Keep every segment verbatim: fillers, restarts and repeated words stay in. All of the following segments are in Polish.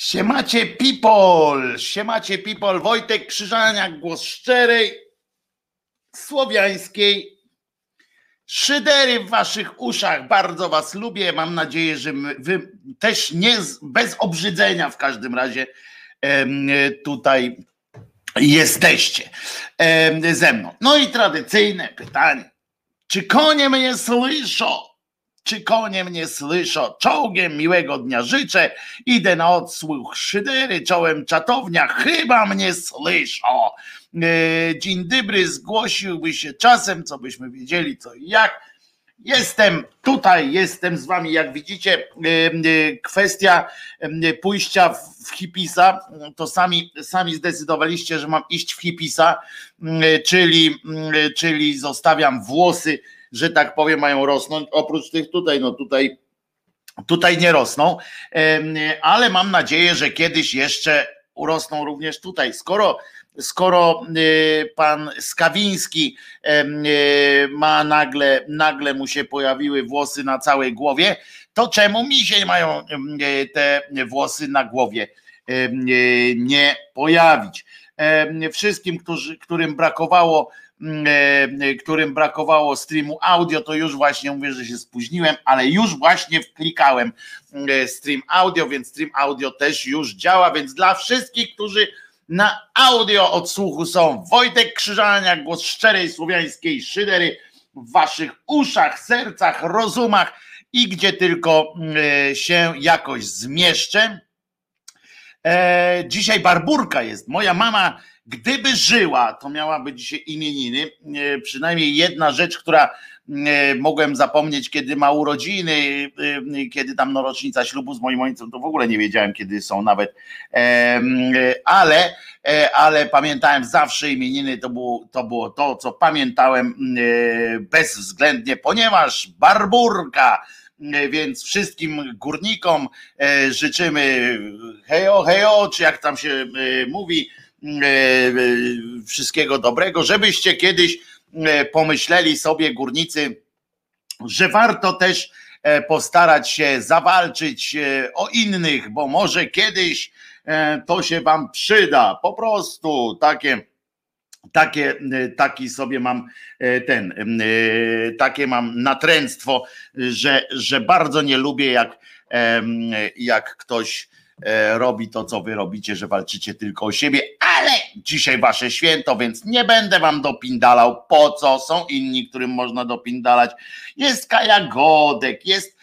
Siemacie people, siemacie people, Wojtek Krzyżaniak, głos szczerej, słowiańskiej szydery w waszych uszach. Bardzo was lubię, mam nadzieję, że wy też nie bez obrzydzenia w każdym razie tutaj jesteście ze mną. No i tradycyjne pytanie, czy konie mnie słyszą? Czy konie mnie słyszą? Czołgiem miłego dnia życzę. Idę na odsłuch szydery, czołem czatownia. Chyba mnie słyszą. Dzień dobry, zgłosiłby się czasem, co byśmy wiedzieli, co i jak. Jestem tutaj, jestem z wami. Jak widzicie, kwestia pójścia w hipisa, to sami, sami zdecydowaliście, że mam iść w hipisa, czyli, czyli zostawiam włosy, że tak powiem, mają rosnąć, oprócz tych tutaj, no tutaj, tutaj nie rosną, ale mam nadzieję, że kiedyś jeszcze urosną również tutaj. Skoro, skoro pan Skawiński ma nagle, nagle mu się pojawiły włosy na całej głowie, to czemu mi się mają te włosy na głowie nie pojawić? Wszystkim, którzy, którym brakowało którym brakowało streamu audio, to już właśnie mówię, że się spóźniłem, ale już właśnie wklikałem stream audio, więc stream audio też już działa, więc dla wszystkich, którzy na audio odsłuchu są, Wojtek Krzyżaniak, głos szczerej słowiańskiej szydery w waszych uszach, sercach, rozumach i gdzie tylko się jakoś zmieszczę. Dzisiaj Barburka jest, moja mama. Gdyby żyła, to miałaby dzisiaj imieniny. Przynajmniej jedna rzecz, która mogłem zapomnieć, kiedy ma urodziny, kiedy tam no rocznica ślubu z moim ojcem, to w ogóle nie wiedziałem, kiedy są nawet. Ale, ale pamiętałem zawsze imieniny, to było, to było to, co pamiętałem bezwzględnie, ponieważ Barburka, więc wszystkim górnikom życzymy hejo, hejo, czy jak tam się mówi, wszystkiego dobrego, żebyście kiedyś pomyśleli sobie, górnicy, że warto też postarać się zawalczyć o innych, bo może kiedyś to się wam przyda, po prostu takie Takie, taki sobie mam ten, takie mam natręctwo, że, że bardzo nie lubię, jak, jak ktoś robi to, co wy robicie, że walczycie tylko o siebie, ale dzisiaj wasze święto, więc nie będę wam dopindalał, po co, są inni, którym można dopindalać. Jest Kaja Godek, jest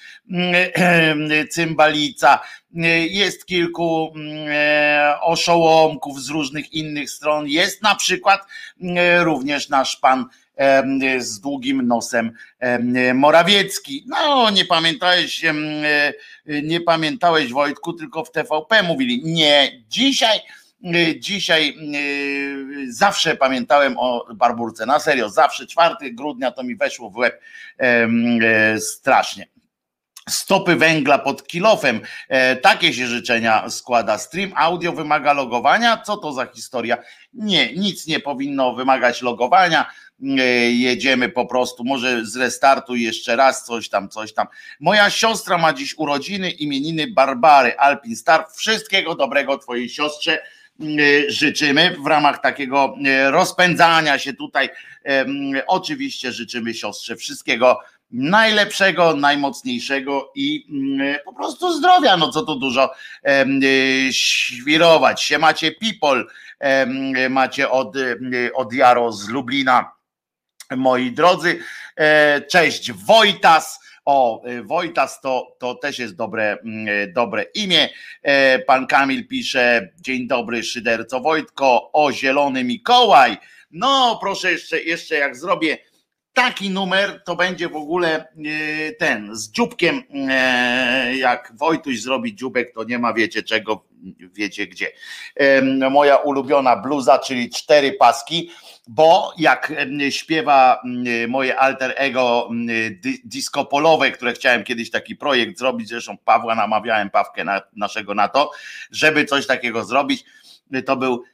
Cymbalica, jest kilku oszołomków z różnych innych stron, jest na przykład również nasz pan z długim nosem Morawiecki. No nie pamiętałeś, nie pamiętałeś, Wojtku, tylko w T V P mówili. Nie, dzisiaj Dzisiaj zawsze pamiętałem o Barburce, na serio, zawsze czwartego grudnia to mi weszło w łeb strasznie. Stopy węgla pod kilofem, takie się życzenia składa. Stream audio wymaga logowania, co to za historia? Nie, nic nie powinno wymagać logowania, jedziemy po prostu, może zrestartuj jeszcze raz, coś tam, coś tam. Moja siostra ma dziś urodziny, imieniny Barbary, Alpin Star, wszystkiego dobrego twojej siostrze życzymy w ramach takiego rozpędzania się tutaj. Oczywiście życzymy siostrze wszystkiego najlepszego, najmocniejszego i po prostu zdrowia, no co tu dużo świrować. Siemacie people, macie od, od Jaro z Lublina, moi drodzy. Cześć Wojtas. O, Wojtas to, to też jest dobre, dobre imię. Pan Kamil pisze: dzień dobry szyderco Wojtko, o zielony Mikołaj. No proszę, jeszcze, jeszcze jak zrobię taki numer, to będzie w ogóle ten z dzióbkiem, jak Wojtuś zrobi dzióbek, to nie ma wiecie czego, wiecie gdzie. Moja ulubiona bluza, czyli cztery paski, bo jak śpiewa moje alter ego disco polowe, które chciałem kiedyś taki projekt zrobić, zresztą Pawła namawiałem, Pawkę na, naszego na to, żeby coś takiego zrobić, to był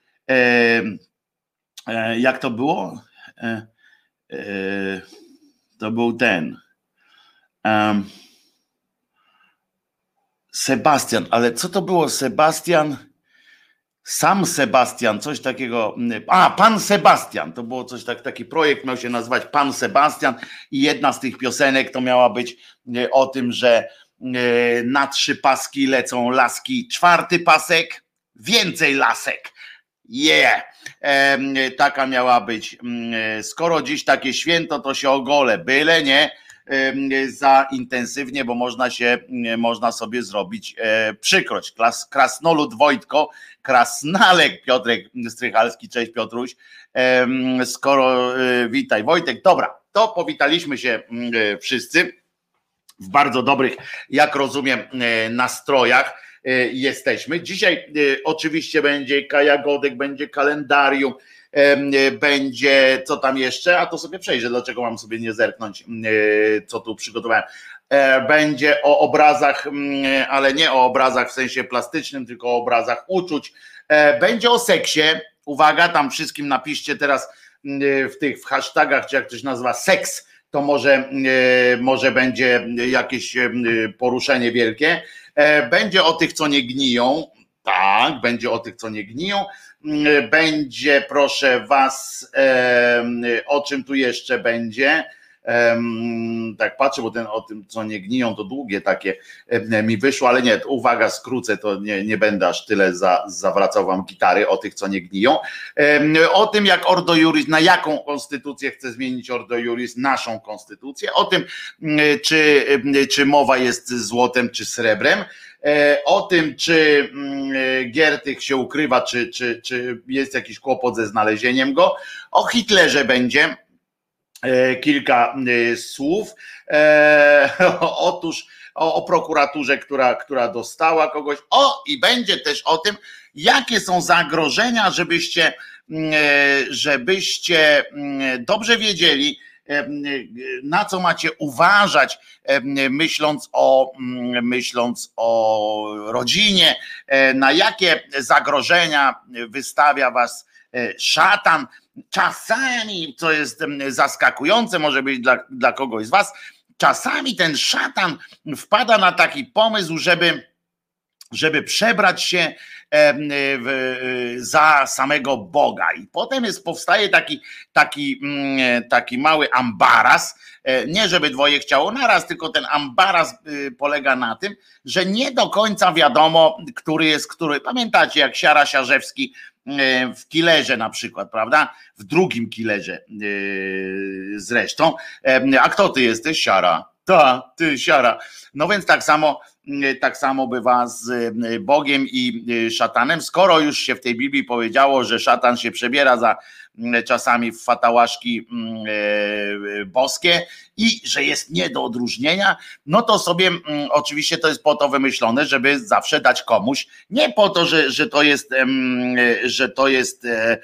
jak to było? To był ten Sebastian, ale co to było Sebastian? Sam Sebastian, coś takiego. A, Pan Sebastian, to było coś tak, taki projekt miał się nazywać Pan Sebastian i jedna z tych piosenek to miała być o tym, że na trzy paski lecą laski, czwarty pasek, więcej lasek. Yeah! E, taka miała być. Skoro dziś takie święto, to się ogolę, byle nie za intensywnie, bo można się, można sobie zrobić przykrość. Klas, krasnolud Wojtko, krasnalek Piotrek Strychalski, cześć Piotruś. Skoro, witaj Wojtek, dobra, to powitaliśmy się wszyscy w bardzo dobrych, jak rozumiem, nastrojach jesteśmy. Dzisiaj oczywiście będzie Kaja Godek, będzie kalendarium, będzie co tam jeszcze, a to sobie przejrzę, dlaczego mam sobie nie zerknąć, co tu przygotowałem. Będzie o obrazach, ale nie o obrazach w sensie plastycznym, tylko o obrazach uczuć. Będzie o seksie, uwaga, tam wszystkim napiszcie teraz w tych w hashtagach, czy jak ktoś nazywa seks, to może, może będzie jakieś poruszenie wielkie. Będzie o tych, co nie gniją, tak, będzie o tych, co nie gniją. Będzie, proszę was, o czym tu jeszcze będzie. Tak patrzę, bo ten o tym, co nie gniją, to długie takie mi wyszło, ale nie, uwaga, skrócę, to nie, nie będę aż tyle za, zawracał wam gitary o tych, co nie gniją. O tym, jak Ordo Iuris, na jaką konstytucję chce zmienić Ordo Iuris, naszą konstytucję, o tym, czy, czy mowa jest złotem, czy srebrem, o tym, czy Giertych się ukrywa, czy, czy, czy jest jakiś kłopot ze znalezieniem go, o Hitlerze będzie kilka słów. Otóż o, o prokuraturze, która, która dostała kogoś. O, i będzie też o tym, jakie są zagrożenia, żebyście, żebyście dobrze wiedzieli, na co macie uważać, myśląc o, myśląc o rodzinie, na jakie zagrożenia wystawia was szatan. Czasami, co jest zaskakujące, może być dla, dla kogoś z was, czasami ten szatan wpada na taki pomysł, żeby, żeby przebrać się w, za samego Boga. I potem jest, powstaje taki, taki, taki mały ambaras. Nie żeby dwoje chciało naraz, tylko ten ambaras polega na tym, że nie do końca wiadomo, który jest który. Pamiętacie, jak Siara Siarzewski w Killerze na przykład, prawda? W drugim Killerze zresztą. A kto ty jesteś? Siara. Ta, ty, Siara. No więc tak samo, tak samo bywa z Bogiem i szatanem. Skoro już się w tej Biblii powiedziało, że szatan się przebiera za czasami w fatałaszki boskie i że jest nie do odróżnienia, no to sobie oczywiście to jest po to wymyślone, żeby zawsze dać komuś, nie po to, że, że to jest, że to jest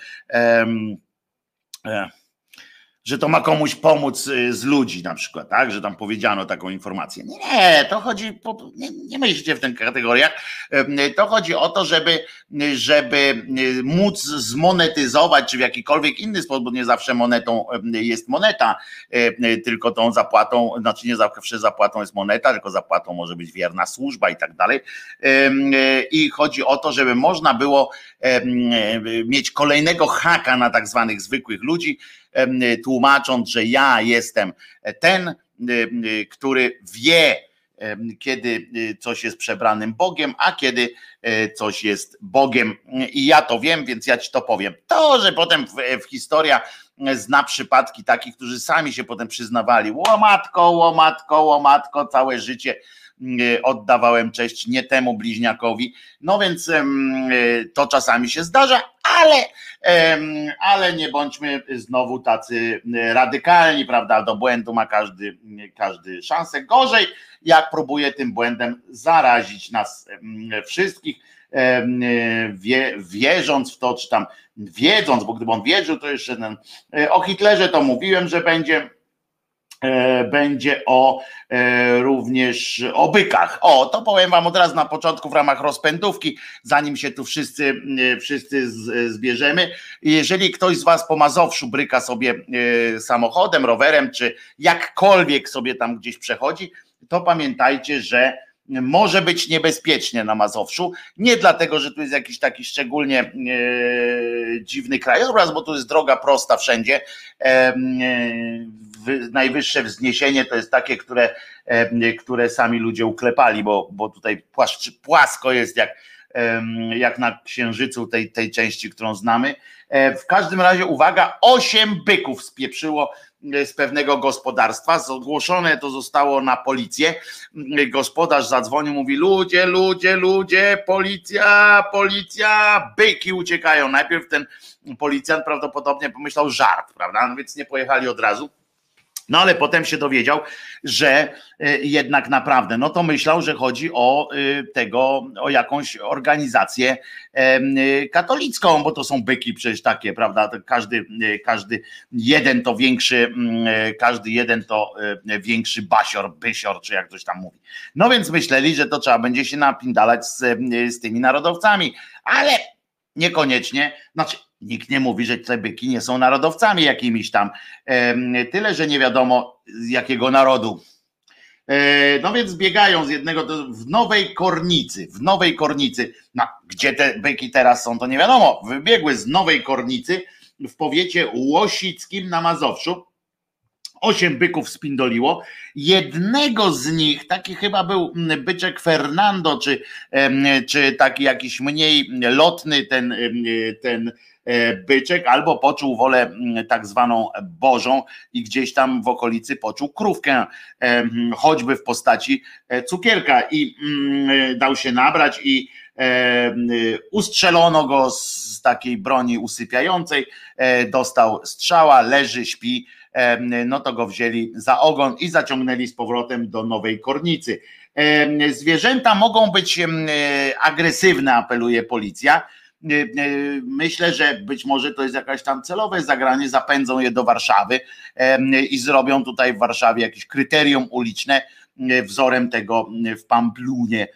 że to ma komuś pomóc z ludzi na przykład, tak, że tam powiedziano taką informację. Nie, to chodzi, nie, nie myślcie w tych kategoriach, to chodzi o to, żeby, żeby móc zmonetyzować, czy w jakikolwiek inny sposób, bo nie zawsze monetą jest moneta, tylko tą zapłatą, znaczy nie zawsze zapłatą jest moneta, tylko zapłatą może być wierna służba i tak dalej. I chodzi o to, żeby można było mieć kolejnego haka na tak zwanych zwykłych ludzi, tłumacząc, że ja jestem ten, który wie, kiedy coś jest przebranym Bogiem, a kiedy coś jest Bogiem. I ja to wiem, więc ja ci to powiem. To, że potem w, w historia zna przypadki takich, którzy sami się potem przyznawali, łomatko, łomatko, łomatko, całe życie oddawałem cześć nie temu bliźniakowi. No więc to czasami się zdarza, ale, ale nie bądźmy znowu tacy radykalni, prawda? Do błędu ma każdy, każdy szansę. Gorzej, jak próbuje tym błędem zarazić nas wszystkich, wie, wierząc w to, czy tam wiedząc, bo gdyby on wierzył, to jeszcze ten, o Hitlerze to mówiłem, że będzie będzie o również o bykach. O, to powiem wam od razu na początku w ramach rozpędówki, zanim się tu wszyscy, wszyscy zbierzemy. Jeżeli ktoś z was po Mazowszu bryka sobie samochodem, rowerem, czy jakkolwiek sobie tam gdzieś przechodzi, to pamiętajcie, że może być niebezpiecznie na Mazowszu, nie dlatego, że tu jest jakiś taki szczególnie e, dziwny krajobraz, bo tu jest droga prosta wszędzie, e, e, najwyższe wzniesienie to jest takie, które, e, które sami ludzie uklepali, bo, bo tutaj płaszcz, płasko jest jak, e, jak na Księżycu tej, tej części, którą znamy. E, w każdym razie uwaga, osiem byków spieprzyło z pewnego gospodarstwa, zgłoszone to zostało na policję, gospodarz zadzwonił, mówi ludzie, ludzie, ludzie, policja, policja, byki uciekają. Najpierw ten policjant prawdopodobnie pomyślał żart, prawda, no więc nie pojechali od razu. No ale potem się dowiedział, że jednak naprawdę, no to myślał, że chodzi o tego, o jakąś organizację katolicką, bo to są byki przecież takie, prawda, każdy, każdy jeden to większy, każdy jeden to większy basior, bysior, czy jak ktoś tam mówi. No więc myśleli, że to trzeba będzie się napindalać z, z tymi narodowcami, ale niekoniecznie, znaczy nikt nie mówi, że te byki nie są narodowcami jakimiś tam. Tyle, że nie wiadomo z jakiego narodu. No więc biegają z jednego w Nowej Kornicy, w Nowej Kornicy. No, gdzie te byki teraz są, to nie wiadomo. Wybiegły z Nowej Kornicy w powiecie łosickim na Mazowszu. Osiem byków spindoliło. Jednego z nich, taki chyba był byczek Fernando, czy, czy taki jakiś mniej lotny ten, ten byczek, albo poczuł wolę tak zwaną bożą i gdzieś tam w okolicy poczuł krówkę, choćby w postaci cukierka i dał się nabrać i ustrzelono go z takiej broni usypiającej, dostał strzała, leży, śpi, no to go wzięli za ogon i zaciągnęli z powrotem do Nowej Kornicy. Zwierzęta mogą być agresywne, apeluje policja. Myślę, że być może to jest jakaś tam celowe zagranie, zapędzą je do Warszawy i zrobią tutaj w Warszawie jakieś kryterium uliczne wzorem tego w Pamplunie,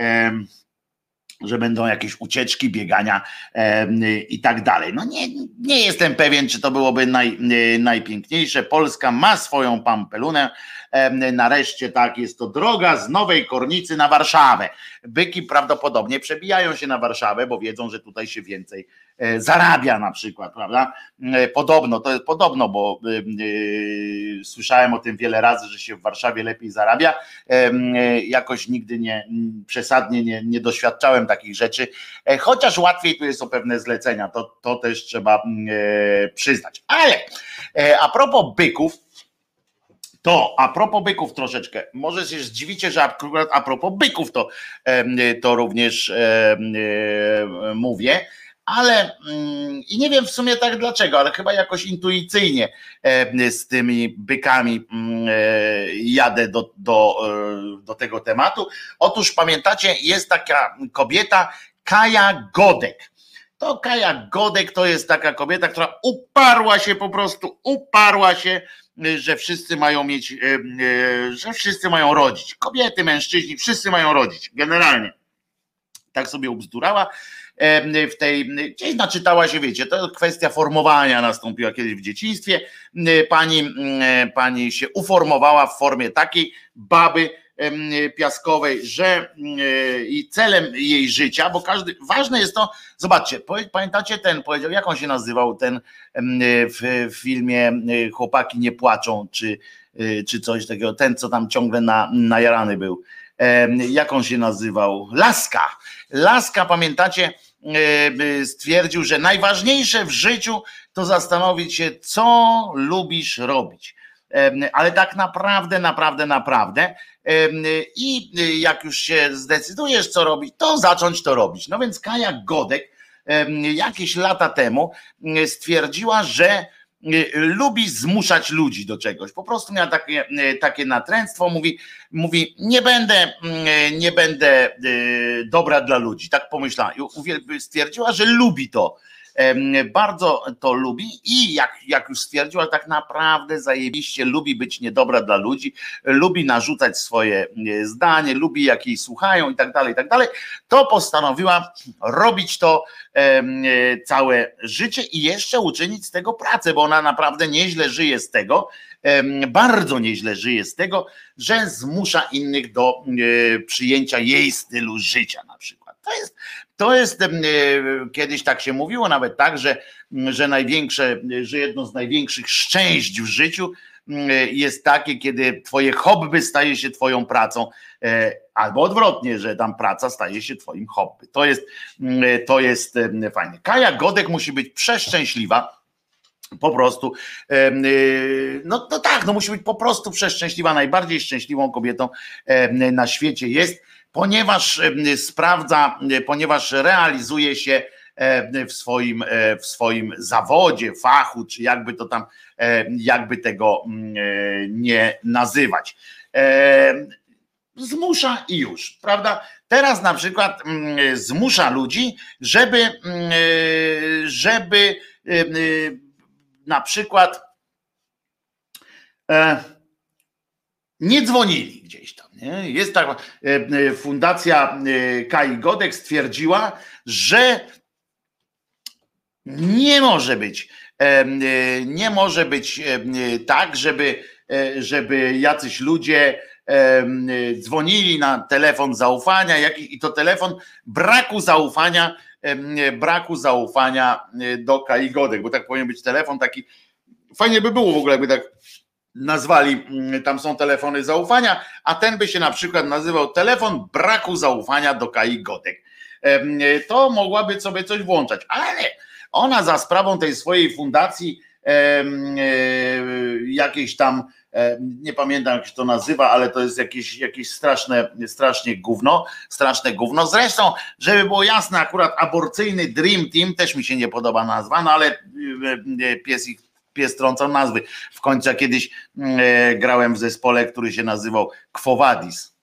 że będą jakieś ucieczki, biegania e, i tak dalej. No nie, nie jestem pewien, czy to byłoby naj, najpiękniejsze. Polska ma swoją Pampelunę. E, nareszcie tak, jest to droga z Nowej Kornicy na Warszawę. Byki prawdopodobnie przebijają się na Warszawę, bo wiedzą, że tutaj się więcej e, zarabia na przykład, prawda? E, podobno, to jest podobno, bo e, e, słyszałem o tym wiele razy, że się w Warszawie lepiej zarabia. E, e, jakoś nigdy nie, przesadnie nie, nie doświadczałem takich rzeczy, chociaż łatwiej tu jest o pewne zlecenia, to, to też trzeba e, przyznać. Ale e, a propos byków, to a propos byków troszeczkę, może się zdziwicie, że akurat a propos byków to, e, to również e, e, mówię, ale i nie wiem w sumie tak dlaczego, ale chyba jakoś intuicyjnie z tymi bykami jadę do, do, do tego tematu. Otóż pamiętacie, jest taka kobieta Kaja Godek. To Kaja Godek to jest taka kobieta, która uparła się po prostu, uparła się, że wszyscy mają mieć, że wszyscy mają rodzić. Kobiety, mężczyźni, wszyscy mają rodzić, generalnie. Tak sobie ubzdurała. W tej, gdzieś naczytała się, wiecie, to kwestia formowania nastąpiła kiedyś w dzieciństwie. Pani, pani się uformowała w formie takiej baby piaskowej, że i celem jej życia, bo każdy, ważne jest to, zobaczcie, pamiętacie ten, powiedział, jak on się nazywał, ten w filmie Chłopaki nie płaczą, czy, czy coś takiego, ten, co tam ciągle na, najarany był. Jak on się nazywał? Laska. Laska, pamiętacie, stwierdził, że najważniejsze w życiu to zastanowić się, co lubisz robić. Ale tak naprawdę, naprawdę, naprawdę. I jak już się zdecydujesz, co robić, to zacząć to robić. No więc Kaja Godek jakieś lata temu stwierdziła, że lubi zmuszać ludzi do czegoś. Po prostu miała takie, takie natręctwo, mówi, mówi nie będę, nie będę dobra dla ludzi. Tak pomyślała. Stwierdziła, że lubi to. Bardzo to lubi i jak, jak już stwierdziła, tak naprawdę zajebiście lubi być niedobra dla ludzi, lubi narzucać swoje zdanie, lubi jak jej słuchają i tak dalej, i tak dalej, to postanowiła robić to całe życie i jeszcze uczynić z tego pracę, bo ona naprawdę nieźle żyje z tego bardzo nieźle żyje z tego, że zmusza innych do przyjęcia jej stylu życia na przykład. To jest, to jest kiedyś tak się mówiło nawet tak, że, że największe, że jedno z największych szczęść w życiu jest takie, kiedy twoje hobby staje się twoją pracą, albo odwrotnie, że tam praca staje się twoim hobby. To jest, to jest fajne. Kaja Godek musi być przeszczęśliwa. Po prostu, no, no tak, no musi być po prostu przeszczęśliwa, najbardziej szczęśliwą kobietą na świecie jest, ponieważ sprawdza, ponieważ realizuje się w swoim, w swoim zawodzie, fachu, czy jakby to tam, jakby tego nie nazywać. Zmusza i już, prawda? Teraz na przykład zmusza ludzi, żeby, żeby na przykład nie dzwonili gdzieś tam. Nie? Jest taka fundacja Kai Godek stwierdziła, że nie może być, nie może być tak, żeby, żeby jacyś ludzie dzwonili na telefon zaufania i to telefon braku zaufania, braku zaufania do Kai Godek, bo tak powinien być telefon taki, fajnie by było w ogóle, jakby tak nazwali, tam są telefony zaufania, a ten by się na przykład nazywał telefon braku zaufania do Kai Godek. To mogłaby sobie coś włączać, ale ona za sprawą tej swojej fundacji jakiejś tam, nie pamiętam jak się to nazywa, ale to jest jakieś, jakieś straszne, strasznie gówno, straszne gówno. Zresztą, żeby było jasne, akurat aborcyjny Dream Team też mi się nie podoba nazwa, no ale pies ich pies trącał nazwy. W końcu kiedyś grałem w zespole, który się nazywał Quo Vadis.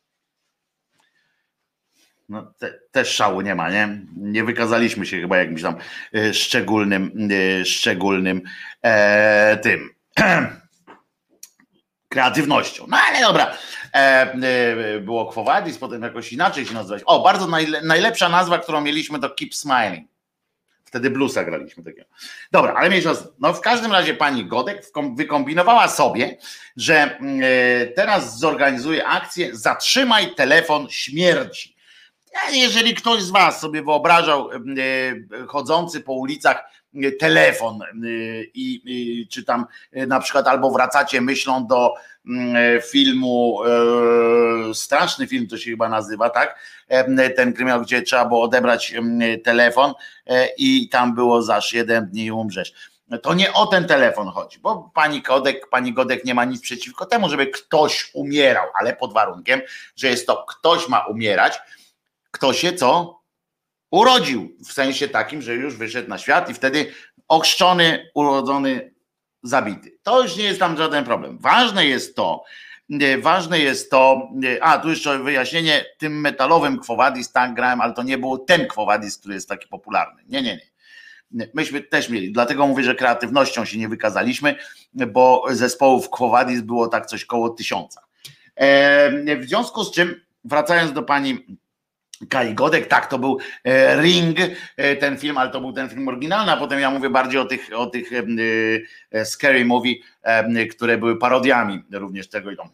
No, te, też szału nie ma, nie? Nie wykazaliśmy się chyba jakimś tam e, szczególnym, e, szczególnym e, tym kreatywnością. No ale dobra, e, e, było Quo Vadis, potem jakoś inaczej się nazywać. O, bardzo najle, najlepsza nazwa, którą mieliśmy, to Keep Smiling. Wtedy bluesa graliśmy takiego. Dobra, ale mniejsza, no w każdym razie pani Godek wykombinowała sobie, że e, teraz zorganizuje akcję Zatrzymaj telefon śmierci. Jeżeli ktoś z was sobie wyobrażał chodzący po ulicach telefon i czy tam na przykład albo wracacie myślą do filmu, straszny film to się chyba nazywa, tak? Ten kryminał, gdzie trzeba było odebrać telefon i tam było za siedem dni umrzesz. To nie o ten telefon chodzi, bo pani Godek, pani Godek nie ma nic przeciwko temu, żeby ktoś umierał, ale pod warunkiem, że jest to ktoś ma umierać, kto się co urodził, w sensie takim, że już wyszedł na świat i wtedy ochrzczony, urodzony, zabity. To już nie jest tam żaden problem. Ważne jest to, ważne jest to, a tu jeszcze wyjaśnienie, tym metalowym Quo Vadis tak grałem, ale to nie był ten Quo Vadis, który jest taki popularny. Nie, nie, nie. Myśmy też mieli, dlatego mówię, że kreatywnością się nie wykazaliśmy, bo zespołów Quo Vadis było tak coś koło tysiąca. W związku z czym, wracając do pani Kai Godek, tak, to był Ring, ten film, ale to był ten film oryginalny, a potem ja mówię bardziej o tych, o tych scary movie, które były parodiami również tego i tam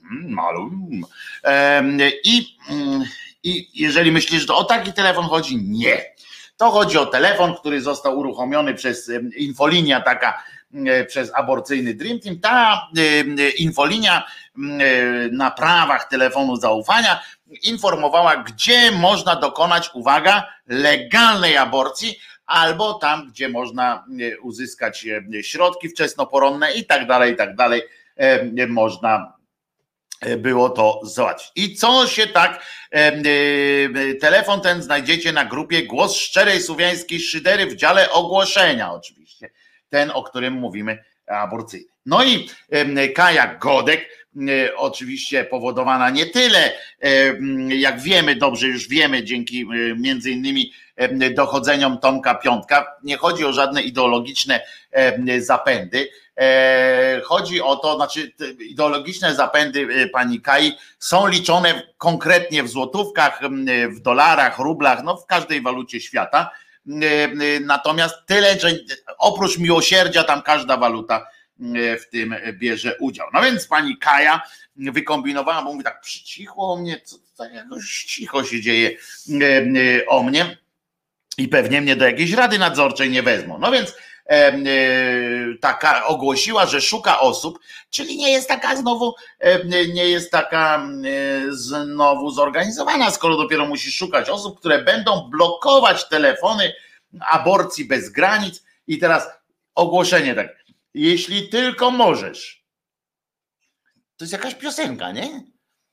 i, i jeżeli myślisz, że to o taki telefon chodzi, nie. To chodzi o telefon, który został uruchomiony przez infolinia taka, przez aborcyjny Dream Team. Ta infolinia na prawach telefonu zaufania informowała, gdzie można dokonać, uwaga, legalnej aborcji, albo tam, gdzie można uzyskać środki wczesnoporonne i tak dalej, i tak dalej, można było to załatwić. I co się tak, telefon ten znajdziecie na grupie Głos Szczerej Słowiańskiej Szydery w dziale ogłoszenia oczywiście, ten, o którym mówimy, aborcyjny. No i Kaja Godek, oczywiście powodowana nie tyle, jak wiemy, dobrze już wiemy, dzięki między innymi dochodzeniom Tomka Piątka, nie chodzi o żadne ideologiczne zapędy, chodzi o to, znaczy ideologiczne zapędy pani Kai są liczone konkretnie w złotówkach, w dolarach, rublach, no w każdej walucie świata, natomiast tyle, że oprócz miłosierdzia tam każda waluta w tym bierze udział. No więc pani Kaja wykombinowała, bo mówi tak, przycichło o mnie, co, co jakoś cicho się dzieje o mnie i pewnie mnie do jakiejś rady nadzorczej nie wezmą. No więc e, e, taka ogłosiła, że szuka osób, czyli nie jest taka znowu, e, nie jest taka e, znowu zorganizowana, skoro dopiero musi szukać osób, które będą blokować telefony aborcji bez granic. I teraz ogłoszenie tak, jeśli tylko możesz. To jest jakaś piosenka, nie?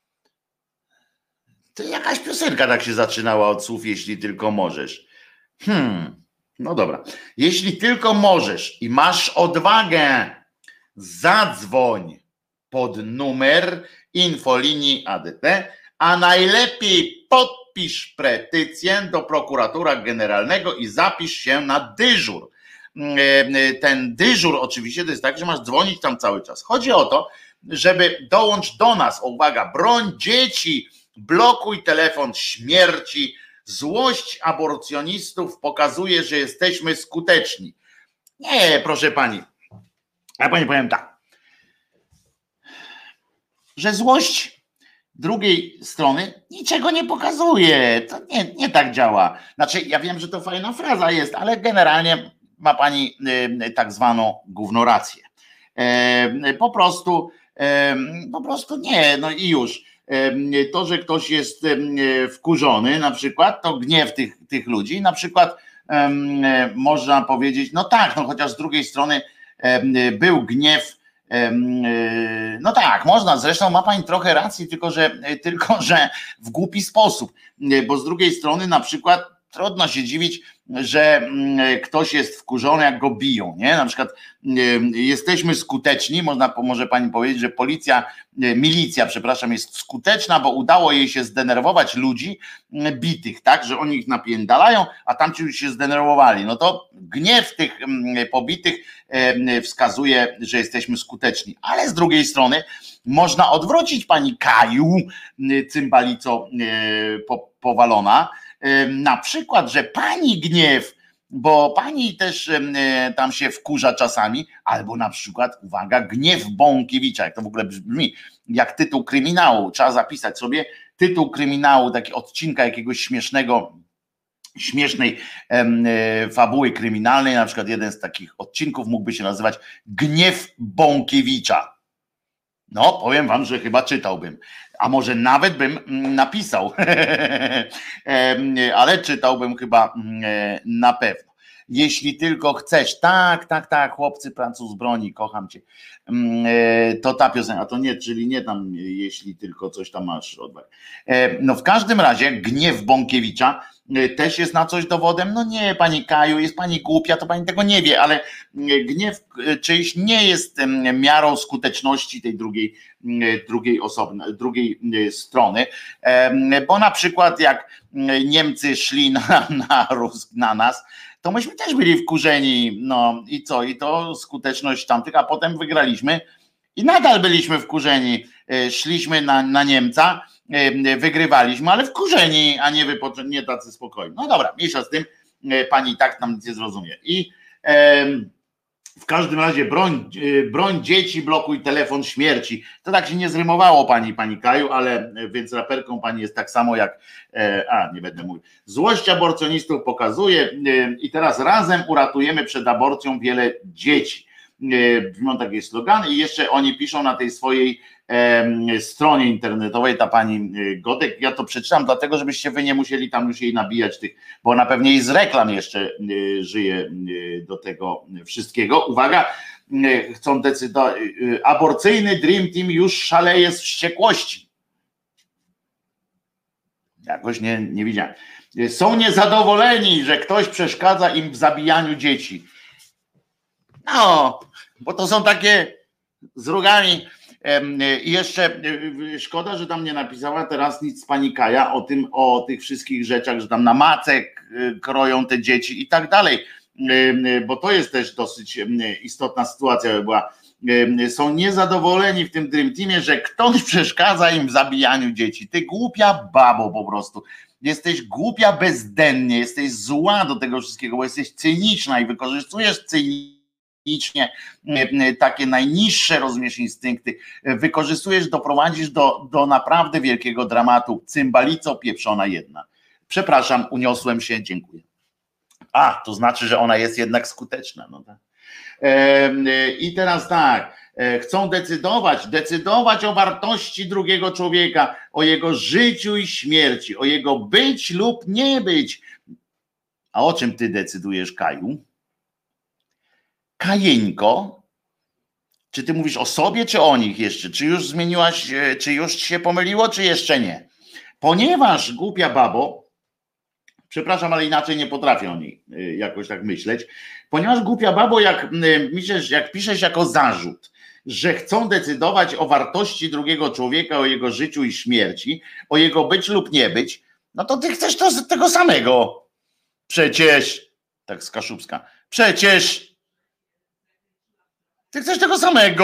To jakaś piosenka tak się zaczynała od słów, jeśli tylko możesz. Hmm, no dobra. Jeśli tylko możesz i masz odwagę, zadzwoń pod numer infolinii A D T, a najlepiej podpisz petycję do prokuratora generalnego i zapisz się na dyżur. Ten dyżur oczywiście to jest tak, że masz dzwonić tam cały czas. Chodzi o to, żeby dołącz do nas, uwaga, broń dzieci, blokuj telefon śmierci. Złość aborcjonistów pokazuje, że jesteśmy skuteczni. Nie, proszę pani. Ja pani powiem tak, że złość drugiej strony niczego nie pokazuje. To nie, nie tak działa. Znaczy, ja wiem, że to fajna fraza jest, ale generalnie ma pani y, tak zwaną gównorację. Y, po prostu, y, po prostu nie, no i już. To, że ktoś jest wkurzony, na przykład, to gniew tych, tych ludzi, na przykład um, można powiedzieć, no tak, no chociaż z drugiej strony um, był gniew, um, no tak, można, zresztą ma pani trochę racji, tylko że, tylko że w głupi sposób, bo z drugiej strony na przykład trudno się dziwić, że ktoś jest wkurzony, jak go biją, nie? Na przykład jesteśmy skuteczni, można, może pani powiedzieć, że policja, milicja, przepraszam, jest skuteczna, bo udało jej się zdenerwować ludzi bitych, tak? Że oni ich napiędalają, a tamci już się zdenerwowali. No to gniew tych pobitych wskazuje, że jesteśmy skuteczni. Ale z drugiej strony można odwrócić pani Kaju, cymbalico powalona, na przykład, że pani gniew, bo pani też tam się wkurza czasami, albo na przykład, uwaga, gniew Bąkiewicza, jak to w ogóle brzmi, jak tytuł kryminału, trzeba zapisać sobie tytuł kryminału, taki odcinka jakiegoś śmiesznego, śmiesznej em, fabuły kryminalnej, na przykład jeden z takich odcinków mógłby się nazywać Gniew Bąkiewicza. No, powiem wam, że chyba czytałbym, a może nawet bym napisał, ale czytałbym chyba na pewno. Jeśli tylko chcesz, tak, tak, tak, chłopcy Francuz broni, kocham cię, to ta piosenka, a to nie, czyli nie tam, jeśli tylko coś tam masz odwagę. No w każdym razie gniew Bąkiewicza też jest na coś dowodem. No nie, pani Kaju, jest pani głupia, to pani tego nie wie, ale gniew czyjś nie jest miarą skuteczności tej drugiej, drugiej osoby, drugiej strony, bo na przykład jak Niemcy szli na, na, Rus, na nas, to myśmy też byli wkurzeni, no i co, i to skuteczność tamtych, a potem wygraliśmy i nadal byliśmy wkurzeni, szliśmy na, na Niemca, wygrywaliśmy, ale wkurzeni, a nie, wypoczę- nie tacy spokojni. No dobra, mniejsza z tym, pani i tak nam nic nie zrozumie. I e, w każdym razie broń, broń dzieci, blokuj telefon śmierci. To tak się nie zrymowało pani, pani Kaju, ale więc raperką pani jest tak samo jak, e, a nie będę mówił. Złość aborcjonistów pokazuje e, i teraz razem uratujemy przed aborcją wiele dzieci. E, brzmią takie slogany i jeszcze oni piszą na tej swojej stronie internetowej, ta pani Godek, ja to przeczytam dlatego, żebyście wy nie musieli tam już jej nabijać tych, bo ona pewnie i z reklam jeszcze żyje do tego wszystkiego. Uwaga, chcą decydować, aborcyjny Dream Team już szaleje z wściekłości. Jakoś nie, nie widziałem. Są niezadowoleni, że ktoś przeszkadza im w zabijaniu dzieci. No, bo to są takie z rogami. I jeszcze szkoda, że tam nie napisała teraz nic pani Kaja o tym, o tych wszystkich rzeczach, że tam na macek kroją te dzieci i tak dalej, bo to jest też dosyć istotna sytuacja była. Są niezadowoleni w tym Dream Teamie, że ktoś przeszkadza im w zabijaniu dzieci. Ty głupia babo po prostu. Jesteś głupia bezdennie, jesteś zła do tego wszystkiego, bo jesteś cyniczna i wykorzystujesz cynizm takie najniższe, rozumiesz, instynkty wykorzystujesz, doprowadzisz do, do naprawdę wielkiego dramatu. Cymbalico pieprzona jedna. Przepraszam, uniosłem się, dziękuję. A, to znaczy, że ona jest jednak skuteczna. No tak. E, I teraz tak, e, chcą decydować, decydować o wartości drugiego człowieka, o jego życiu i śmierci, o jego być lub nie być. A o czym ty decydujesz, Kaju? Kajeńko? Czy ty mówisz o sobie, czy o nich jeszcze? Czy już zmieniłaś, czy już się pomyliło, czy jeszcze nie? Ponieważ, głupia babo, przepraszam, ale inaczej nie potrafię o niej jakoś tak myśleć, ponieważ, głupia babo, jak piszesz, jak piszesz jako zarzut, że chcą decydować o wartości drugiego człowieka, o jego życiu i śmierci, o jego być lub nie być, no to ty chcesz to, tego samego. Przecież, tak z Kaszubska, przecież ty chcesz tego samego.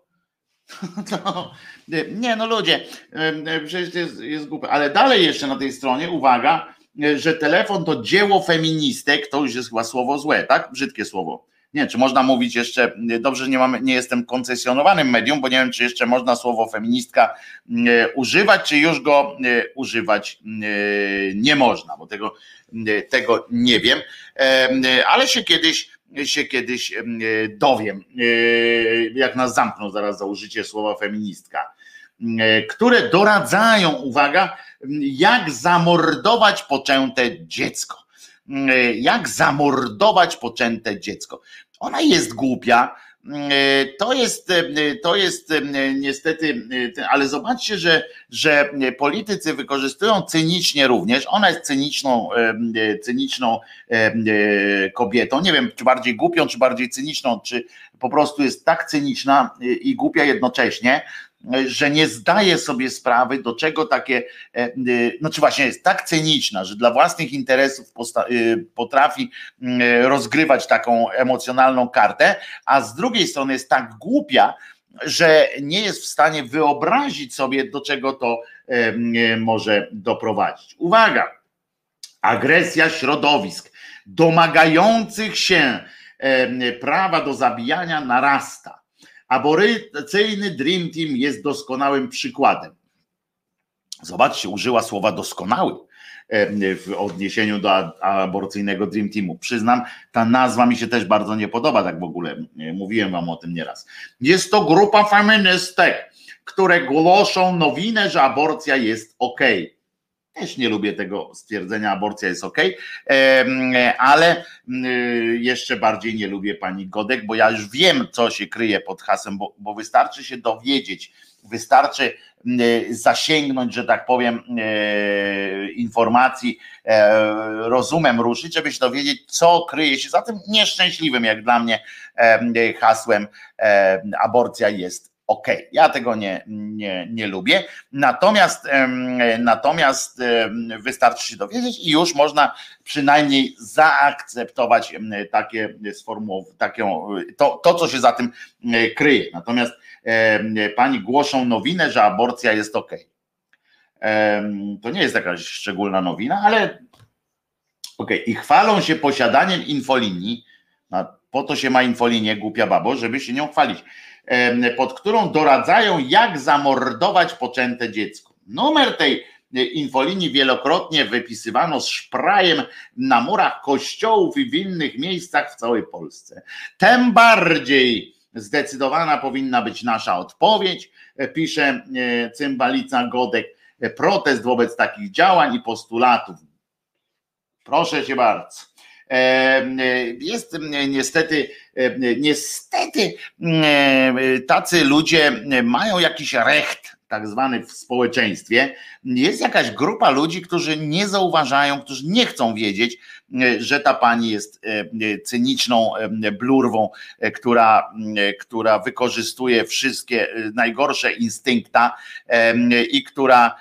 To, nie no ludzie, przecież to jest, jest głupie. Ale dalej jeszcze na tej stronie, uwaga, że telefon to dzieło feministek, to już jest chyba słowo złe, tak? Brzydkie słowo. Nie, czy można mówić jeszcze, dobrze, nie mamy, nie jestem koncesjonowanym medium, bo nie wiem, czy jeszcze można słowo feministka używać, czy już go używać nie można, bo tego, tego nie wiem, ale się kiedyś się kiedyś dowiem, jak nas zamkną zaraz za użycie słowa feministka, które doradzają, uwaga, jak zamordować poczęte dziecko. Jak zamordować poczęte dziecko. Ona jest głupia, to jest, to jest niestety, ale zobaczcie, że, że politycy wykorzystują cynicznie również, ona jest cyniczną, cyniczną kobietą, nie wiem, czy bardziej głupią, czy bardziej cyniczną, czy po prostu jest tak cyniczna i głupia jednocześnie, że nie zdaje sobie sprawy, do czego takie, znaczy właśnie jest tak cyniczna, że dla własnych interesów potrafi rozgrywać taką emocjonalną kartę, a z drugiej strony jest tak głupia, że nie jest w stanie wyobrazić sobie, do czego to może doprowadzić. Uwaga! Agresja środowisk domagających się prawa do zabijania narasta. Aborcyjny Dream Team jest doskonałym przykładem. Zobaczcie, użyła słowa doskonały w odniesieniu do aborcyjnego Dream Teamu. Przyznam, ta nazwa mi się też bardzo nie podoba, tak w ogóle. Mówiłem wam o tym nieraz. Jest to grupa feministek, które głoszą nowinę, że aborcja jest okej. Też nie lubię tego stwierdzenia, aborcja jest okej, ale jeszcze bardziej nie lubię pani Godek, bo ja już wiem, co się kryje pod hasłem, bo, bo wystarczy się dowiedzieć, wystarczy zasięgnąć, że tak powiem, informacji, rozumem ruszyć, żeby się dowiedzieć, co kryje się za tym nieszczęśliwym, jak dla mnie, hasłem aborcja jest okej. Okay. Ja tego nie, nie, nie lubię, natomiast, natomiast wystarczy się dowiedzieć i już można przynajmniej zaakceptować takie sformułowanie, to, to, co się za tym kryje. Natomiast pani głoszą nowinę, że aborcja jest okej. To nie jest jakaś szczególna nowina, ale okej. I chwalą się posiadaniem infolinii, po to się ma infolinię, głupia babo, żeby się nią chwalić, pod którą doradzają, jak zamordować poczęte dziecko. Numer tej infolinii wielokrotnie wypisywano z szprajem na murach kościołów i w innych miejscach w całej Polsce. Tym bardziej zdecydowana powinna być nasza odpowiedź, pisze Cymbalica Godek, protest wobec takich działań i postulatów. Proszę cię bardzo. Jest niestety, niestety tacy ludzie mają jakiś recht tak zwany w społeczeństwie. Jest jakaś grupa ludzi, którzy nie zauważają, którzy nie chcą wiedzieć, że ta pani jest cyniczną blurwą, która, która wykorzystuje wszystkie najgorsze instynkta i która,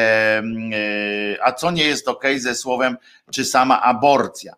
a co nie jest okej ze słowem, czy sama aborcja.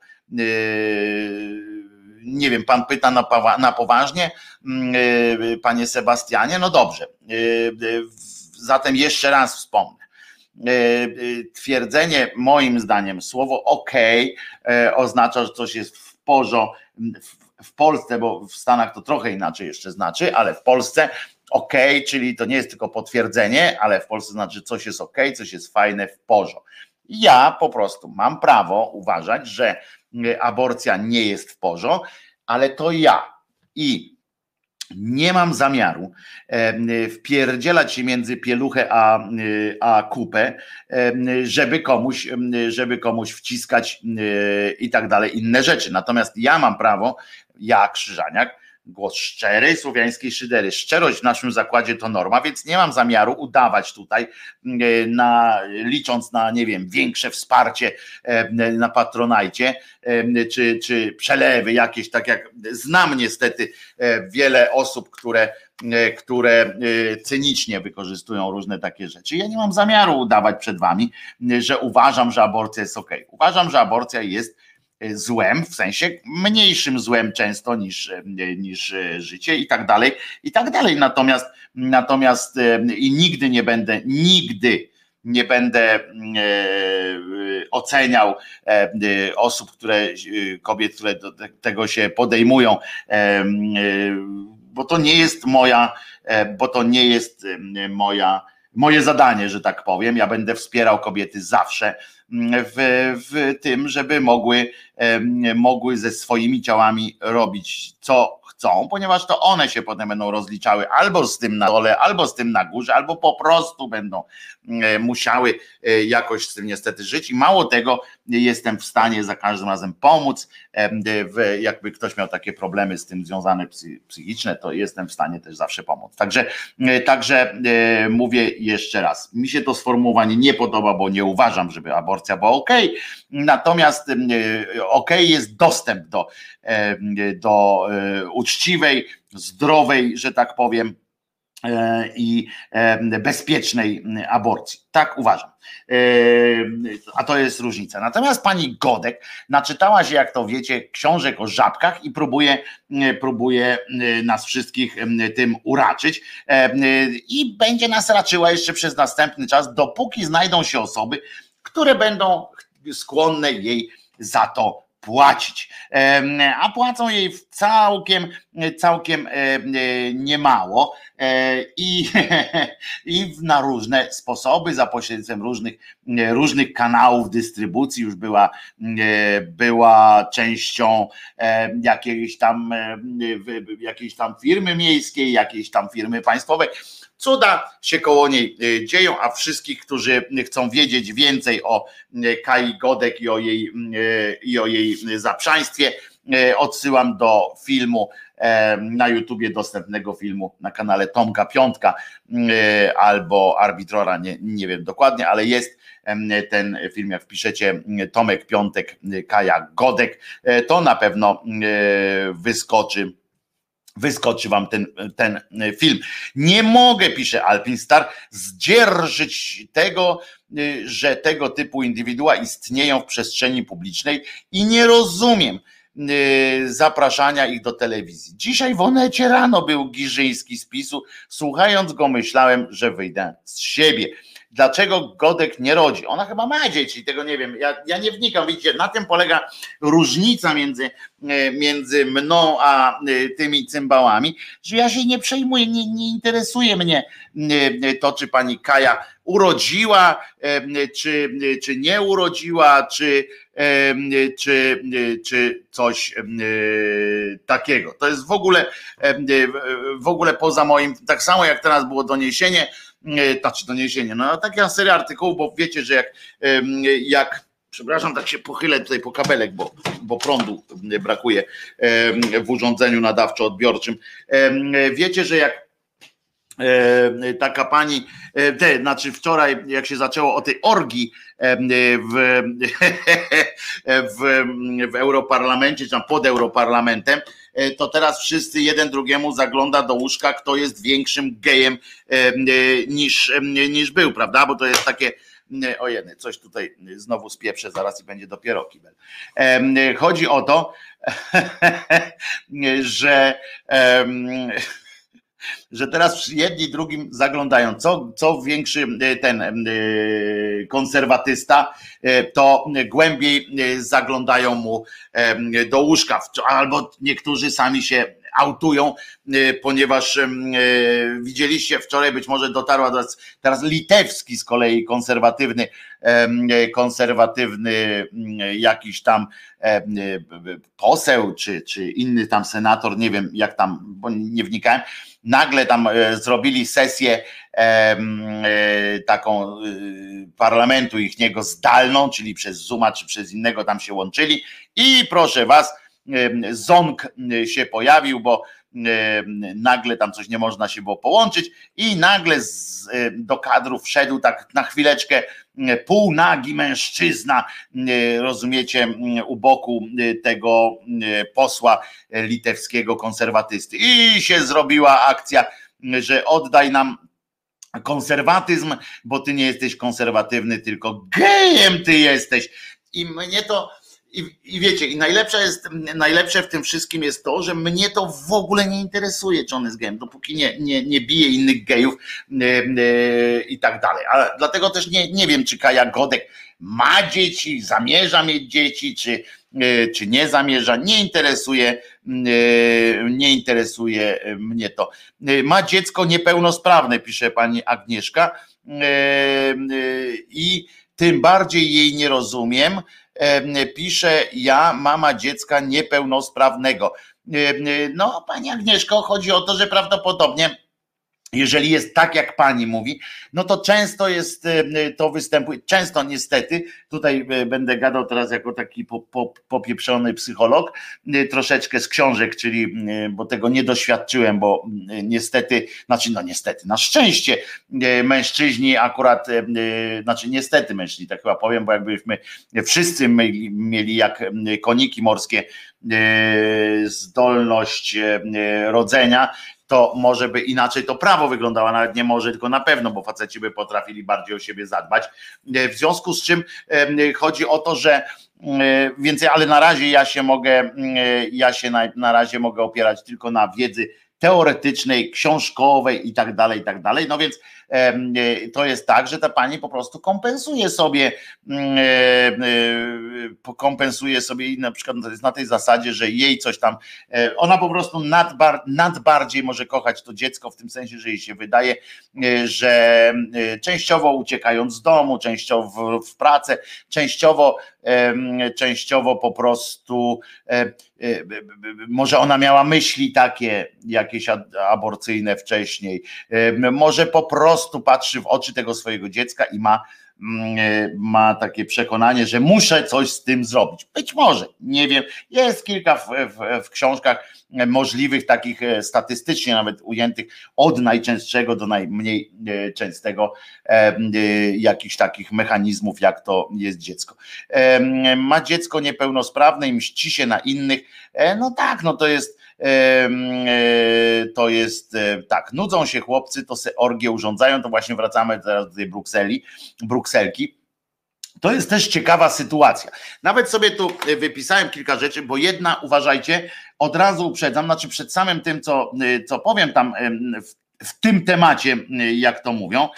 Nie wiem, pan pyta na, na poważnie, panie Sebastianie, no dobrze, zatem jeszcze raz wspomnę. Twierdzenie, moim zdaniem, słowo okej oznacza, że coś jest w porządku, w Polsce, bo w Stanach to trochę inaczej jeszcze znaczy, ale w Polsce okej, czyli to nie jest tylko potwierdzenie, ale w Polsce znaczy coś jest okej, coś jest fajne, w porządku. Ja po prostu mam prawo uważać, że aborcja nie jest w porządku, ale to ja i nie mam zamiaru wpierdzielać się między pieluchę a, a kupę, żeby komuś, żeby komuś wciskać i tak dalej, inne rzeczy. Natomiast ja mam prawo, ja Krzyżaniak, głos szczerej słowiańskiej szydery. Szczerość w naszym zakładzie to norma, więc nie mam zamiaru udawać tutaj, na, licząc na, nie wiem, większe wsparcie na Patronajcie, czy, czy przelewy jakieś, tak jak znam niestety wiele osób, które, które cynicznie wykorzystują różne takie rzeczy. Ja nie mam zamiaru udawać przed wami, że uważam, że aborcja jest okej. Uważam, że aborcja jest złem, w sensie mniejszym złem często niż, niż życie i tak dalej, i tak dalej. Natomiast, natomiast i nigdy nie będę, nigdy nie będę oceniał osób, które, kobiet, które do tego się podejmują, bo to nie jest moja, bo to nie jest moja moje zadanie, że tak powiem. Ja będę wspierał kobiety zawsze w, w tym, żeby mogły, mogły ze swoimi ciałami robić co chcą, ponieważ to one się potem będą rozliczały albo z tym na dole, albo z tym na górze, albo po prostu będą musiały jakoś z tym niestety żyć i mało tego, jestem w stanie za każdym razem pomóc, w, jakby ktoś miał takie problemy z tym związane psychiczne, to jestem w stanie też zawsze pomóc. Także, także mówię jeszcze raz, mi się to sformułowanie nie podoba, bo nie uważam, żeby aborcja była okej, natomiast okej jest dostęp do, do uczciwej, zdrowej, że tak powiem, i bezpiecznej aborcji. Tak uważam. A to jest różnica. Natomiast pani Godek naczytała się, jak to wiecie, książek o żabkach i próbuje, próbuje nas wszystkich tym uraczyć i będzie nas raczyła jeszcze przez następny czas, dopóki znajdą się osoby, które będą skłonne jej za to płacić, a płacą jej całkiem, całkiem niemało i, i na różne sposoby, za pośrednictwem różnych, różnych kanałów dystrybucji. Już była, była częścią jakiejś tam, jakiejś tam firmy miejskiej, jakiejś tam firmy państwowej. Cuda się koło niej dzieją, a wszystkich, którzy chcą wiedzieć więcej o Kai Godek i o jej, i o jej zaprzaństwie, odsyłam do filmu na YouTubie, dostępnego filmu na kanale Tomka Piątka albo Arbitrora, nie, nie wiem dokładnie, ale jest ten film, jak wpiszecie Tomek Piątek, Kaja Godek, to na pewno wyskoczy Wyskoczy wam ten, ten film. Nie mogę, pisze Alpinstar, zdzierżyć tego, że tego typu indywidua istnieją w przestrzeni publicznej i nie rozumiem zapraszania ich do telewizji. Dzisiaj w Onecie rano był Giżyński z PiSu. Słuchając go, myślałem, że wyjdę z siebie. Dlaczego Godek nie rodzi? Ona chyba ma dzieci, tego nie wiem. Ja, ja nie wnikam. Widzicie, na tym polega różnica między, między mną a tymi cymbałami, że ja się nie przejmuję, nie, nie interesuje mnie to, czy pani Kaja urodziła, czy, czy nie urodziła, czy, czy, czy coś takiego. To jest w ogóle, w ogóle poza moim, tak samo jak teraz było doniesienie, znaczy doniesienie, no taka seria artykułów, bo wiecie, że jak, jak przepraszam, tak się pochylę tutaj po kabelek, bo, bo prądu brakuje w urządzeniu nadawczo-odbiorczym. Wiecie, że jak taka pani, te, znaczy wczoraj, jak się zaczęło o tej orgii w, w, w Europarlamencie, czy tam pod Europarlamentem, to teraz wszyscy jeden drugiemu zagląda do łóżka, kto jest większym gejem niż, niż był, prawda? Bo to jest takie, ojej, coś tutaj znowu spieprzę zaraz i będzie dopiero kibel. Chodzi o to, że że teraz jedni drugim zaglądają, co, co większy ten konserwatysta, to głębiej zaglądają mu do łóżka, albo niektórzy sami się autują, ponieważ widzieliście wczoraj, być może dotarła do nas teraz litewski z kolei konserwatywny, konserwatywny jakiś tam poseł, czy, czy inny tam senator, nie wiem jak tam, bo nie wnikałem, nagle tam zrobili sesję taką parlamentu ich niego zdalną, czyli przez Zooma, czy przez innego tam się łączyli i proszę was, ząg się pojawił, bo nagle tam coś nie można się było połączyć i nagle z, do kadru wszedł tak na chwileczkę półnagi mężczyzna, rozumiecie, u boku tego posła litewskiego konserwatysty i się zrobiła akcja, że oddaj nam konserwatyzm, bo ty nie jesteś konserwatywny, tylko gejem ty jesteś. I mnie to I, I wiecie, i najlepsze jest, najlepsze w tym wszystkim jest to, że mnie to w ogóle nie interesuje, czy on jest gejem, dopóki nie, nie, nie bije innych gejów yy, yy, i tak dalej. Ale dlatego też nie, nie wiem, czy Kaja Godek ma dzieci, zamierza mieć dzieci, czy, yy, czy nie zamierza. Nie interesuje, yy, nie interesuje mnie to. Yy, ma dziecko niepełnosprawne, pisze pani Agnieszka, yy, yy, i tym bardziej jej nie rozumiem. Pisze ja, mama dziecka niepełnosprawnego. No, pani Agnieszko, chodzi o to, że prawdopodobnie, jeżeli jest tak, jak pani mówi, no to często jest, to występuje, często niestety, tutaj będę gadał teraz jako taki popieprzony psycholog, troszeczkę z książek, czyli, bo tego nie doświadczyłem, bo niestety, znaczy no niestety, na szczęście mężczyźni akurat, znaczy niestety mężczyźni, tak chyba powiem, bo jakbyśmy wszyscy mieli, mieli jak koniki morskie zdolność rodzenia, to może by inaczej to prawo wyglądało, nawet nie może, tylko na pewno, bo faceci by potrafili bardziej o siebie zadbać. W związku z czym chodzi o to, że więcej, ale na razie ja się mogę, ja się na, na razie mogę opierać tylko na wiedzy teoretycznej, książkowej i tak dalej, i tak dalej. No więc to jest tak, że ta pani po prostu kompensuje sobie, kompensuje sobie i na przykład na tej zasadzie, że jej coś tam, ona po prostu nadbar, nadbardziej może kochać to dziecko w tym sensie, że jej się wydaje, że częściowo uciekając z domu, częściowo w, w pracę, częściowo częściowo po prostu może ona miała myśli takie jakieś aborcyjne wcześniej, może po prostu patrzy w oczy tego swojego dziecka i ma ma takie przekonanie, że muszę coś z tym zrobić. Być może, nie wiem, jest kilka w, w, w książkach możliwych takich statystycznie nawet ujętych od najczęstszego do najmniej częstego e, jakichś takich mechanizmów, jak to jest dziecko. E, ma dziecko niepełnosprawne i mści się na innych, e, no tak, no to jest to jest tak, nudzą się chłopcy, to se orgie urządzają, to właśnie wracamy teraz do tej Brukseli, Brukselki. To jest też ciekawa sytuacja. Nawet sobie tu wypisałem kilka rzeczy, bo jedna, uważajcie, od razu uprzedzam, znaczy przed samym tym, co, co powiem tam w w tym temacie, jak to mówią,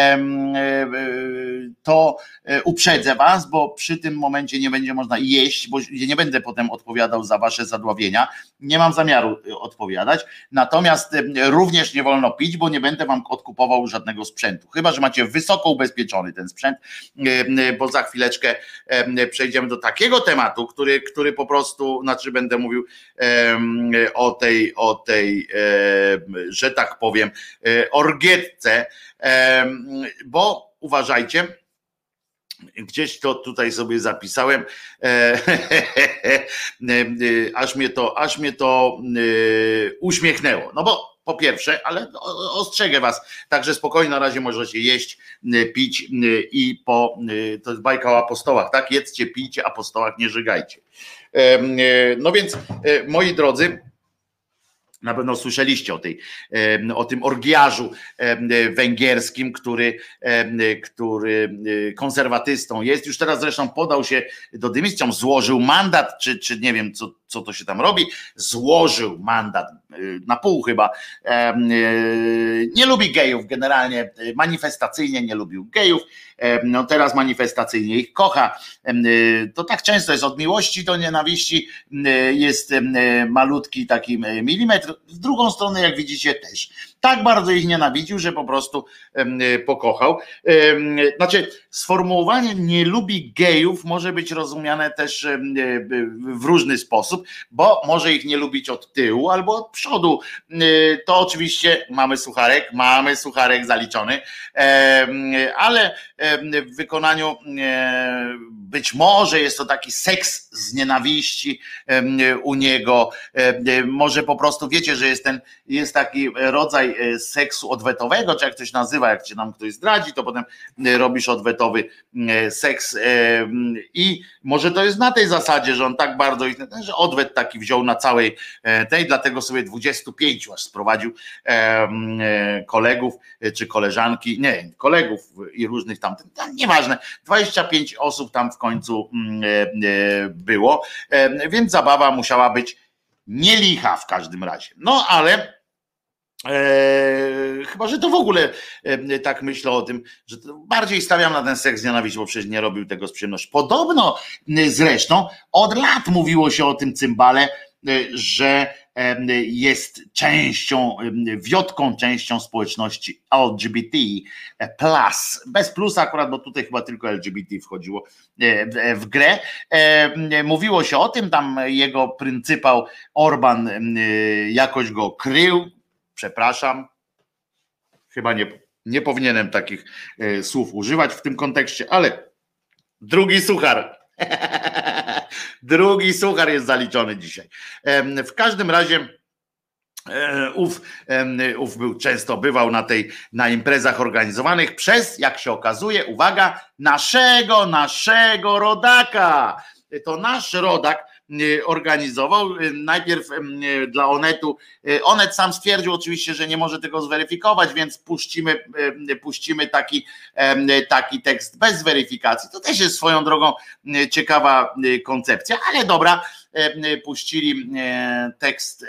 to uprzedzę was, bo przy tym momencie nie będzie można jeść, bo nie będę potem odpowiadał za wasze zadławienia, nie mam zamiaru odpowiadać, natomiast również nie wolno pić, bo nie będę wam odkupował żadnego sprzętu, chyba że macie wysoko ubezpieczony ten sprzęt, bo za chwileczkę przejdziemy do takiego tematu, który, który po prostu, znaczy będę mówił o tej, o tej, że tak powiem, orgietce, bo uważajcie, gdzieś to tutaj sobie zapisałem, aż mnie to, aż mnie to uśmiechnęło, no bo po pierwsze, ale ostrzegę was, także spokojnie na razie możecie jeść, pić i po, to jest bajka o apostołach, tak? Jedzcie, pijcie, apostołach nie żygajcie. No więc, moi drodzy, na pewno słyszeliście o, tej, o tym orgiarzu węgierskim, który, który konserwatystą jest. Już teraz zresztą podał się do dymisji, złożył mandat, czy, czy nie wiem, co, co to się tam robi. Złożył mandat na pół chyba, nie lubi gejów generalnie, manifestacyjnie nie lubił gejów, no teraz manifestacyjnie ich kocha. To tak często jest, od miłości do nienawiści jest malutki taki milimetr, w drugą stronę jak widzicie też. Tak bardzo ich nienawidził, że po prostu pokochał. Znaczy sformułowanie nie lubi gejów może być rozumiane też w różny sposób, bo może ich nie lubić od tyłu albo od przodu. To oczywiście mamy sucharek, mamy sucharek zaliczony, ale w wykonaniu być może jest to taki seks z nienawiści u niego, może po prostu wiecie, że jest ten, jest taki rodzaj seksu odwetowego, czy jak ktoś nazywa, jak cię nam ktoś zdradzi, to potem robisz odwetowy seks i może to jest na tej zasadzie, że on tak bardzo, że odwet taki wziął na całej tej, dlatego sobie dwudziestu pięciu aż sprowadził kolegów czy koleżanki, nie, kolegów i różnych tamtych, nieważne, dwadzieścia pięć osób tam w końcu było, więc zabawa musiała być nie licha w każdym razie. No ale Eee, chyba, że to w ogóle e, tak myślę o tym, że bardziej stawiam na ten seks z nienawiści, bo przecież nie robił tego z przyjemnością. Podobno e, zresztą od lat mówiło się o tym cymbale, e, że e, jest częścią, e, wiotką częścią społeczności L G B T plus, bez plusa akurat, bo tutaj chyba tylko L G B T wchodziło e, w, w grę. E, mówiło się o tym, tam jego pryncypał Orban e, jakoś go krył. Przepraszam, chyba nie, nie powinienem takich e, słów używać w tym kontekście, ale drugi suchar, drugi suchar jest zaliczony dzisiaj. E, w każdym razie e, ów, e, ów był, często bywał na tej, na imprezach organizowanych przez, jak się okazuje, uwaga, naszego, naszego rodaka. To nasz rodak organizował, najpierw dla Onetu, Onet sam stwierdził oczywiście, że nie może tego zweryfikować, więc puścimy, puścimy taki, taki tekst bez weryfikacji. To też jest swoją drogą ciekawa koncepcja, ale dobra, puścili tekst,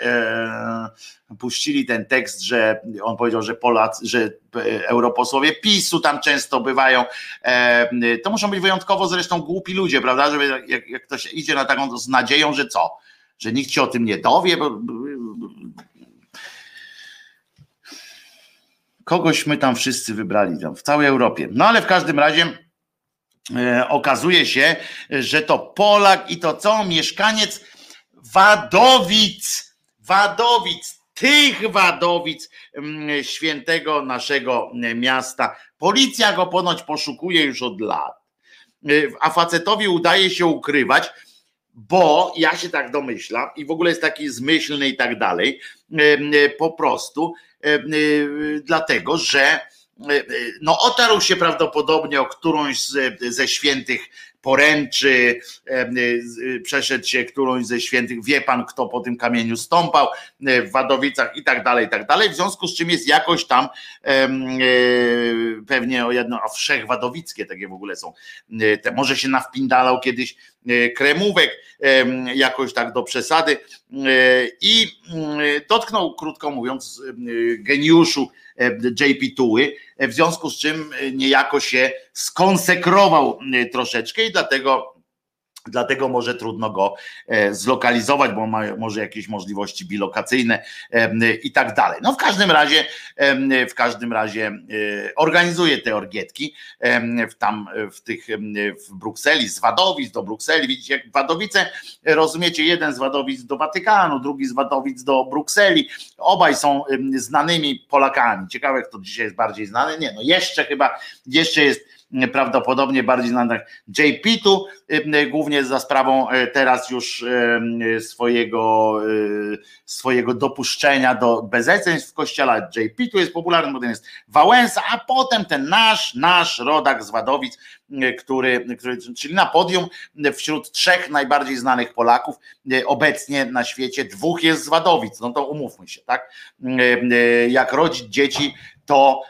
puścili ten tekst, że on powiedział, że Polacy, że europosłowie PiSu tam często bywają. To muszą być wyjątkowo zresztą głupi ludzie, prawda? Żeby jak, jak ktoś idzie na taką z nadzieją, że co? Że nikt się o tym nie dowie, bo kogoś my tam wszyscy wybrali tam w całej Europie. No ale w każdym razie e, okazuje się, że to Polak i to co? Mieszkaniec Wadowic. Wadowic. Tych Wadowic, świętego naszego miasta. Policja go ponoć poszukuje już od lat, a facetowi udaje się ukrywać, bo ja się tak domyślam i w ogóle jest taki zmyślny i tak dalej, po prostu dlatego, że no otarł się prawdopodobnie o którąś z, ze świętych poręczy, przeszedł się którąś ze świętych, wie pan kto po tym kamieniu stąpał w Wadowicach i tak dalej, i tak dalej, w związku z czym jest jakoś tam pewnie o jedno, a wszechwadowickie takie w ogóle są, te, może się nawpindalał kiedyś kremówek jakoś tak do przesady i dotknął, krótko mówiąc, geniuszu J P Tuły, w związku z czym niejako się skonsekrował troszeczkę i dlatego Dlatego może trudno go zlokalizować, bo ma może jakieś możliwości bilokacyjne i tak dalej. No w każdym razie, w każdym razie organizuje te orgietki tam w tych w Brukseli, z Wadowic do Brukseli. Widzicie, jak Wadowice, rozumiecie, jeden z Wadowic do Watykanu, drugi z Wadowic do Brukseli. Obaj są znanymi Polakami. Ciekawe, kto dzisiaj jest bardziej znany. Nie, no jeszcze chyba, jeszcze jest prawdopodobnie bardziej znany J P tu, głównie za sprawą teraz już swojego, swojego dopuszczenia do bezeceństw w kościele. J P tu jest popularny, potem jest Wałęsa, a potem ten nasz, nasz rodak z Wadowic, który, który, czyli na podium wśród trzech najbardziej znanych Polaków obecnie na świecie, dwóch jest z Wadowic, no to umówmy się, tak? Jak rodzić dzieci, to,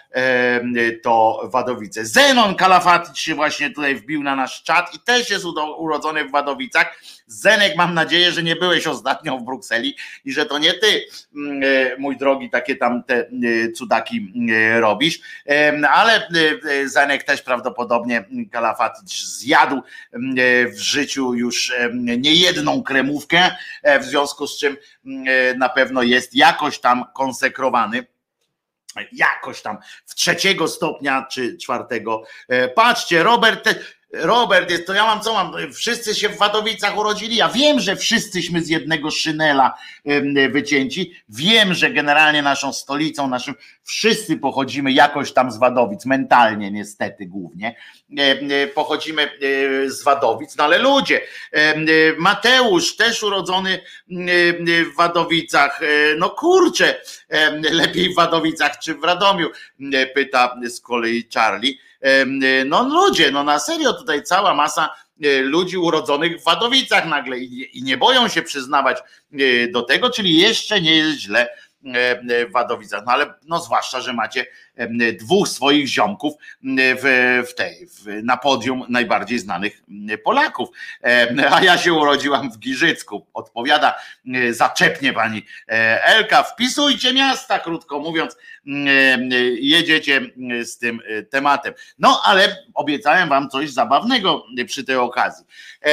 to Wadowice. Zenon Kalafatic się właśnie tutaj wbił na nasz czat i też jest urodzony w Wadowicach. Zenek, mam nadzieję, że nie byłeś ostatnio w Brukseli i że to nie ty, mój drogi, takie tam te cudaki robisz, ale Zenek też prawdopodobnie Kalafatic zjadł w życiu już niejedną kremówkę, w związku z czym na pewno jest jakoś tam konsekrowany. Jakoś tam w trzeciego stopnia czy czwartego. Patrzcie, Robert, Robert jest, to ja mam co mam? Wszyscy się w Wadowicach urodzili. Ja wiem, że wszyscyśmy z jednego szynela wycięci. Wiem, że generalnie naszą stolicą, naszym wszyscy pochodzimy jakoś tam z Wadowic, mentalnie niestety głównie. Pochodzimy z Wadowic, no ale ludzie, Mateusz też urodzony w Wadowicach. No kurczę, lepiej w Wadowicach czy w Radomiu, pyta z kolei Charlie. No ludzie, no na serio tutaj cała masa ludzi urodzonych w Wadowicach nagle i nie boją się przyznawać do tego, czyli jeszcze nie jest źle w Wadowicach, no ale no zwłaszcza, że macie dwóch swoich ziomków w, w tej, w, na podium najbardziej znanych Polaków, a ja się urodziłam w Giżycku, odpowiada zaczepnie pani Elka, wpisujcie miasta, krótko mówiąc, jedziecie z tym tematem. No ale obiecałem wam coś zabawnego przy tej okazji.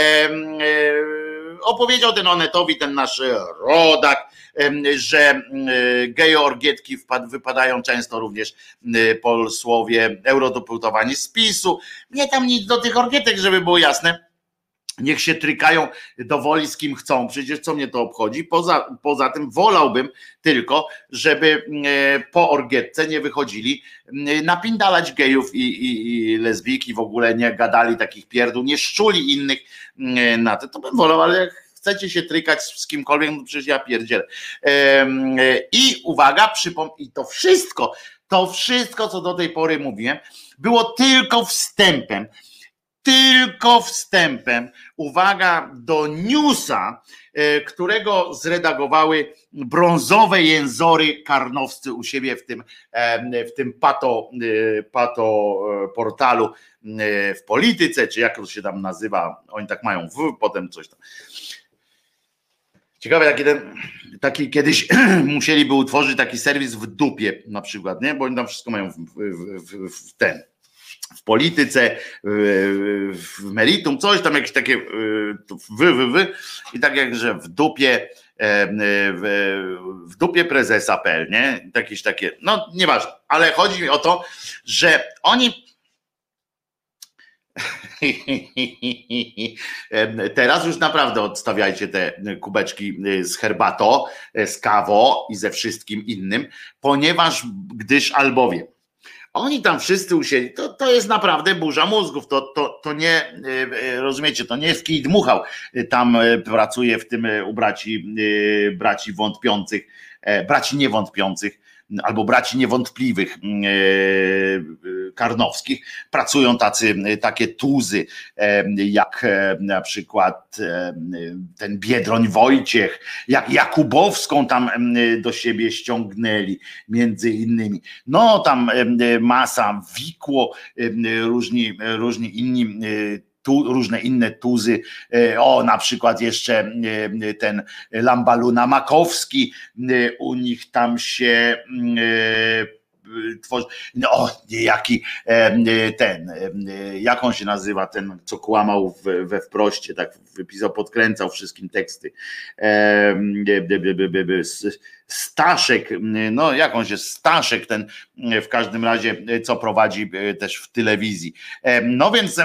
Opowiedział ten Onetowi, ten nasz rodak, że geje orgietki wypadają często również posłowie eurodeputowani z PiSu. Nie tam nic do tych orgietek, żeby było jasne. Niech się trykają do woli z kim chcą, przecież co mnie to obchodzi. Poza, poza tym wolałbym tylko, żeby po orgietce nie wychodzili napindalać gejów i, i, i lesbijki, w ogóle nie gadali takich pierdół, nie szczuli innych na to. To bym wolał, ale jak chcecie się trykać z kimkolwiek, no przecież ja pierdzielę. I uwaga, przypom- i to wszystko, to wszystko, co do tej pory mówiłem, było tylko wstępem. Tylko wstępem, uwaga, do newsa, którego zredagowały brązowe jęzory karnowscy u siebie w tym, w tym pato, pato portalu w Polityce, czy jak to się tam nazywa, oni tak mają w, potem coś tam. Ciekawe, jaki ten, taki kiedyś musieliby utworzyć taki serwis w dupie na przykład, nie? Bo oni tam wszystko mają w, w, w, w ten. W Polityce, w Meritum, coś tam jakieś takie wy, wy, wy i tak jak, że w dupie w, w dupie prezesa P L, nie? Jakieś takie, no nieważne, ale chodzi mi o to, że oni teraz już naprawdę odstawiajcie te kubeczki z herbatą, z kawą i ze wszystkim innym, ponieważ gdyż albowiem oni tam wszyscy usiedli, to, to jest naprawdę burza mózgów, to, to, to nie, rozumiecie, to nie jest kij dmuchał, tam pracuje w tym u braci, braci wątpiących, braci niewątpiących, albo braci niewątpliwych karnowskich, pracują tacy, takie tuzy, jak na przykład ten Biedroń Wojciech, jak Jakubowską tam do siebie ściągnęli, między innymi. No tam masa, Wikło, różni, różni inni, tu, różne inne tuzy, o na przykład jeszcze ten Lambaluna Makowski, u nich tam się tworzy, no jaki ten, jak on się nazywa, ten co kłamał we wproście, tak wypisał, podkręcał wszystkim teksty, Staszek, no jak on się, Staszek ten w każdym razie, co prowadzi też w telewizji. No więc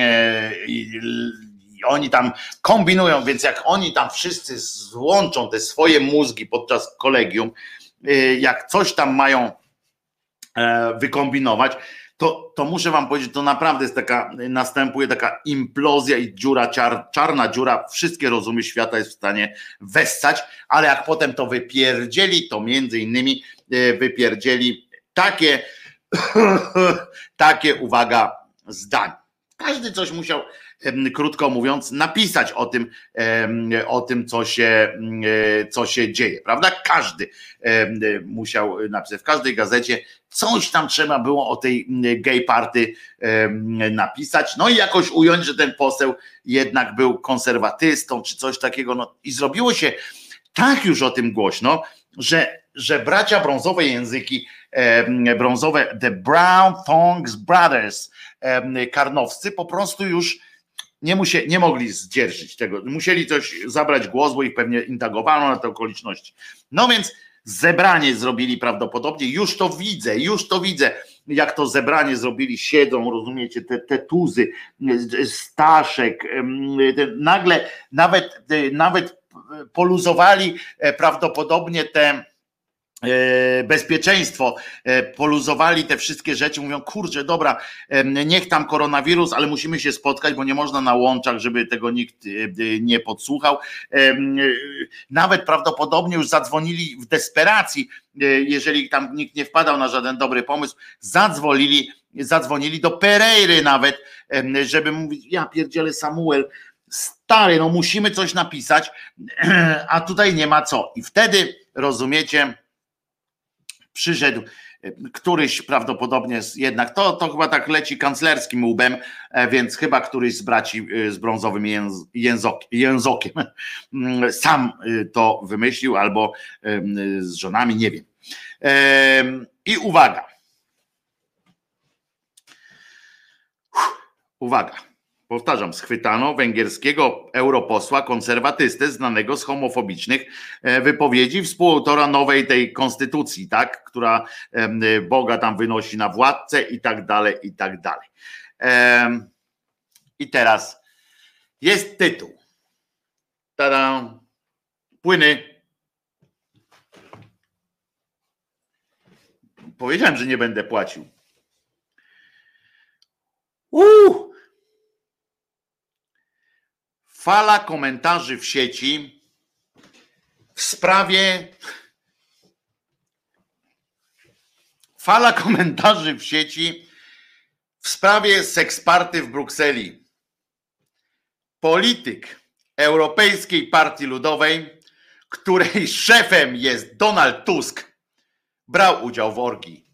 oni tam kombinują, więc jak oni tam wszyscy złączą te swoje mózgi podczas kolegium, jak coś tam mają wykombinować, to, to muszę wam powiedzieć, to naprawdę jest taka, następuje taka implozja i dziura, czar, czarna dziura, wszystkie rozumy świata jest w stanie wessać, ale jak potem to wypierdzieli, to między innymi wypierdzieli takie, takie, uwaga, zdania. Każdy coś musiał krótko mówiąc, napisać o tym, o tym, co się, co się dzieje, prawda? Każdy musiał napisać, w każdej gazecie coś tam trzeba było o tej gay party napisać, no i jakoś ująć, że ten poseł jednak był konserwatystą, czy coś takiego, no i zrobiło się tak już o tym głośno, że, że bracia brązowe języki, brązowe, the Brown Thongs Brothers, karnowscy, po prostu już nie, musie, nie mogli zdzierżyć tego, musieli coś zabrać głos, bo ich pewnie intagowano na te okoliczności. No więc zebranie zrobili prawdopodobnie, już to widzę, już to widzę, jak to zebranie zrobili, siedzą, rozumiecie, te, te tuzy, Staszek, nagle nawet, nawet poluzowali prawdopodobnie te bezpieczeństwo, poluzowali te wszystkie rzeczy, mówią, kurczę, dobra, niech tam koronawirus, ale musimy się spotkać, bo nie można na łączach, żeby tego nikt nie podsłuchał. Nawet prawdopodobnie już zadzwonili w desperacji, jeżeli tam nikt nie wpadał na żaden dobry pomysł, zadzwonili, zadzwonili do Pereiry nawet, żeby mówić, ja pierdzielę, Samuel, stary, no musimy coś napisać, a tutaj nie ma co. I wtedy, rozumiecie, przyszedł któryś prawdopodobnie jednak, to, to chyba tak leci kanclerskim łbem, więc chyba któryś z braci z brązowym jęzok, jęzokiem sam to wymyślił, albo z żonami, nie wiem. I uwaga. Uwaga. Powtarzam, schwytano węgierskiego europosła, konserwatystę, znanego z homofobicznych wypowiedzi, współautora nowej tej konstytucji, tak, która Boga tam wynosi na władcę i tak dalej, i tak dalej. I teraz jest tytuł. Tada! Płyny. Powiedziałem, że nie będę płacił. Uuu! Fala komentarzy w sieci w sprawie fala komentarzy w sieci w sprawie seksparty w Brukseli. Polityk Europejskiej Partii Ludowej, której szefem jest Donald Tusk, brał udział w orgii.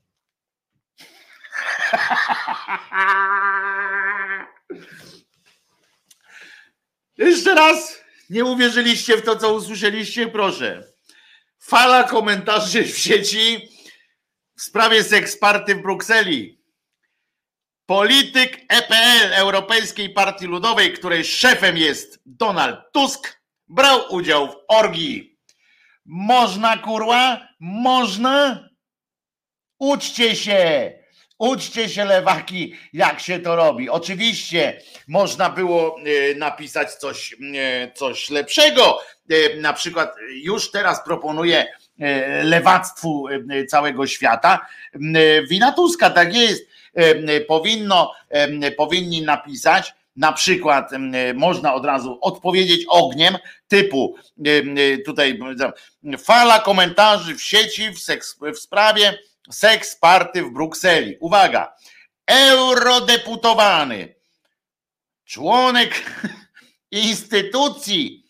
Jeszcze raz, nie uwierzyliście w to, co usłyszeliście? Proszę. Fala komentarzy w sieci w sprawie seksparty w Brukseli. Polityk E P L, Europejskiej Partii Ludowej, której szefem jest Donald Tusk, brał udział w orgii. Można, kurwa? Można? Uczcie się! Uczcie się, lewaki, jak się to robi. Oczywiście można było napisać coś, coś lepszego. Na przykład już teraz proponuję lewactwu całego świata wina Tuska, tak jest. Powinno, powinni napisać, na przykład można od razu odpowiedzieć ogniem typu tutaj fala komentarzy w sieci w, seks, w sprawie seks party w Brukseli. Uwaga, eurodeputowany, członek instytucji,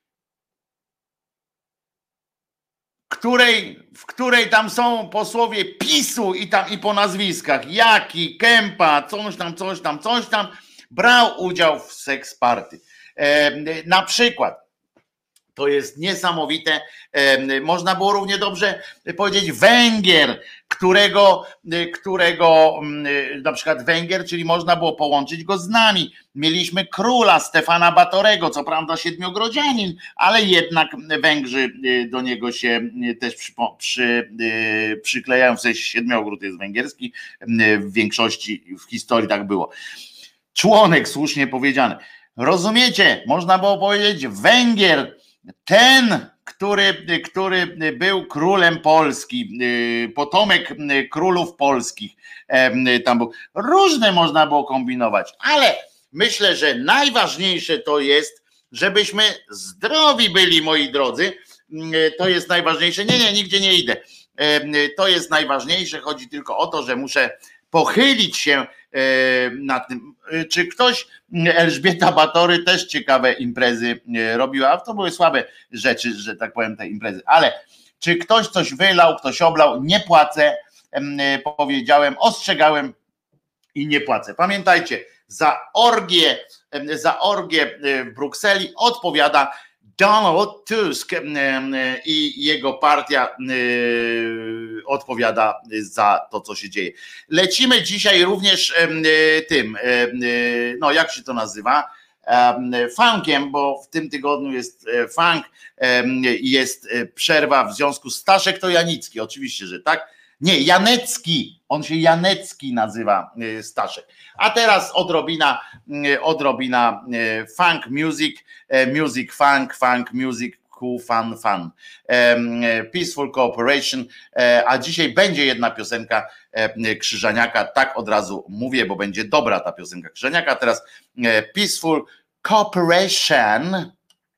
której, w której tam są posłowie PiSu i tam i po nazwiskach, Jaki, Kępa, coś tam, coś tam, coś tam, brał udział w seks party. E, na przykład, to jest niesamowite, e, można było równie dobrze powiedzieć Węgier, którego, którego na przykład Węgier, czyli można było połączyć go z nami. Mieliśmy króla Stefana Batorego, co prawda siedmiogrodzianin, ale jednak Węgrzy do niego się też przy, przy, przyklejają, w sensie Siedmiogród jest węgierski, w większości w historii tak było. Członek, słusznie powiedziane. Rozumiecie? Można było powiedzieć Węgier, ten, który, który był królem Polski, potomek królów polskich. Tam był. Różne można było kombinować, ale myślę, że najważniejsze to jest, żebyśmy zdrowi byli, moi drodzy. To jest najważniejsze. Nie, nie, nigdzie nie idę. To jest najważniejsze. Chodzi tylko o to, że muszę pochylić się na tym. Czy ktoś, Elżbieta Batory też ciekawe imprezy robiła, to były słabe rzeczy, że tak powiem, te imprezy, ale czy ktoś coś wylał, ktoś oblał, nie płacę, powiedziałem, ostrzegałem i nie płacę. Pamiętajcie, za orgię, za orgię w Brukseli odpowiada Donald Tusk i jego partia odpowiada za to, co się dzieje. Lecimy dzisiaj również tym, no jak się to nazywa, funkiem, bo w tym tygodniu jest funk, jest przerwa w związku z Staszek to Janicki, oczywiście, że tak. Nie, Janecki, on się Janecki nazywa, Staszek. A teraz odrobina, odrobina funk music, music funk, funk music, cool, fun, fun. Peaceful Cooperation, a dzisiaj będzie jedna piosenka Krzyżaniaka, tak od razu mówię, bo będzie dobra ta piosenka Krzyżaniaka. Teraz Peaceful Cooperation.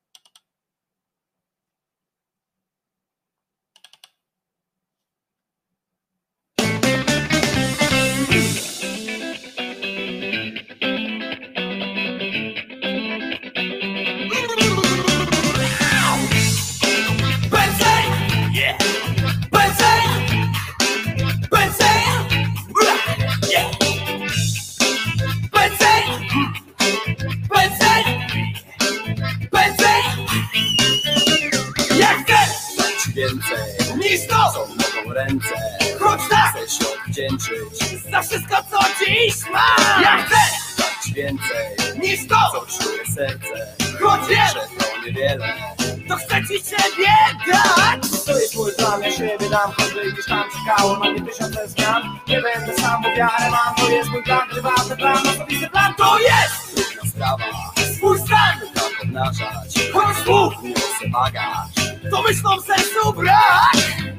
Więcej niż to, co mogą ręce. Choć tak chcę się odwdzięczyć za wszystko, co dziś mam. Ja chcę dać więcej niż to, co czuje serce. Choć wiem, że to niewiele, to chcę ci siebie dać. To jest mój plan, ja siebie dam, choćby gdzieś tam czekało na mnie tysiące zmian. Nie będę sam, bo wiarę mam, to jest mój plan, prywatny plan, osobisty plan. To jest trudna sprawa, swój stan tak obnażać. Choć słów nie chcę wagać, to myślą w sercu brak.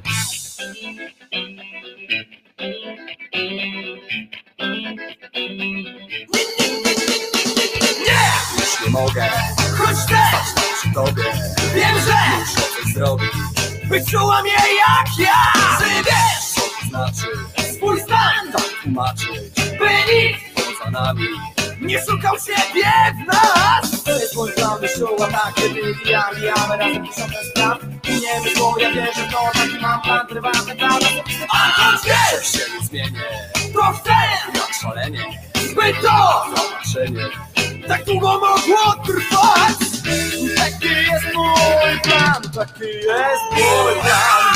Nie, nie, nie, nie, nie, nie, nie, nie. Już nie mogę, choć też stać przy tobie. Wiem, że muszę coś zrobić, by czuła mnie jak ja. Czy wiesz, co to znaczy swój stan tak tłumaczyć, by nikt poza nami nie szukał siebie w nas. To jest mój plan, wyszuła tak, kiedy wybijamy razem tysiące spraw. I nie wyszło, ja wierzę w to, taki mam plan, prywatny plan. A choć wiesz, że się nie zmienię, to chcę jak szalenie, by to zobaczenie tak długo mogło trwać. Taki jest mój plan, taki jest mój plan.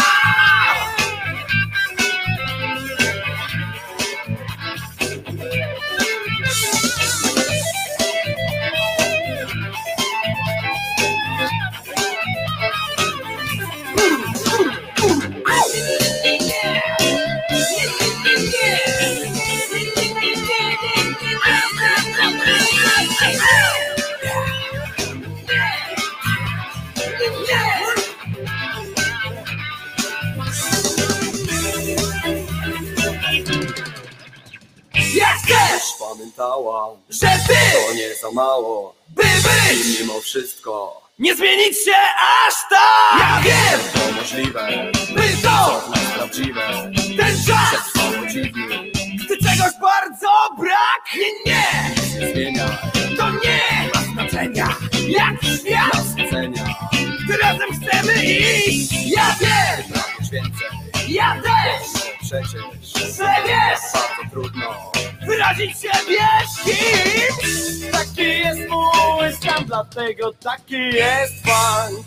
Jak chcesz, pamiętała, że ty to nie za mało, by być mimo wszystko nie zmienić się aż tak. Ja wiem, to możliwe, by to co w nas prawdziwe. Ten czas przetrwało dziwnie, gdy czegoś bardzo brak. Nie, nie, nie zmienia, to nie ma znaczenia, jak świat nas ocenia, gdy razem chcemy iść. Ja wiem, pragniesz więcej, ja też, przecież, że wiesz, bardzo trudno wyrazić siebie z kimś. Taki jest mój stan, dlatego taki jest funk.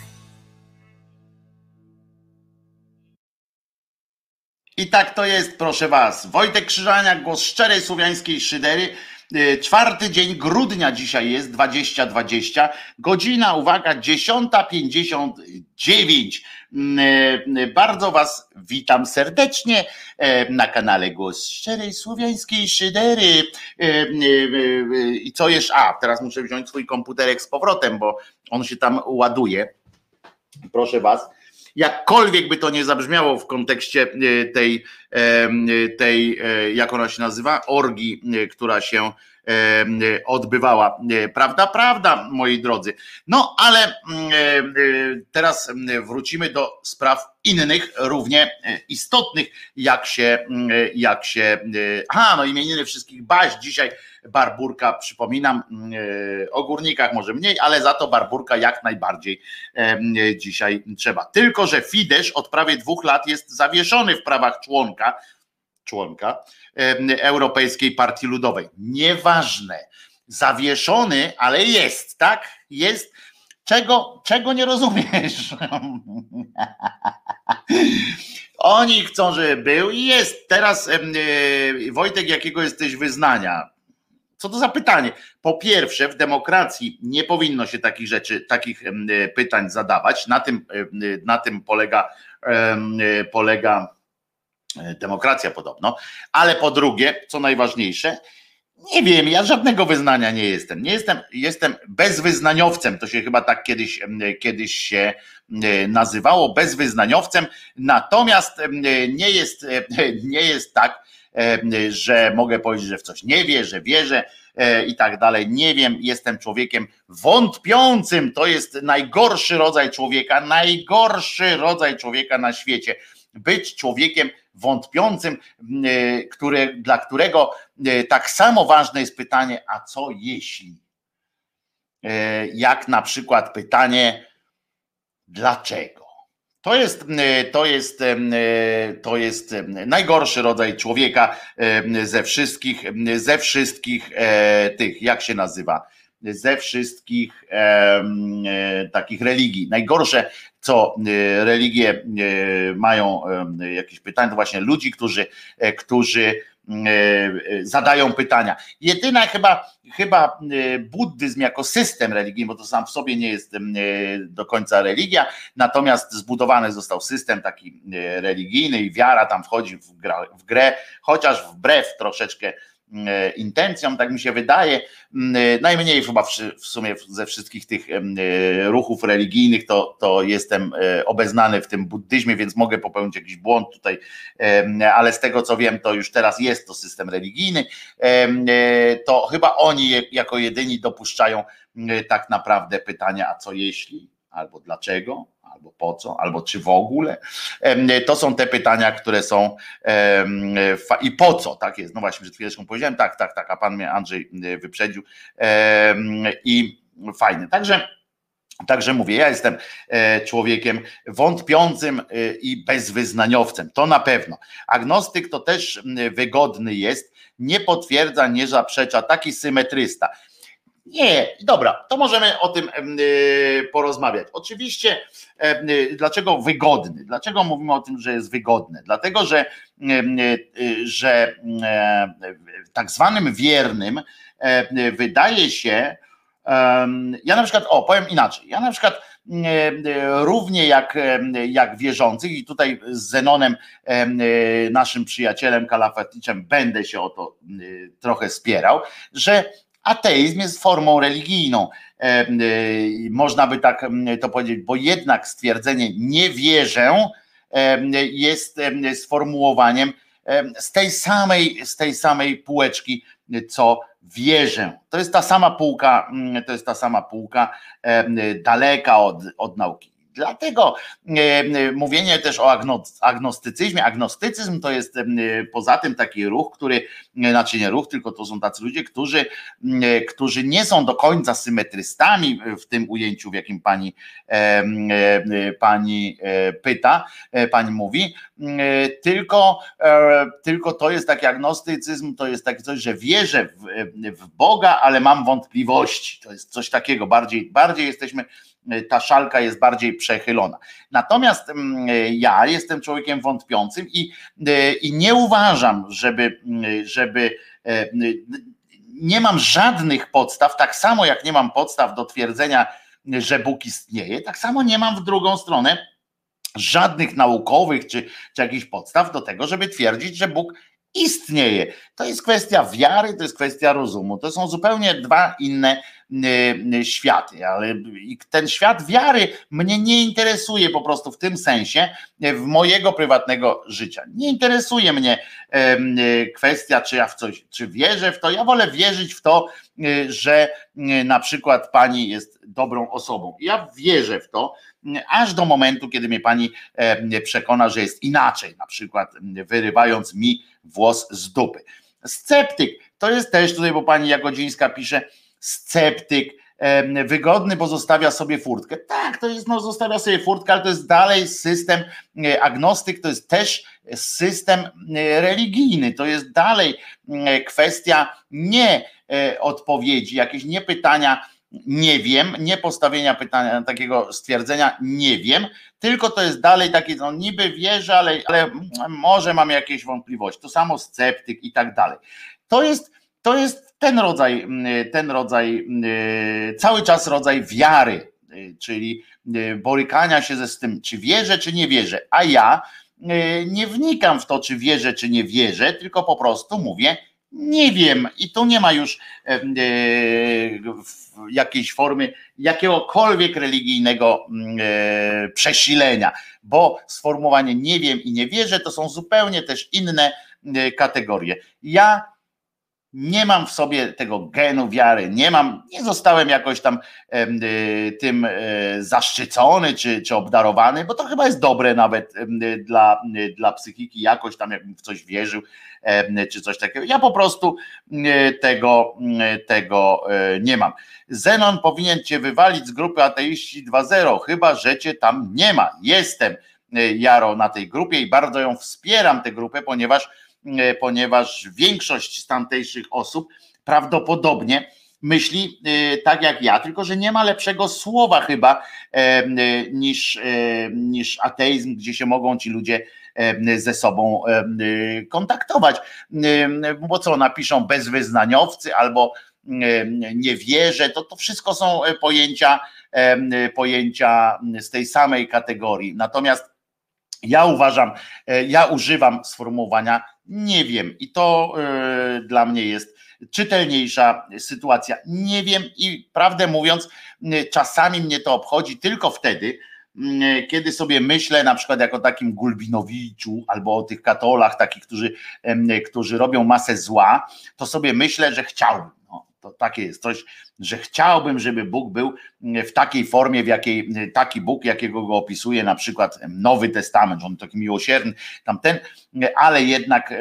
I tak to jest, proszę was. Wojtek Krzyżaniak, głos szczerej słowiańskiej szydery. Czwarty dzień grudnia dzisiaj jest, dwadzieścia dwadzieścia, godzina, uwaga, dziesiąta pięćdziesiąt dziewięć. Bardzo was witam serdecznie na kanale Głos Szczerej Słowiańskiej Szydery. I co jeszcze? A, teraz muszę wziąć swój komputerek z powrotem, bo on się tam ładuje. Proszę was. Jakkolwiek by to nie zabrzmiało w kontekście tej, tej, jak ona się nazywa, orgii, która się odbywała. Prawda, prawda, moi drodzy. No, ale teraz wrócimy do spraw innych, równie istotnych, jak się, jak się, aha, no imieniny wszystkich Baś, dzisiaj Barburka, przypominam, o górnikach może mniej, ale za to Barburka jak najbardziej dzisiaj trzeba. Tylko że Fidesz od prawie dwóch lat jest zawieszony w prawach członka, członka Europejskiej Partii Ludowej. Nieważne, zawieszony, ale jest, tak? Jest. Czego, czego nie rozumiesz? Oni chcą, żeby był i jest. Teraz Wojtek, jakiego jesteś wyznania? Co to za pytanie? Po pierwsze, w demokracji nie powinno się takich rzeczy, takich pytań zadawać. Na tym, na tym polega, polega demokracja podobno. Ale po drugie, co najważniejsze, nie wiem, ja żadnego wyznania nie jestem. Nie jestem, jestem bezwyznaniowcem. To się chyba tak kiedyś, kiedyś się nazywało, bezwyznaniowcem. Natomiast nie jest, nie jest tak, że mogę powiedzieć, że w coś nie wie, że wierzę i tak dalej. Nie wiem, jestem człowiekiem wątpiącym. To jest najgorszy rodzaj człowieka, najgorszy rodzaj człowieka na świecie. Być człowiekiem wątpiącym, który, dla którego tak samo ważne jest pytanie, a co jeśli? Jak na przykład pytanie, dlaczego? To jest, to jest, to jest najgorszy rodzaj człowieka ze wszystkich, ze wszystkich tych, jak się nazywa, ze wszystkich e, e, takich religii. Najgorsze, co e, religie e, mają e, jakieś pytania, to właśnie ludzi, którzy, e, którzy e, zadają pytania. Jedyna chyba, chyba buddyzm jako system religijny, bo to sam w sobie nie jest e, do końca religia, natomiast zbudowany został system taki e, religijny i wiara tam wchodzi w, gra, w grę, chociaż wbrew troszeczkę intencją, tak mi się wydaje, najmniej chyba w sumie ze wszystkich tych ruchów religijnych to, to jestem obeznany w tym buddyzmie, więc mogę popełnić jakiś błąd tutaj, ale z tego co wiem, to już teraz jest to system religijny, to chyba oni jako jedyni dopuszczają tak naprawdę pytania, a co jeśli, albo dlaczego, albo po co, albo czy w ogóle. To są te pytania, które są i po co, tak jest, no właśnie przed chwileczką powiedziałem, tak, tak, tak, a pan mnie Andrzej wyprzedził i fajnie, także Także mówię, ja jestem człowiekiem wątpiącym i bezwyznaniowcem, to na pewno. Agnostyk to też wygodny jest, nie potwierdza, nie zaprzecza, taki symetrysta. Nie, dobra, to możemy o tym porozmawiać. Oczywiście, dlaczego wygodny? Dlaczego mówimy o tym, że jest wygodny? Dlatego, że, że tak zwanym wiernym wydaje się, ja na przykład, o powiem inaczej, ja na przykład równie jak, jak wierzących i tutaj z Zenonem, naszym przyjacielem Kalafaticzem, będę się o to trochę spierał, że ateizm jest formą religijną, można by tak to powiedzieć, bo jednak stwierdzenie nie wierzę jest sformułowaniem z tej samej, z tej samej półeczki, co wierzę. To jest ta sama półka, to jest ta sama półka daleka od, od nauki. Dlatego e, mówienie też o agnostycyzmie. Agnostycyzm to jest e, poza tym taki ruch, który, znaczy nie ruch, tylko to są tacy ludzie, którzy, e, którzy nie są do końca symetrystami w tym ujęciu, w jakim pani, e, e, pani e, pyta, e, pani mówi, e, tylko, e, tylko to jest taki agnostycyzm, to jest takie coś, że wierzę w, w Boga, ale mam wątpliwości. To jest coś takiego, bardziej, bardziej jesteśmy, ta szalka jest bardziej przechylona. Natomiast ja jestem człowiekiem wątpiącym i, i nie uważam, żeby, żeby nie mam żadnych podstaw, tak samo jak nie mam podstaw do twierdzenia, że Bóg istnieje, tak samo nie mam w drugą stronę żadnych naukowych czy, czy jakichś podstaw do tego, żeby twierdzić, że Bóg istnieje. To jest kwestia wiary, to jest kwestia rozumu. To są zupełnie dwa inne, świat, ale ten świat wiary mnie nie interesuje po prostu w tym sensie w mojego prywatnego życia. Nie interesuje mnie kwestia, czy ja w coś, czy wierzę w to. Ja wolę wierzyć w to, że na przykład pani jest dobrą osobą. Ja wierzę w to, aż do momentu, kiedy mnie pani przekona, że jest inaczej, na przykład wyrywając mi włos z dupy. Sceptyk, to jest też tutaj, bo pani Jagodzińska pisze, sceptyk, wygodny, bo zostawia sobie furtkę. Tak, to jest, no zostawia sobie furtkę, ale to jest dalej system, agnostyk to jest też system religijny, to jest dalej kwestia nie odpowiedzi, jakieś nie pytania, nie wiem, nie postawienia pytania, takiego stwierdzenia, nie wiem, tylko to jest dalej takie, no niby wierzę, ale, ale może mam jakieś wątpliwości. To samo sceptyk i tak dalej. To jest, to jest ten rodzaj, ten rodzaj, cały czas rodzaj wiary, czyli borykania się ze z tym, czy wierzę, czy nie wierzę, a ja nie wnikam w to, czy wierzę, czy nie wierzę, tylko po prostu mówię, nie wiem, i tu nie ma już e, e, jakiejś formy jakiegokolwiek religijnego e, przesilenia, bo sformułowanie nie wiem i nie wierzę to są zupełnie też inne e, kategorie. Ja nie mam w sobie tego genu wiary, nie mam, nie zostałem jakoś tam e, tym e, zaszczycony czy, czy obdarowany, bo to chyba jest dobre nawet e, dla, e, dla psychiki, jakoś tam jakbym w coś wierzył, e, czy coś takiego. Ja po prostu e, tego, e, tego e, nie mam. Zenon powinien cię wywalić z grupy Ateiści dwa zero, chyba że cię tam nie ma. Jestem, e, Jaro, na tej grupie i bardzo ją wspieram, tę grupę, ponieważ ponieważ większość z tamtejszych osób prawdopodobnie myśli tak jak ja, tylko że nie ma lepszego słowa chyba niż, niż ateizm, gdzie się mogą ci ludzie ze sobą kontaktować. Bo co napiszą bezwyznaniowcy albo nie wierzę, to to wszystko są pojęcia, pojęcia z tej samej kategorii. Natomiast ja uważam, ja używam sformułowania nie wiem i to y, dla mnie jest czytelniejsza sytuacja. Nie wiem i prawdę mówiąc, y, czasami mnie to obchodzi tylko wtedy, y, kiedy sobie myślę na przykład jak o takim Gulbinowiczu albo o tych katolach takich, którzy, y, którzy robią masę zła, to sobie myślę, że chciałbym. No, to takie jest coś, że chciałbym, żeby Bóg był w takiej formie, w jakiej taki Bóg, jakiego go opisuje na przykład Nowy Testament, on taki miłosierny, tamten, ale jednak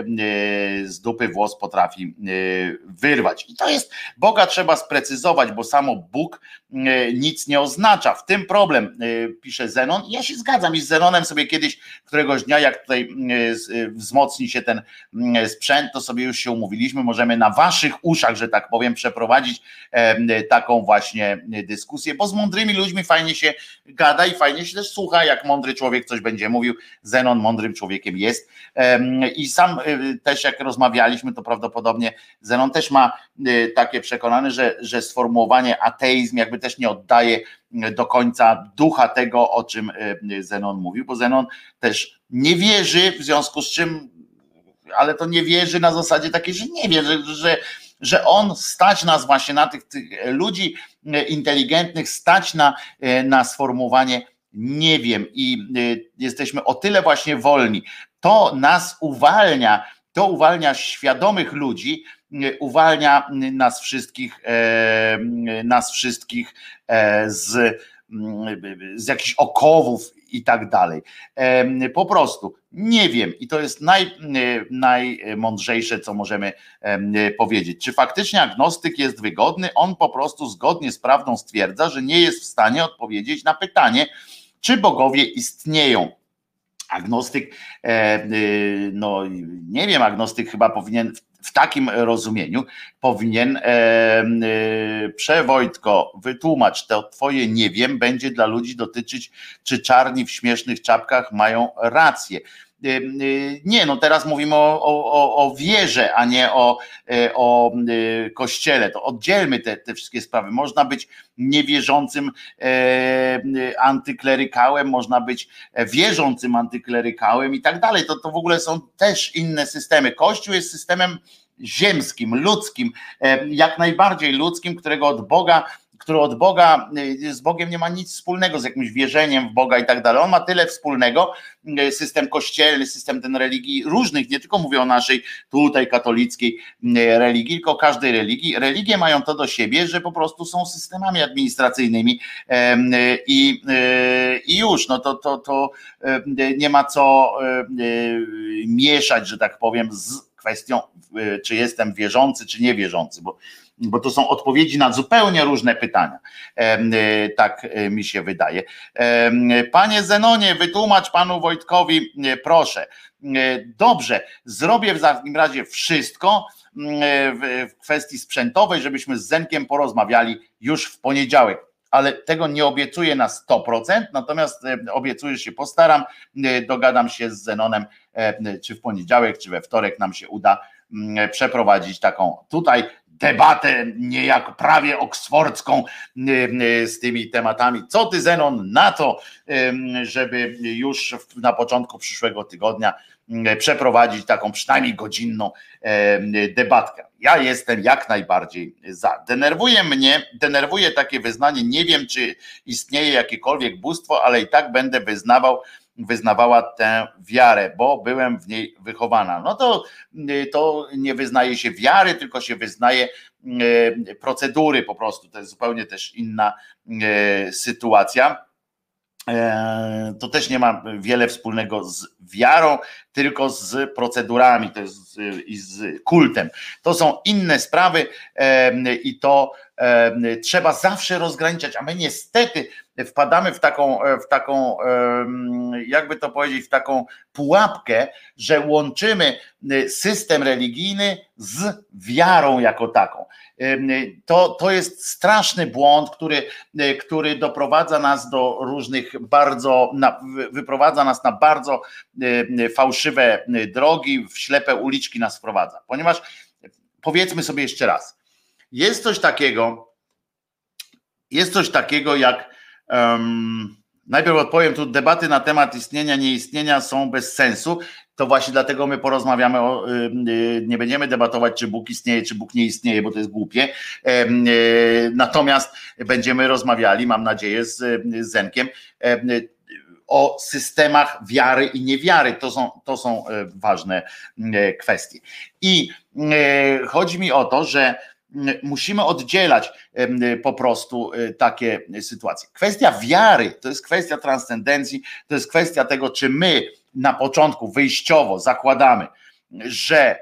z dupy włos potrafi wyrwać. I to jest, Boga trzeba sprecyzować, bo samo Bóg nic nie oznacza. W tym problem, pisze Zenon. Ja się zgadzam i z Zenonem sobie kiedyś, któregoś dnia, jak tutaj wzmocni się ten sprzęt, to sobie już się umówiliśmy, możemy na waszych uszach, że tak powiem, przeprowadzić taką właśnie dyskusję, bo z mądrymi ludźmi fajnie się gada i fajnie się też słucha, jak mądry człowiek coś będzie mówił. Zenon mądrym człowiekiem jest i sam też jak rozmawialiśmy, to prawdopodobnie Zenon też ma takie przekonanie, że, że sformułowanie ateizm jakby też nie oddaje do końca ducha tego, o czym Zenon mówił, bo Zenon też nie wierzy, w związku z czym, ale to nie wierzy na zasadzie takiej, że nie wie, że, że że on stać nas właśnie na tych, tych ludzi inteligentnych, stać na, na sformułowanie nie wiem i jesteśmy o tyle właśnie wolni. To nas uwalnia, to uwalnia świadomych ludzi, uwalnia nas wszystkich, nas wszystkich z, z jakichś okowów i tak dalej. Po prostu nie wiem i to jest naj, najmądrzejsze, co możemy powiedzieć. Czy faktycznie agnostyk jest wygodny? On po prostu zgodnie z prawdą stwierdza, że nie jest w stanie odpowiedzieć na pytanie, czy bogowie istnieją. Agnostyk, no nie wiem, agnostyk chyba powinien w takim rozumieniu powinien e, e, Przewojtko, wytłumacz, to twoje nie wiem będzie dla ludzi dotyczyć, czy czarni w śmiesznych czapkach mają rację. E, e, nie, no teraz mówimy o, o, o wierze, a nie o, e, o e, kościele. To oddzielmy te, te wszystkie sprawy. Można być niewierzącym e, antyklerykałem, można być wierzącym antyklerykałem i tak dalej. To, to w ogóle są też inne systemy. Kościół jest systemem ziemskim, ludzkim, jak najbardziej ludzkim, którego od Boga, który od Boga, z Bogiem nie ma nic wspólnego, z jakimś wierzeniem w Boga i tak dalej. On ma tyle wspólnego, system kościelny, system ten religii różnych, nie tylko mówię o naszej tutaj katolickiej religii, tylko każdej religii. Religie mają to do siebie, że po prostu są systemami administracyjnymi i, i już, no to, to, to nie ma co mieszać, że tak powiem, z kwestią, czy jestem wierzący, czy niewierzący, bo bo to są odpowiedzi na zupełnie różne pytania. Tak mi się wydaje. Panie Zenonie, wytłumacz panu Wojtkowi, proszę. Dobrze, zrobię w takim razie wszystko w kwestii sprzętowej, żebyśmy z Zenkiem porozmawiali już w poniedziałek. Ale tego nie obiecuję na sto procent, natomiast obiecuję, że się postaram, dogadam się z Zenonem, czy w poniedziałek, czy we wtorek nam się uda przeprowadzić taką tutaj debatę niejako prawie oksfordzką z tymi tematami. Co ty, Zenon, na to, żeby już na początku przyszłego tygodnia przeprowadzić taką przynajmniej godzinną debatkę? Ja jestem jak najbardziej za. Denerwuje mnie, denerwuje takie wyznanie, nie wiem, czy istnieje jakiekolwiek bóstwo, ale i tak będę wyznawał wyznawała tę wiarę, bo byłem w niej wychowana. No to, to nie wyznaje się wiary, tylko się wyznaje procedury po prostu. To jest zupełnie też inna sytuacja. To też nie ma wiele wspólnego z wiarą, tylko z procedurami, to jest i z kultem. To są inne sprawy i to trzeba zawsze rozgraniczać, a my niestety wpadamy w taką, w taką, jakby to powiedzieć, w taką pułapkę, że łączymy system religijny z wiarą jako taką. To, to jest straszny błąd, który, który doprowadza nas do różnych bardzo, wyprowadza nas na bardzo fałszywe drogi, w ślepe uliczki nas wprowadza. Ponieważ powiedzmy sobie jeszcze raz, jest coś takiego, jest coś takiego jak um, najpierw odpowiem, tu debaty na temat istnienia, nieistnienia są bez sensu. To właśnie dlatego my porozmawiamy o, nie będziemy debatować, czy Bóg istnieje, czy Bóg nie istnieje, bo to jest głupie. Natomiast będziemy rozmawiali, mam nadzieję, z Zenkiem o systemach wiary i niewiary. To są, to są ważne kwestie. I chodzi mi o to, że musimy oddzielać po prostu takie sytuacje. Kwestia wiary to jest kwestia transcendencji, to jest kwestia tego, czy my na początku wyjściowo zakładamy, że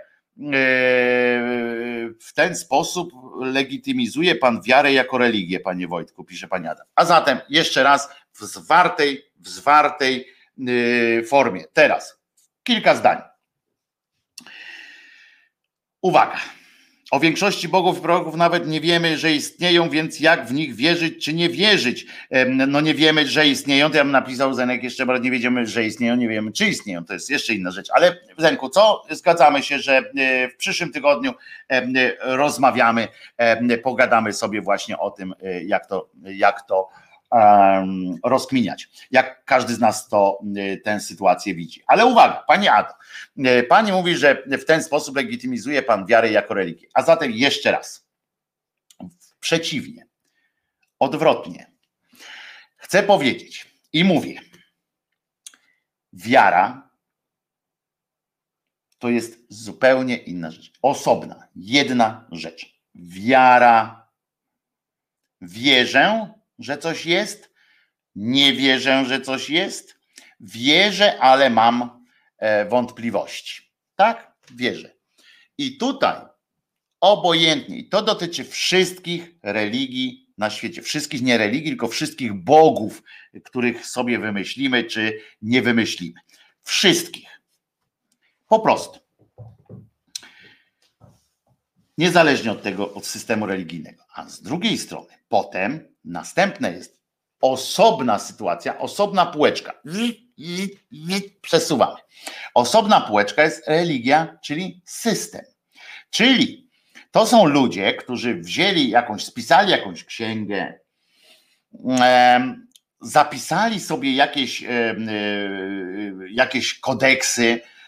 w ten sposób legitymizuje pan wiarę jako religię, panie Wojtku, pisze pani Adam. A zatem jeszcze raz w zwartej, w zwartej formie. Teraz kilka zdań. Uwaga. O większości bogów i proroków nawet nie wiemy, że istnieją, więc jak w nich wierzyć, czy nie wierzyć? No nie wiemy, że istnieją, to ja bym napisał, Zenek, jeszcze bardziej nie wiedziemy, że istnieją, nie wiemy, czy istnieją, to jest jeszcze inna rzecz. Ale Zenku, co? Zgadzamy się, że w przyszłym tygodniu rozmawiamy, pogadamy sobie właśnie o tym, jak to, jak to um, rozkminiać, jak każdy z nas to tę sytuację widzi. Ale uwaga, pani Ado, pani mówi, że w ten sposób legitymizuje pan wiarę jako religię. A zatem jeszcze raz, przeciwnie, odwrotnie. Chcę powiedzieć i mówię, wiara to jest zupełnie inna rzecz, osobna, jedna rzecz. Wiara, wierzę, że coś jest, nie wierzę, że coś jest, wierzę, ale mam wątpliwości. Tak? Wierzę. I tutaj obojętnie, i to dotyczy wszystkich religii na świecie, wszystkich nie religii, tylko wszystkich bogów, których sobie wymyślimy, czy nie wymyślimy. Wszystkich. Po prostu. Niezależnie od tego, od systemu religijnego. A z drugiej strony, potem następne jest osobna sytuacja, osobna półeczka. Przesuwamy. Osobna półeczka jest religia, czyli system. Czyli to są ludzie, którzy wzięli jakąś, spisali jakąś księgę, e, zapisali sobie jakieś, e, e, jakieś kodeksy,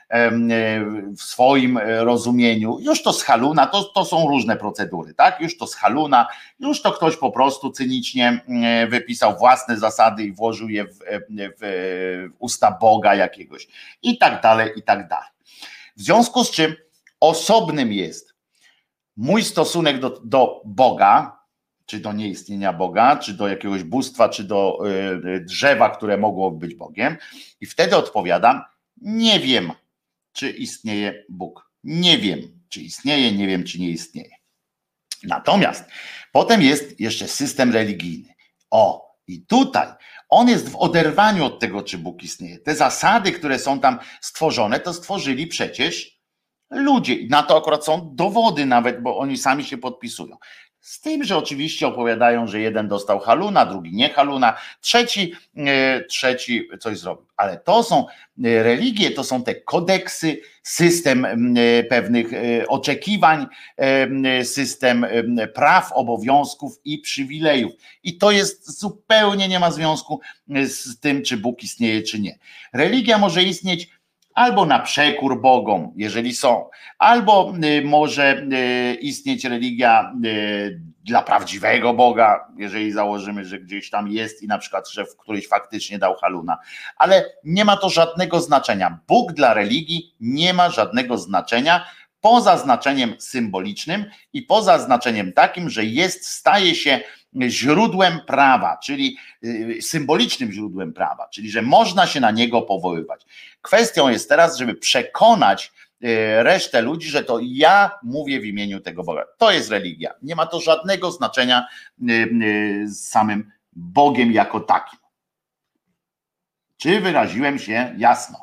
w swoim rozumieniu, już to z haluna, to, to są różne procedury, tak? Już to z haluna, już to ktoś po prostu cynicznie wypisał własne zasady i włożył je w, w, w usta Boga jakiegoś i tak dalej, i tak dalej. W związku z czym osobnym jest mój stosunek do, do Boga, czy do nieistnienia Boga, czy do jakiegoś bóstwa, czy do y, drzewa, które mogło być Bogiem, i wtedy odpowiadam, nie wiem, czy istnieje Bóg. Nie wiem, czy istnieje, nie wiem, czy nie istnieje. Natomiast potem jest jeszcze system religijny. O, i tutaj on jest w oderwaniu od tego, czy Bóg istnieje. Te zasady, które są tam stworzone, to stworzyli przecież ludzie. I na to akurat są dowody nawet, bo oni sami się podpisują. Z tym, że oczywiście opowiadają, że jeden dostał haluna, drugi nie haluna, trzeci, e, trzeci coś zrobił. Ale to są religie, to są te kodeksy, system e, pewnych e, oczekiwań, e, system e, praw, obowiązków i przywilejów. I to jest zupełnie nie ma związku z tym, czy Bóg istnieje, czy nie. Religia może istnieć albo na przekór Bogom, jeżeli są, albo może istnieć religia dla prawdziwego Boga, jeżeli założymy, że gdzieś tam jest i na przykład, że w któryś faktycznie dał haluna, ale nie ma to żadnego znaczenia. Bóg dla religii nie ma żadnego znaczenia, poza znaczeniem symbolicznym i poza znaczeniem takim, że jest, staje się źródłem prawa, czyli symbolicznym źródłem prawa, czyli że można się na niego powoływać. Kwestią jest teraz, żeby przekonać resztę ludzi, że to ja mówię w imieniu tego Boga. To jest religia. Nie ma to żadnego znaczenia z samym Bogiem jako takim. Czy wyraziłem się jasno?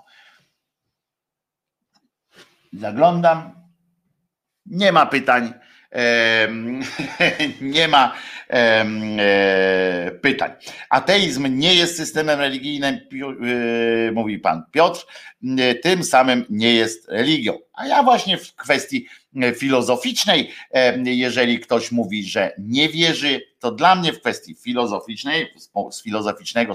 Zaglądam. Nie ma pytań. Nie ma pytań. Ateizm nie jest systemem religijnym, mówi pan Piotr, tym samym nie jest religią. A ja właśnie w kwestii filozoficznej, jeżeli ktoś mówi, że nie wierzy, to dla mnie w kwestii filozoficznej, z filozoficznego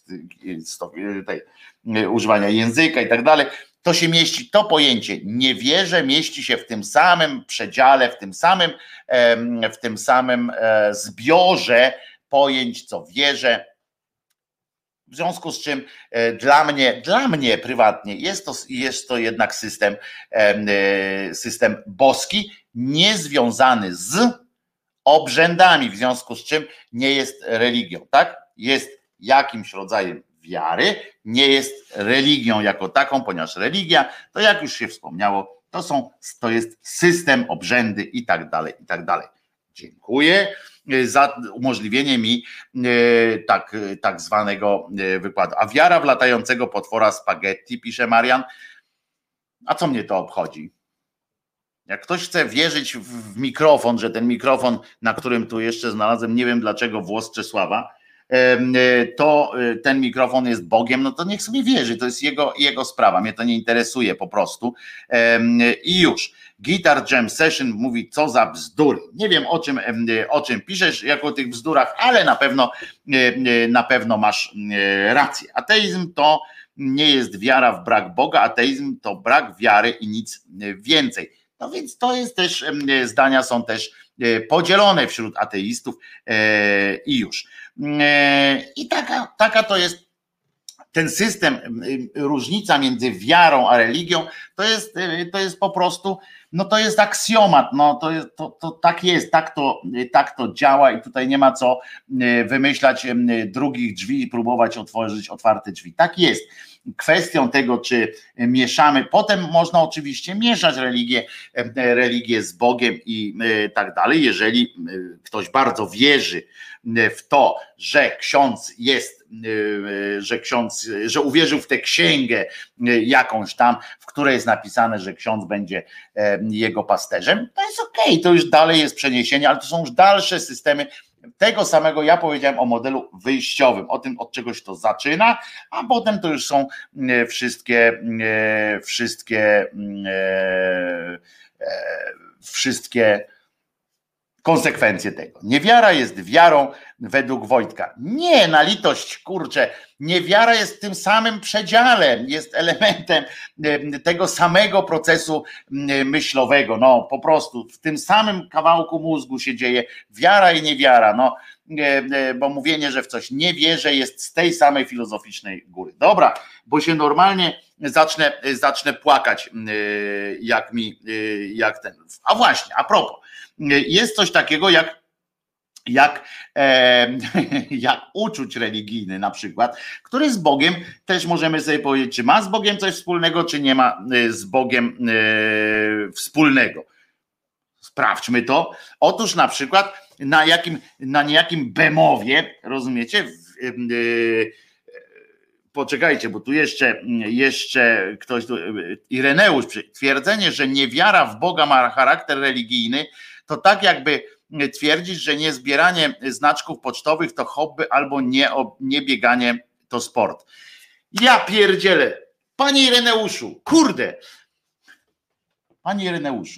tej, używania języka i tak dalej, to się mieści, to pojęcie nie wierzę mieści się w tym samym przedziale, w tym samym, w tym samym zbiorze pojęć, co wierzę. W związku z czym dla mnie, dla mnie prywatnie jest to, jest to jednak system, system boski, niezwiązany z obrzędami, w związku z czym nie jest religią, tak? Jest jakimś rodzajem wiary, nie jest religią jako taką, ponieważ religia, to jak już się wspomniało, to są, to jest system, obrzędy i tak dalej, i tak dalej. Dziękuję za umożliwienie mi tak, tak zwanego wykładu. A wiara w latającego potwora spaghetti, pisze Marian, a co mnie to obchodzi? Jak ktoś chce wierzyć w mikrofon, że ten mikrofon, na którym tu jeszcze znalazłem, nie wiem dlaczego włos Czesława, to ten mikrofon jest Bogiem, no to niech sobie wierzy, to jest jego, jego sprawa, mnie to nie interesuje po prostu. I już. Guitar Jam Session mówi, co za bzdury. Nie wiem o czym, o czym piszesz, jak o tych bzdurach, ale na pewno, na pewno masz rację. Ateizm to nie jest wiara w brak Boga, ateizm to brak wiary i nic więcej. No więc to jest też, zdania są też podzielone wśród ateistów i już. I taka, taka to jest ten system, różnica między wiarą a religią, to jest, to jest po prostu, no to jest aksjomat, no to, jest, to, to tak jest, tak to, tak to działa i tutaj nie ma co wymyślać drugich drzwi i próbować otworzyć otwarte drzwi. Tak jest. Kwestią tego, czy mieszamy, potem można oczywiście mieszać religię, religię z Bogiem i tak dalej, jeżeli ktoś bardzo wierzy w to, że ksiądz jest, że ksiądz, że uwierzył w tę księgę jakąś tam, w której jest napisane, że ksiądz będzie jego pasterzem, to jest okej, okay, to już dalej jest przeniesienie, ale to są już dalsze systemy. Tego samego ja powiedziałem o modelu wyjściowym, o tym, od czegoś to zaczyna, a potem to już są wszystkie, wszystkie, wszystkie konsekwencje tego. Niewiara jest wiarą według Wojtka. Nie, na litość, kurczę, niewiara jest w tym samym przedziale, jest elementem tego samego procesu myślowego, no po prostu w tym samym kawałku mózgu się dzieje wiara i niewiara, no bo mówienie, że w coś nie wierzę jest z tej samej filozoficznej góry. Dobra, bo się normalnie zacznę, zacznę płakać, jak mi, jak ten, a właśnie, a propos, jest coś takiego jak Jak, e, jak uczuć religijny na przykład, który z Bogiem też możemy sobie powiedzieć, czy ma z Bogiem coś wspólnego, czy nie ma z Bogiem e, wspólnego. Sprawdźmy to. Otóż na przykład na jakim, na niejakim Bemowie, rozumiecie? E, e, poczekajcie, bo tu jeszcze, jeszcze ktoś, tu, Ireneusz, twierdzenie, że niewiara w Boga ma charakter religijny, to tak jakby twierdzić, że nie zbieranie znaczków pocztowych to hobby albo nie, nie bieganie to sport. Ja pierdzielę. Panie Ireneuszu, kurde. Panie Ireneuszu,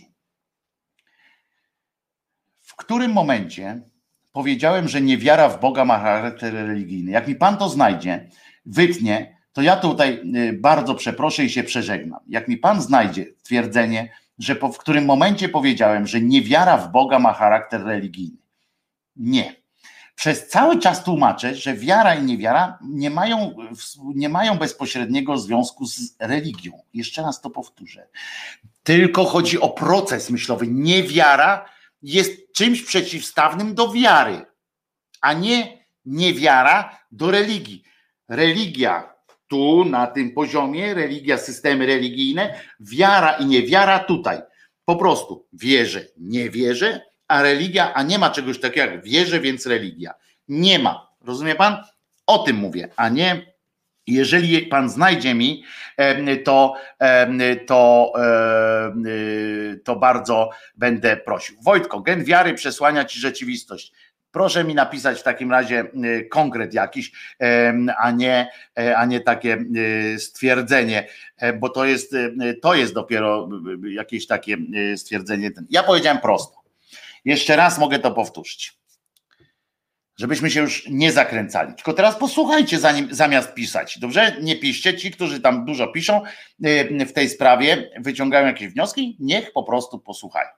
w którym momencie powiedziałem, że niewiara w Boga ma charakter religijny? Jak mi pan to znajdzie, wytnie, to ja tutaj bardzo przeproszę i się przeżegnam. Jak mi pan znajdzie twierdzenie, że po, w którym momencie powiedziałem, że niewiara w Boga ma charakter religijny. Nie. Przez cały czas tłumaczę, że wiara i niewiara nie mają, nie mają bezpośredniego związku z religią. Jeszcze raz to powtórzę. Tylko chodzi o proces myślowy. Niewiara jest czymś przeciwstawnym do wiary, a nie niewiara do religii. Religia tu, na tym poziomie, religia, systemy religijne, wiara i niewiara tutaj. Po prostu wierzę, nie wierzę, a religia, a nie ma czegoś takiego jak wierzę, więc religia. Nie ma. Rozumie pan? O tym mówię, a nie, jeżeli pan znajdzie mi, to, to, to bardzo będę prosił. Wojtko, gen wiary przesłania ci rzeczywistość. Proszę mi napisać w takim razie konkret jakiś, a nie, a nie takie stwierdzenie, bo to jest, to jest dopiero jakieś takie stwierdzenie. Ja powiedziałem prosto. Jeszcze raz mogę to powtórzyć, żebyśmy się już nie zakręcali. Tylko teraz posłuchajcie zanim, zamiast pisać. Dobrze? Nie piszcie. Ci, którzy tam dużo piszą w tej sprawie, wyciągają jakieś wnioski, niech po prostu posłuchają.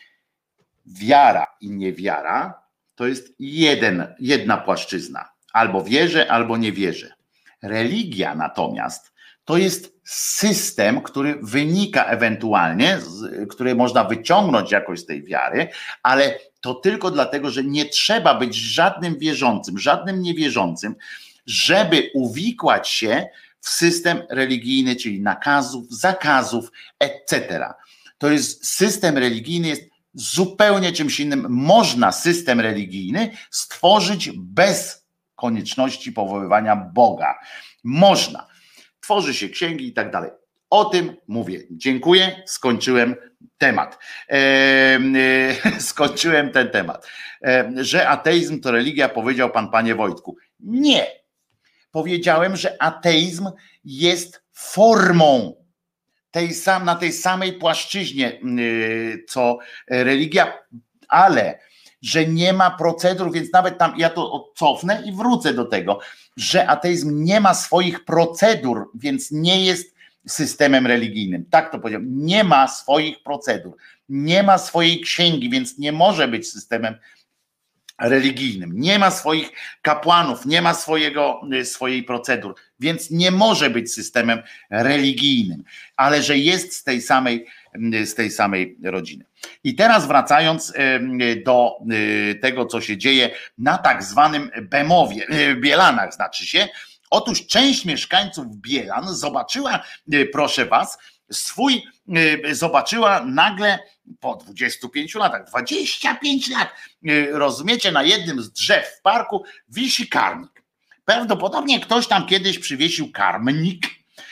Wiara i niewiara to jest jeden, jedna płaszczyzna. Albo wierzę, albo nie wierzę. Religia natomiast to jest system, który wynika ewentualnie, który można wyciągnąć jakoś z tej wiary, ale to tylko dlatego, że nie trzeba być żadnym wierzącym, żadnym niewierzącym, żeby uwikłać się w system religijny, czyli nakazów, zakazów, et cetera. To jest system religijny, jest zupełnie czymś innym. Można system religijny stworzyć bez konieczności powoływania Boga. Można. Tworzy się księgi i tak dalej. O tym mówię. Dziękuję. Skończyłem temat. Eee, e, skończyłem ten temat. E, że ateizm to religia, powiedział pan, panie Wojtku. Nie. Powiedziałem, że ateizm jest formą tej sam, na tej samej płaszczyźnie, co religia, ale że nie ma procedur, więc nawet tam ja to odcofnę i wrócę do tego, że ateizm nie ma swoich procedur, więc nie jest systemem religijnym. Tak to powiedziałem. Nie ma swoich procedur, nie ma swojej księgi, więc nie może być systemem religijnym. Nie ma swoich kapłanów, nie ma swojego, swojej procedur, więc nie może być systemem religijnym, ale że jest z tej samej, z tej samej rodziny. I teraz wracając do tego, co się dzieje na tak zwanym Bemowie, Bielanach znaczy się, otóż część mieszkańców Bielan zobaczyła, proszę was, swój, zobaczyła nagle po dwudziestu pięciu latach, dwadzieścia pięć lat, rozumiecie, na jednym z drzew w parku wisi karmnik. Prawdopodobnie ktoś tam kiedyś przywiesił karmnik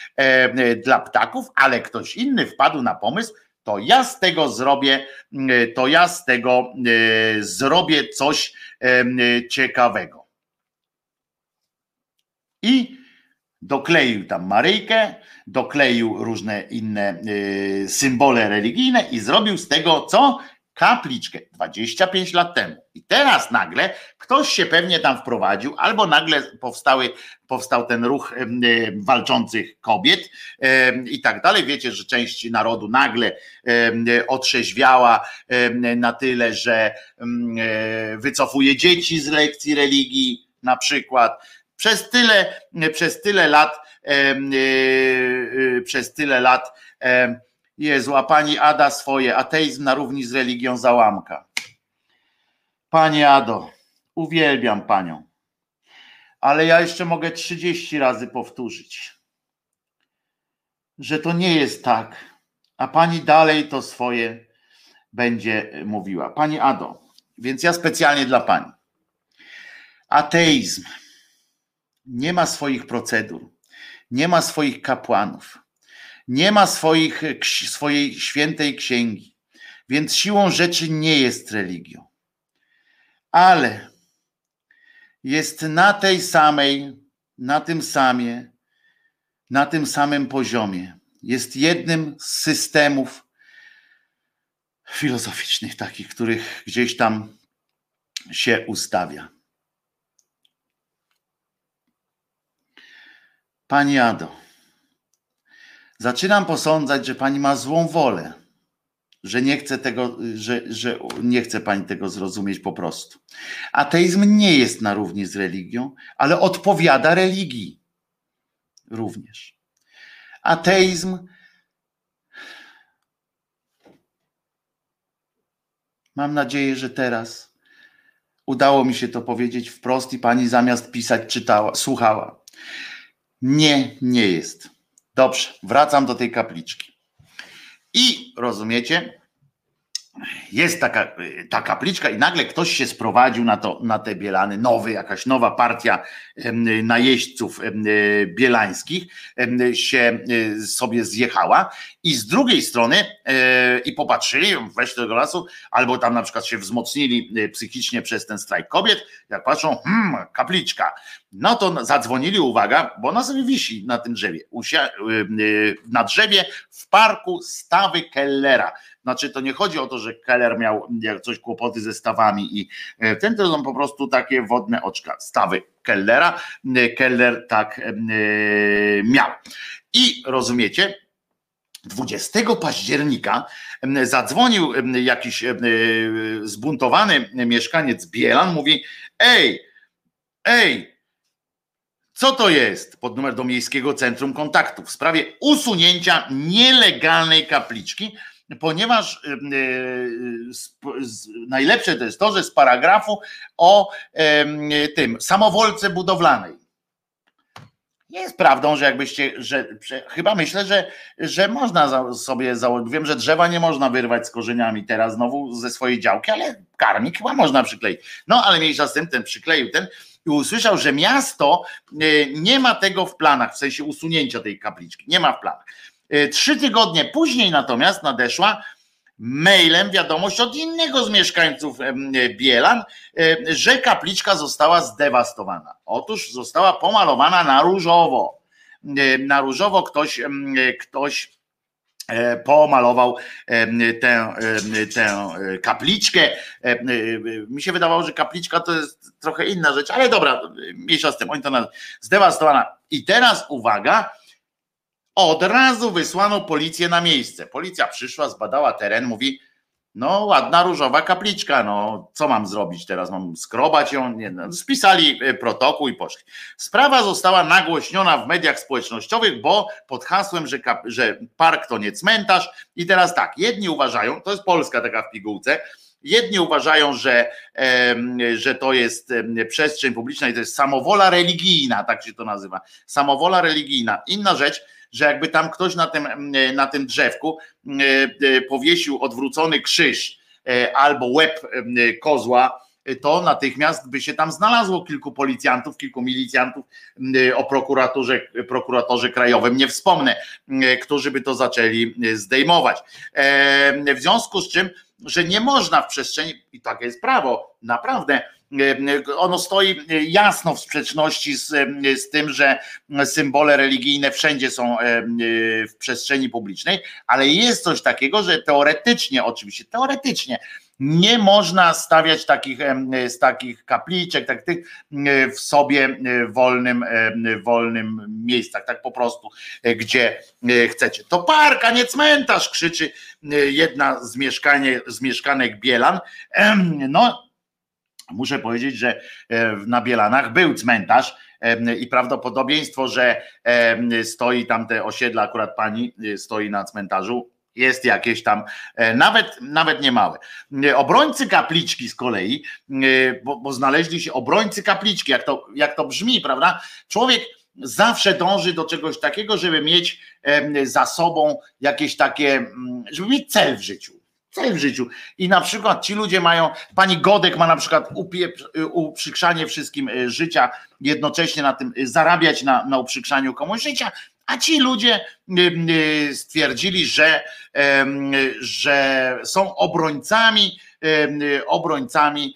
e, dla ptaków, ale ktoś inny wpadł na pomysł, to ja z tego zrobię, to ja z tego e, zrobię coś e, ciekawego. I dokleił tam Maryjkę, dokleił różne inne y, symbole religijne i zrobił z tego co? kapliczkę dwadzieścia pięć lat temu. I teraz nagle ktoś się pewnie tam wprowadził, albo nagle powstały, powstał ten ruch e, walczących kobiet e, i tak dalej. Wiecie, że część narodu nagle e, otrzeźwiała e, na tyle, że e, wycofuje dzieci z lekcji religii na przykład. Przez tyle, przez tyle lat, e, e, przez tyle lat e, Jezu, a pani Ada swoje, ateizm na równi z religią załamka. Pani Ado, uwielbiam panią, ale ja jeszcze mogę trzydzieści razy powtórzyć, że to nie jest tak, a pani dalej to swoje będzie mówiła. Pani Ado, więc ja specjalnie dla pani. Ateizm nie ma swoich procedur, nie ma swoich kapłanów. Nie ma swoich, swojej świętej księgi, więc siłą rzeczy nie jest religią. Ale jest na tej samej, na tym samie, na tym samym poziomie. Jest jednym z systemów filozoficznych takich, których gdzieś tam się ustawia. Pani Ado, zaczynam posądzać, że pani ma złą wolę, że nie chce tego, że, że nie chce pani tego zrozumieć po prostu. Ateizm nie jest na równi z religią, ale odpowiada religii również. Ateizm mam nadzieję, że teraz udało mi się to powiedzieć wprost i pani zamiast pisać czytała, słuchała. Nie, nie jest. Dobrze, wracam do tej kapliczki. I rozumiecie, jest taka ta kapliczka i nagle ktoś się sprowadził na to, na te Bielany, nowy, jakaś nowa partia najeźdźców bielańskich się sobie zjechała i z drugiej strony i popatrzyli, weszli do tego lasu, albo tam na przykład się wzmocnili psychicznie przez ten strajk kobiet, jak patrzą, hmm, kapliczka, no to zadzwonili, uwaga, bo ona sobie wisi na tym drzewie, Usia, na drzewie w parku stawy Kellera. Znaczy to nie chodzi o to, że Keller miał jak coś kłopoty ze stawami i ten to są po prostu takie wodne oczka, stawy Kellera. Keller tak miał. I rozumiecie, dwudziestego października zadzwonił jakiś zbuntowany mieszkaniec Bielan, mówi: ej, ej, co to jest? Pod numer do Miejskiego Centrum Kontaktu w sprawie usunięcia nielegalnej kapliczki, ponieważ yy, sp, z, najlepsze to jest to, że z paragrafu o yy, tym samowolce budowlanej. Nie jest prawdą, że jakbyście, że, że chyba myślę, że, że można za, sobie założyć. Wiem, że drzewa nie można wyrwać z korzeniami teraz znowu ze swojej działki, ale karmik chyba można przykleić. No ale mniejsza z tym, ten przykleił ten i usłyszał, że miasto nie ma tego w planach, w sensie usunięcia tej kapliczki. Nie ma w planach. Trzy tygodnie później natomiast nadeszła mailem wiadomość od innego z mieszkańców Bielan, że kapliczka została zdewastowana. Otóż została pomalowana na różowo. Na różowo ktoś, ktoś pomalował tę, tę kapliczkę. Mi się wydawało, że kapliczka to jest trochę inna rzecz, ale dobra, mniejsza z tym. Oni to nazywali zdewastowana. I teraz uwaga, od razu wysłano policję na miejsce. Policja przyszła, zbadała teren, mówi: no ładna różowa kapliczka, no co mam zrobić teraz, mam skrobać ją? Nie, no, spisali protokół i poszli. Sprawa została nagłośniona w mediach społecznościowych, bo pod hasłem, że, kap, że park to nie cmentarz. I teraz tak, jedni uważają, to jest Polska taka w pigułce, jedni uważają, że, e, że to jest przestrzeń publiczna i to jest samowola religijna, tak się to nazywa, samowola religijna. Inna rzecz, że jakby tam ktoś na tym, na tym drzewku powiesił odwrócony krzyż albo łeb kozła, to natychmiast by się tam znalazło kilku policjantów, kilku milicjantów, o prokuraturze, prokuratorze krajowym nie wspomnę, którzy by to zaczęli zdejmować. W związku z czym, że nie można w przestrzeni, i takie jest prawo, naprawdę, ono stoi jasno w sprzeczności z, z tym, że symbole religijne wszędzie są w przestrzeni publicznej, ale jest coś takiego, że teoretycznie, oczywiście teoretycznie Nie można stawiać takich, z takich kapliczek, tak tych w sobie wolnym, wolnym miejscach, tak po prostu, gdzie chcecie. To park, a nie cmentarz, krzyczy jedna z, mieszkanie, z mieszkanek Bielan. No, muszę powiedzieć, że na Bielanach był cmentarz i prawdopodobieństwo, że stoi tam te osiedla, akurat pani stoi na cmentarzu, jest jakieś tam, nawet, nawet nie małe. Obrońcy kapliczki z kolei, bo, bo znaleźli się obrońcy kapliczki, jak to, jak to brzmi, prawda? Człowiek zawsze dąży do czegoś takiego, żeby mieć za sobą jakieś takie, żeby mieć cel w życiu. Cel w życiu. I na przykład ci ludzie mają, pani Godek ma na przykład uprzykrzanie wszystkim życia, jednocześnie na tym zarabiać na, na uprzykrzaniu komuś życia, a ci ludzie stwierdzili, że, że są obrońcami, obrońcami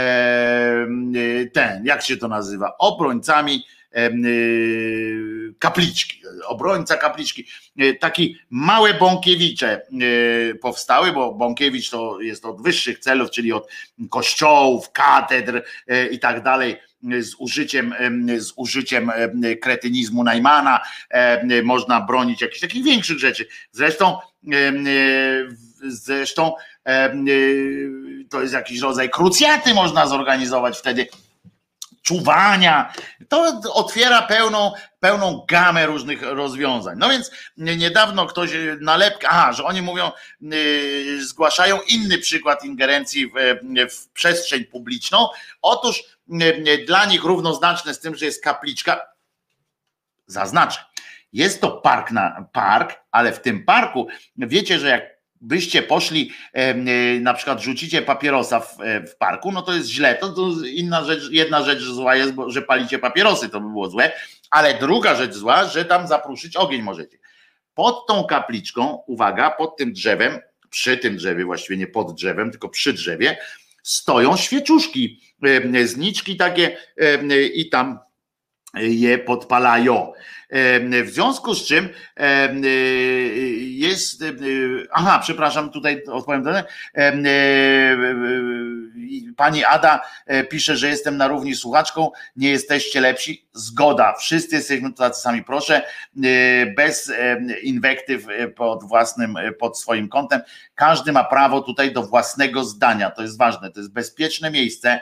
ten, jak się to nazywa, obrońcami kapliczki, obrońca kapliczki. Taki małe Bąkiewicze powstały, bo Bąkiewicz to jest od wyższych celów, czyli od kościołów, katedr i tak dalej, z użyciem, z użyciem kretynizmu Najmana można bronić jakichś takich większych rzeczy. Zresztą zresztą to jest jakiś rodzaj krucjaty można zorganizować wtedy, czuwania, to otwiera pełną, pełną gamę różnych rozwiązań. No więc niedawno ktoś nalepka, aha, że oni mówią, yy, zgłaszają inny przykład ingerencji w, w przestrzeń publiczną. Otóż yy, dla nich równoznaczne z tym, że jest kapliczka, zaznaczę, jest to park na park, ale w tym parku wiecie, że jak byście poszli, na przykład rzucicie papierosa w, w parku, no to jest źle, to, to inna rzecz, jedna rzecz zła jest, bo, że palicie papierosy, to by było złe, ale druga rzecz zła, że tam zapruszyć ogień możecie. Pod tą kapliczką, uwaga, pod tym drzewem, przy tym drzewie, właściwie nie pod drzewem, tylko przy drzewie, stoją świeczuszki, zniczki takie i tam je podpalają. W związku z czym jest, aha, przepraszam, tutaj odpowiem, pani Ada pisze, że jestem na równi z słuchaczką, nie jesteście lepsi, zgoda, wszyscy jesteśmy tacy sami, proszę, bez inwektyw pod własnym, pod swoim kątem, każdy ma prawo tutaj do własnego zdania, to jest ważne, to jest bezpieczne miejsce,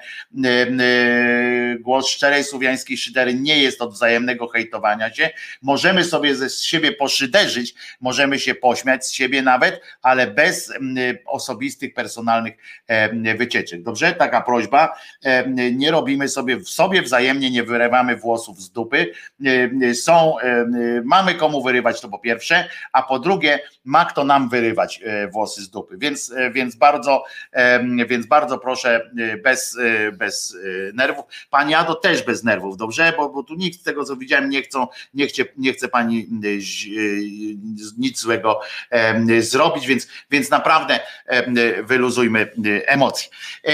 głos szczerej słowiańskiej szydery nie jest od wzajemnego hejtowania się, możemy sobie ze siebie poszyderzyć, możemy się pośmiać z siebie nawet, ale bez osobistych, personalnych wycieczek. Dobrze? Taka prośba. Nie robimy sobie w sobie wzajemnie, nie wyrywamy włosów z dupy. Są, mamy komu wyrywać, to po pierwsze, a po drugie ma kto nam wyrywać włosy z dupy. Więc, więc, bardzo, więc bardzo proszę bez, bez nerwów. Pani Ado też bez nerwów, dobrze? Bo, bo tu nikt z tego, co widziałem, nie chcą, nie chce, nie chce pani nic złego zrobić, więc, więc naprawdę wyluzujmy emocje.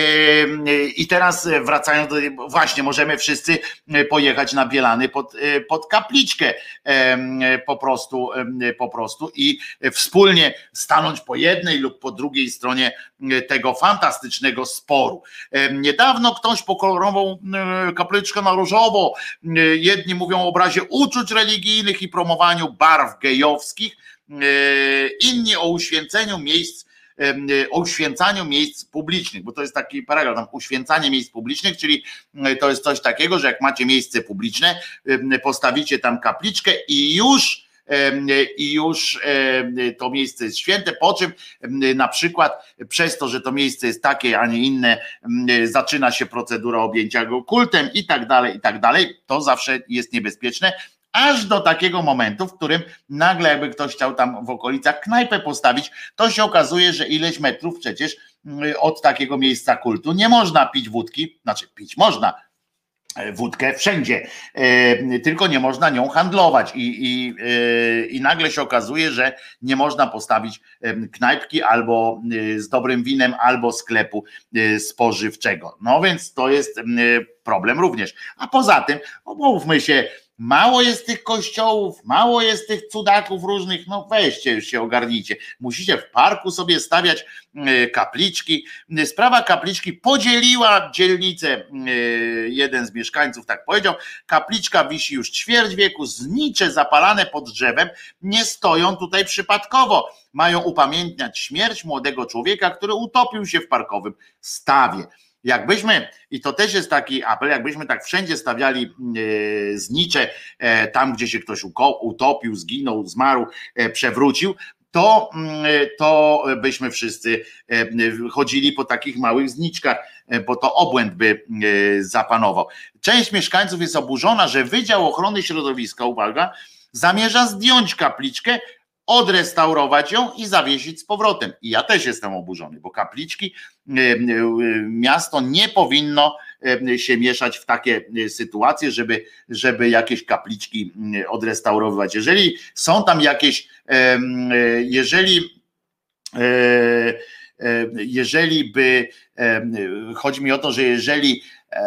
I teraz wracając do, właśnie możemy wszyscy pojechać na Bielany pod, pod kapliczkę po prostu, po prostu i wspólnie stanąć po jednej lub po drugiej stronie tego fantastycznego sporu. Niedawno ktoś pokolorował kapliczkę na różowo. Jedni mówią o obrazie uczuć religijnych i promowaniu barw gejowskich, inni o uświęceniu miejsc, o uświęcaniu miejsc publicznych, bo to jest taki paragraf, tam uświęcanie miejsc publicznych, czyli to jest coś takiego, że jak macie miejsce publiczne, postawicie tam kapliczkę i już i już to miejsce jest święte, po czym na przykład przez to, że to miejsce jest takie, a nie inne, zaczyna się procedura objęcia go kultem i tak dalej, i tak dalej, to zawsze jest niebezpieczne, aż do takiego momentu, w którym nagle jakby ktoś chciał tam w okolicach knajpę postawić, to się okazuje, że ileś metrów przecież od takiego miejsca kultu nie można pić wódki, znaczy pić można, wódkę wszędzie, tylko nie można nią handlować i, i, i nagle się okazuje, że nie można postawić knajpki albo z dobrym winem, albo sklepu spożywczego. No więc to jest problem również. A poza tym, omówmy się, Mało jest tych kościołów, mało jest tych cudaków różnych, no weźcie już się ogarnijcie. Musicie w parku sobie stawiać kapliczki. Sprawa kapliczki podzieliła dzielnicę, jeden z mieszkańców tak powiedział, kapliczka wisi już ćwierć wieku, znicze zapalane pod drzewem nie stoją tutaj przypadkowo. Mają upamiętniać śmierć młodego człowieka, który utopił się w parkowym stawie. Jakbyśmy, i to też jest taki apel, jakbyśmy tak wszędzie stawiali e, znicze, e, tam gdzie się ktoś utopił, zginął, zmarł, e, przewrócił, to, to byśmy wszyscy chodzili po takich małych zniczkach, bo to obłęd by zapanował. Część mieszkańców jest oburzona, że Wydział Ochrony Środowiska, uwaga, zamierza zdjąć kapliczkę, odrestaurować ją i zawiesić z powrotem. I ja też jestem oburzony, bo kapliczki, miasto nie powinno się mieszać w takie sytuacje, żeby, żeby jakieś kapliczki odrestaurowywać. Jeżeli są tam jakieś, jeżeli jeżeli by, chodzi mi o to, że jeżeli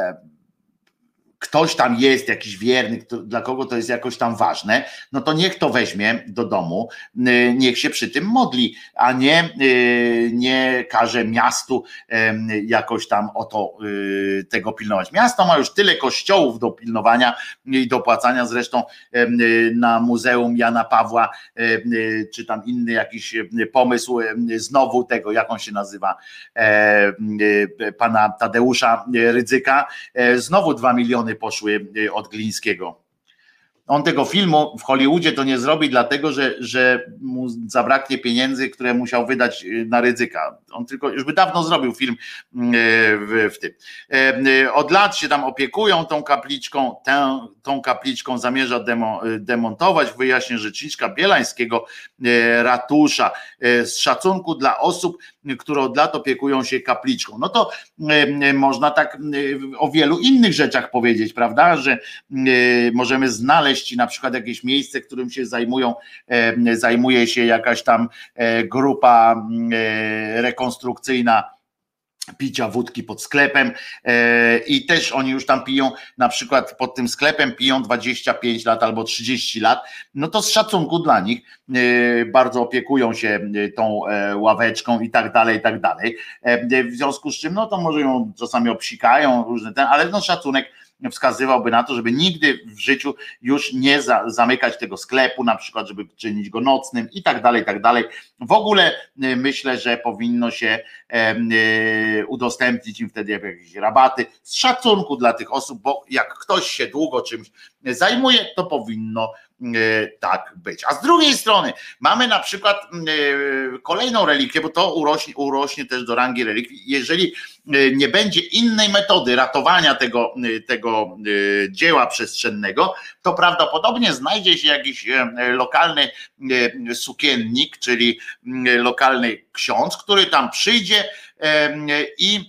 ktoś tam jest jakiś wierny, kto, dla kogo to jest jakoś tam ważne, no to niech to weźmie do domu, niech się przy tym modli, a nie, nie każe miastu jakoś tam o to tego pilnować. Miasto ma już tyle kościołów do pilnowania i dopłacania, zresztą na Muzeum Jana Pawła, czy tam inny jakiś pomysł znowu tego, jak on się nazywa, pana Tadeusza Rydzyka, znowu dwa miliony poszły od Glińskiego. On tego filmu w Hollywoodzie to nie zrobi, dlatego że, że mu zabraknie pieniędzy, które musiał wydać na Rydzyka. On tylko już by dawno zrobił film w, w tym. Od lat się tam opiekują tą kapliczką, tę, tą kapliczką zamierza demo, demontować, wyjaśnia rzeczniczka bielańskiego ratusza, z szacunku dla osób, które od lat opiekują się kapliczką. No to można tak o wielu innych rzeczach powiedzieć, prawda, że możemy znaleźć na przykład jakieś miejsce, którym się zajmują, zajmuje się jakaś tam grupa rekonstrukcyjna picia wódki pod sklepem i też oni już tam piją, na przykład pod tym sklepem piją dwadzieścia pięć lat albo trzydzieści lat, no to z szacunku dla nich bardzo opiekują się tą ławeczką i tak dalej, i tak dalej. W związku z czym, no to może ją czasami obsikają, różne ten, ale no szacunek wskazywałby na to, żeby nigdy w życiu już nie za, zamykać tego sklepu, na przykład, żeby czynić go nocnym i tak dalej, i tak dalej. W ogóle myślę, że powinno się e, e, udostępnić im wtedy jakieś rabaty z szacunku dla tych osób, bo jak ktoś się długo czymś zajmuje, to powinno tak być. A z drugiej strony mamy na przykład kolejną relikwię, bo to urośnie, urośnie też do rangi relikwii. Jeżeli nie będzie innej metody ratowania tego, tego dzieła przestrzennego, to prawdopodobnie znajdzie się jakiś lokalny sukiennik, czyli lokalny ksiądz, który tam przyjdzie i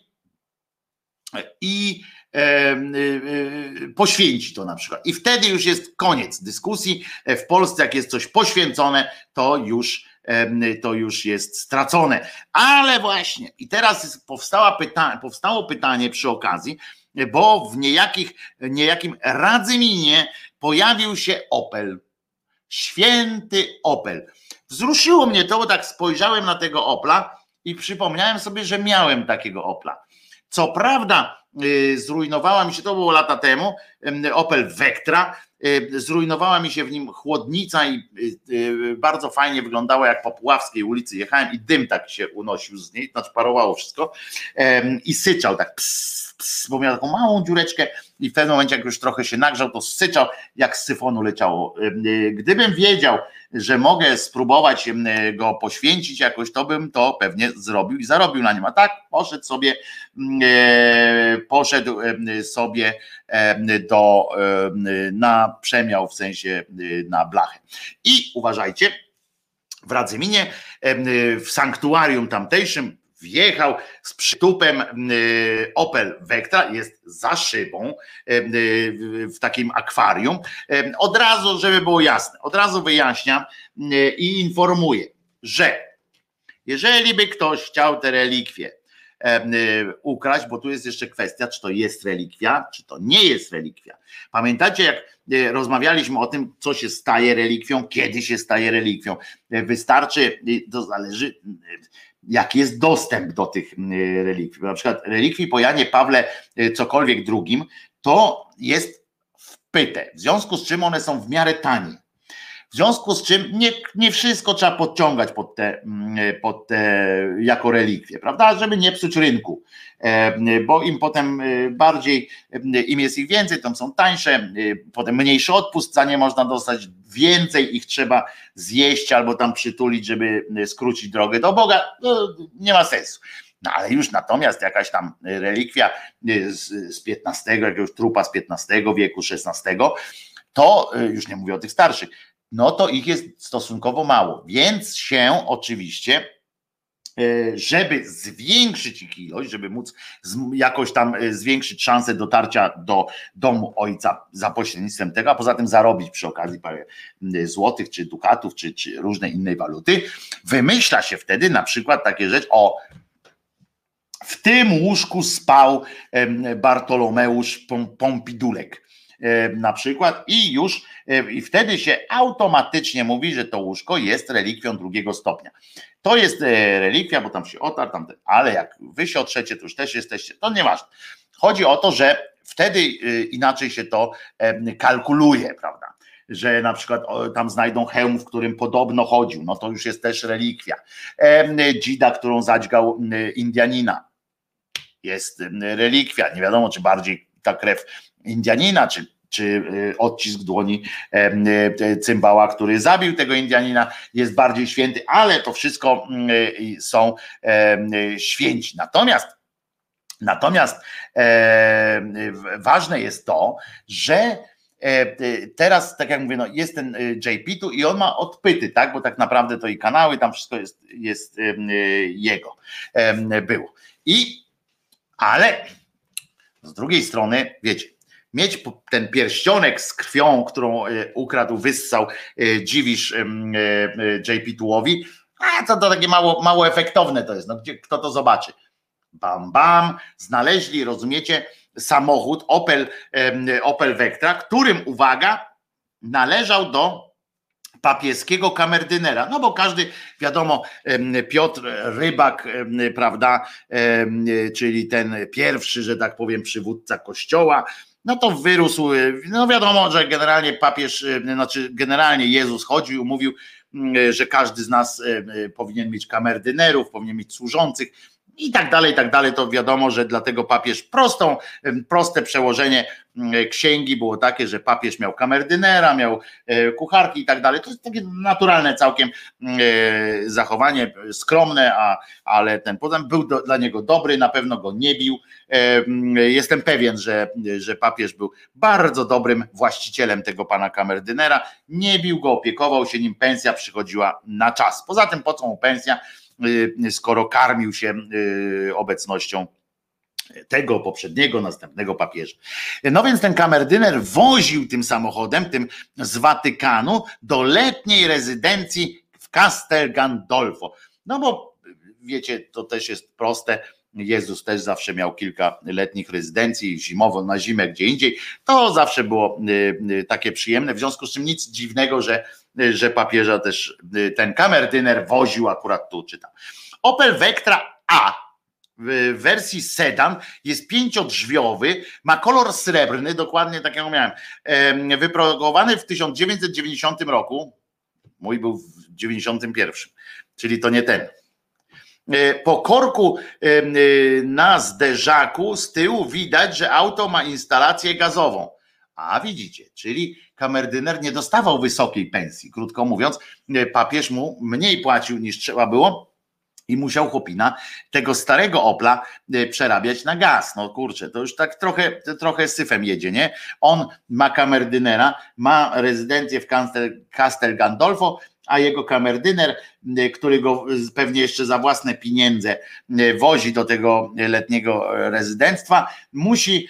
i poświęci to na przykład. I wtedy już jest koniec dyskusji. W Polsce jak jest coś poświęcone, to już, to już jest stracone. Ale właśnie i teraz powstała pyta- powstało pytanie przy okazji, bo w niejakich, niejakim Radzyminie pojawił się Opel. Święty Opel. Wzruszyło mnie to, bo tak spojrzałem na tego Opla i przypomniałem sobie, że miałem takiego Opla. Co prawda zrujnowała mi się, to było lata temu, Opel Vectra, zrujnowała mi się w nim chłodnica i bardzo fajnie wyglądała, jak po Puławskiej ulicy jechałem i dym tak się unosił z niej, znaczy parowało wszystko i syczał tak ps, ps, bo miał taką małą dziureczkę i w pewnym momencie jak już trochę się nagrzał, to syczał jak z syfonu leciało. Gdybym wiedział, że mogę spróbować go poświęcić jakoś, to bym to pewnie zrobił i zarobił na nim, a tak poszedł sobie poszedł sobie do, na przemiał, w sensie na blachę. I uważajcie, w Radzyminie, w sanktuarium tamtejszym wjechał z przytupem Opel Vectra, jest za szybą w takim akwarium. Od razu, żeby było jasne, od razu wyjaśniam i informuję, że jeżeli by ktoś chciał te relikwie ukraść, bo tu jest jeszcze kwestia, czy to jest relikwia, czy to nie jest relikwia. Pamiętacie, jak rozmawialiśmy o tym, co się staje relikwią, kiedy się staje relikwią. Wystarczy, to zależy, jaki jest dostęp do tych relikwii. Na przykład relikwii po Janie Pawle cokolwiek drugim, to jest wpyte, w związku z czym one są w miarę tanie. W związku z czym nie, nie wszystko trzeba podciągać pod te, pod te jako relikwie, prawda? Żeby nie psuć rynku, bo im potem bardziej, im jest ich więcej, to są tańsze, potem mniejszy odpust za nie można dostać, więcej ich trzeba zjeść albo tam przytulić, żeby skrócić drogę do Boga, no, nie ma sensu. No ale już natomiast jakaś tam relikwia z, z piętnastego, jakiegoś trupa z piętnastego wieku, szesnastego, to już nie mówię o tych starszych, no to ich jest stosunkowo mało, więc się oczywiście, żeby zwiększyć ich ilość, żeby móc jakoś tam zwiększyć szansę dotarcia do domu ojca za pośrednictwem tego, a poza tym zarobić przy okazji parę złotych, czy dukatów, czy, czy różnej innej waluty, wymyśla się wtedy na przykład takie rzeczy, o, w tym łóżku spał Bartolomeusz Pompidulek na przykład i już i wtedy się automatycznie mówi, że to łóżko jest relikwią drugiego stopnia. To jest relikwia, bo tam się otarł, tam, ale jak wy się otrzecie, to już też jesteście, to nieważne. Chodzi o to, że wtedy inaczej się to kalkuluje, prawda? Że na przykład tam znajdą hełm, w którym podobno chodził, no to już jest też relikwia. Dzida, którą zadźgał Indianina, jest relikwia, nie wiadomo czy bardziej ta krew Indianina, czy, czy odcisk dłoni cymbała, który zabił tego Indianina, jest bardziej święty, ale to wszystko są święci. Natomiast Natomiast ważne jest to, że teraz, tak jak mówię, no jest ten J P tu i on ma odpyty, tak, bo tak naprawdę to i kanały, tam wszystko jest, jest jego było. I ale z drugiej strony, wiecie, mieć ten pierścionek z krwią, którą ukradł, wyssał Dziwisz J P tuowi, a to, to takie mało, mało efektowne to jest, no gdzie, kto to zobaczy? Bam, bam, znaleźli, rozumiecie, samochód Opel, Opel Vectra, którym, uwaga, należał do papieskiego kamerdynera, no bo każdy, wiadomo, Piotr Rybak, prawda, czyli ten pierwszy, że tak powiem, przywódca kościoła, no to wyrósł, no wiadomo, że generalnie papież, znaczy generalnie Jezus chodził, mówił, że każdy z nas powinien mieć kamerdynerów, powinien mieć służących, i tak dalej, i tak dalej, to wiadomo, że dlatego papież prostą, proste przełożenie księgi było takie, że papież miał kamerdynera, miał kucharki i tak dalej. To jest takie naturalne całkiem zachowanie, skromne, a, ale ten potem był do, dla niego dobry, na pewno go nie bił. Jestem pewien, że, że papież był bardzo dobrym właścicielem tego pana kamerdynera, nie bił go, opiekował się nim, pensja przychodziła na czas. Poza tym po co mu pensja, skoro karmił się obecnością tego poprzedniego, następnego papieża. No więc ten kamerdyner woził tym samochodem, tym z Watykanu do letniej rezydencji w Castel Gandolfo. No bo wiecie, to też jest proste, Jezus też zawsze miał kilka letnich rezydencji, zimowo, na zimę gdzie indziej, to zawsze było takie przyjemne, w związku z czym nic dziwnego, że, że papieża też ten kamerdyner woził akurat tu czy tam. Opel Vectra A w wersji sedan jest pięciodrzwiowy, ma kolor srebrny, dokładnie tak jak miałem, wyprodukowany w tysiąc dziewięćset dziewięćdziesiątym roku, mój był w dziewięćdziesiątym pierwszym, czyli to nie ten. Po korku na zderzaku z tyłu widać, że auto ma instalację gazową. A widzicie, czyli kamerdyner nie dostawał wysokiej pensji. Krótko mówiąc, papież mu mniej płacił niż trzeba było i musiał chłopina tego starego Opla przerabiać na gaz. No kurczę, to już tak trochę, trochę syfem jedzie, nie? On ma kamerdynera, ma rezydencję w Castel, Castel Gandolfo, a jego kamerdyner, który go pewnie jeszcze za własne pieniądze wozi do tego letniego rezydenctwa, musi,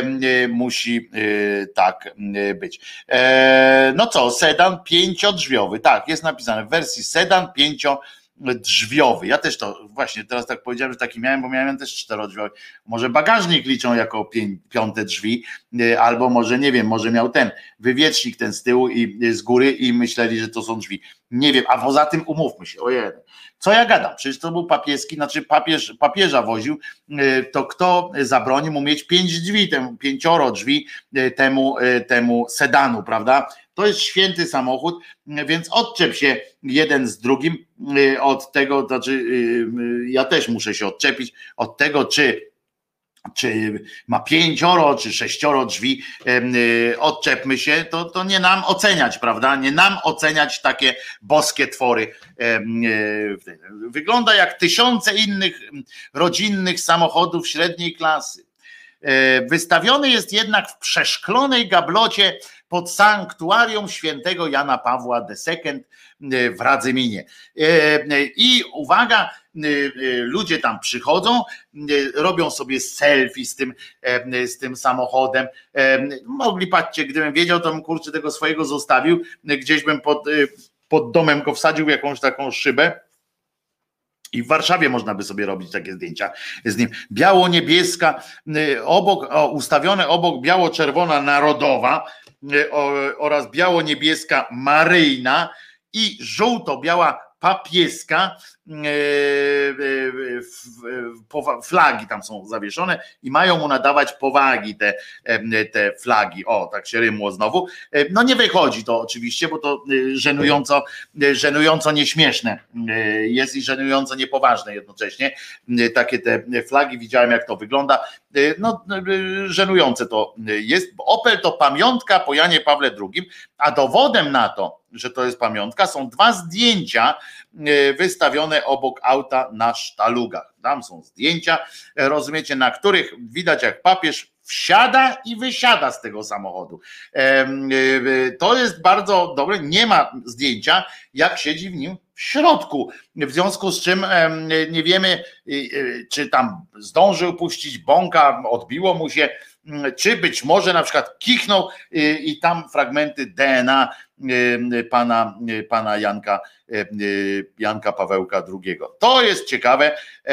musi tak być. No co, sedan pięciodrzwiowy, tak, jest napisane w wersji sedan pięcio drzwiowy. Ja też to właśnie teraz tak powiedziałem, że taki miałem, bo miałem też czterodrzwiowy. Może bagażnik liczą jako pię, piąte drzwi, albo może nie wiem, może miał ten wywietrznik ten z tyłu i z góry i myśleli, że to są drzwi. Nie wiem, a poza tym umówmy się, ojej, co ja gadam, przecież to był papieski, znaczy papież, papieża woził, to kto zabronił mu mieć pięć drzwi, temu, pięcioro drzwi temu, temu sedanu, prawda? To jest święty samochód, więc odczep się jeden z drugim od tego, to znaczy ja też muszę się odczepić od tego, czy czy ma pięcioro, czy sześcioro drzwi, odczepmy się, to, to nie nam oceniać, prawda? Nie nam oceniać takie boskie twory. Wygląda jak tysiące innych rodzinnych samochodów średniej klasy. Wystawiony jest jednak w przeszklonej gablocie pod sanktuarium świętego Jana Pawła drugiego w Radzyminie. I uwaga, ludzie tam przychodzą, robią sobie selfie z tym, z tym samochodem. Mogli, patrzcie, gdybym wiedział, to bym kurczę tego swojego zostawił, gdzieś bym pod, pod domem go wsadził w jakąś taką szybę. I w Warszawie można by sobie robić takie zdjęcia z nim. Biało-niebieska, obok, o, ustawione obok biało-czerwona narodowa o, oraz biało-niebieska maryjna i żółto-biała papieska, flagi tam są zawieszone i mają mu nadawać powagi te, te flagi. O, tak się rymło znowu. No nie wychodzi to oczywiście, bo to żenująco, żenująco nieśmieszne jest i żenująco niepoważne jednocześnie. Takie te flagi, widziałem jak to wygląda. No żenujące to jest. Opel to pamiątka po Janie Pawle drugim, a dowodem na to, że to jest pamiątka, są dwa zdjęcia wystawione obok auta na sztalugach. Tam są zdjęcia, rozumiecie, na których widać jak papież wsiada i wysiada z tego samochodu. To jest bardzo dobre, nie ma zdjęcia jak siedzi w nim w środku, w związku z czym nie wiemy, czy tam zdążył puścić bąka, odbiło mu się, czy być może na przykład kichnął i tam fragmenty D N A pana, pana Janka, Janka Pawełka drugiego. To jest ciekawe,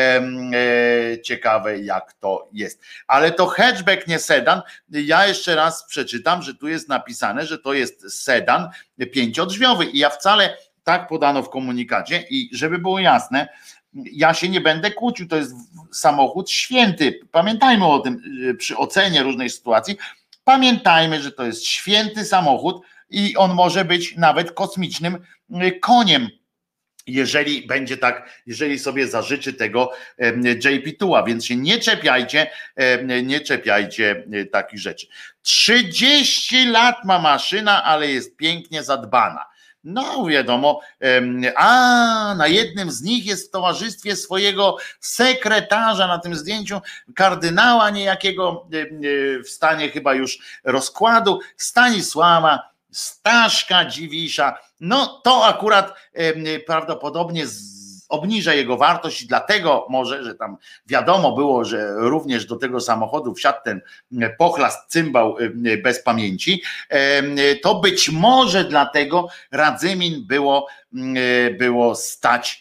ciekawe jak to jest. Ale to hatchback, nie sedan. Ja jeszcze raz przeczytam, że tu jest napisane, że to jest sedan pięciodrzwiowy i ja wcale tak podano w komunikacie i żeby było jasne, ja się nie będę kłócił, to jest samochód święty. Pamiętajmy o tym przy ocenie różnej sytuacji. Pamiętajmy, że to jest święty samochód i on może być nawet kosmicznym koniem, jeżeli będzie tak, jeżeli sobie zażyczy tego J P dwa, więc się nie czepiajcie, nie czepiajcie takich rzeczy. trzydzieści lat ma maszyna, ale jest pięknie zadbana. No wiadomo, a na jednym z nich jest w towarzystwie swojego sekretarza na tym zdjęciu, kardynała niejakiego w stanie chyba już rozkładu, Stanisława Staszka Dziwisza. No to akurat prawdopodobnie z obniża jego wartość i dlatego może, że tam wiadomo było, że również do tego samochodu wsiadł ten pochlast cymbał bez pamięci, to być może dlatego Radzymin było, było stać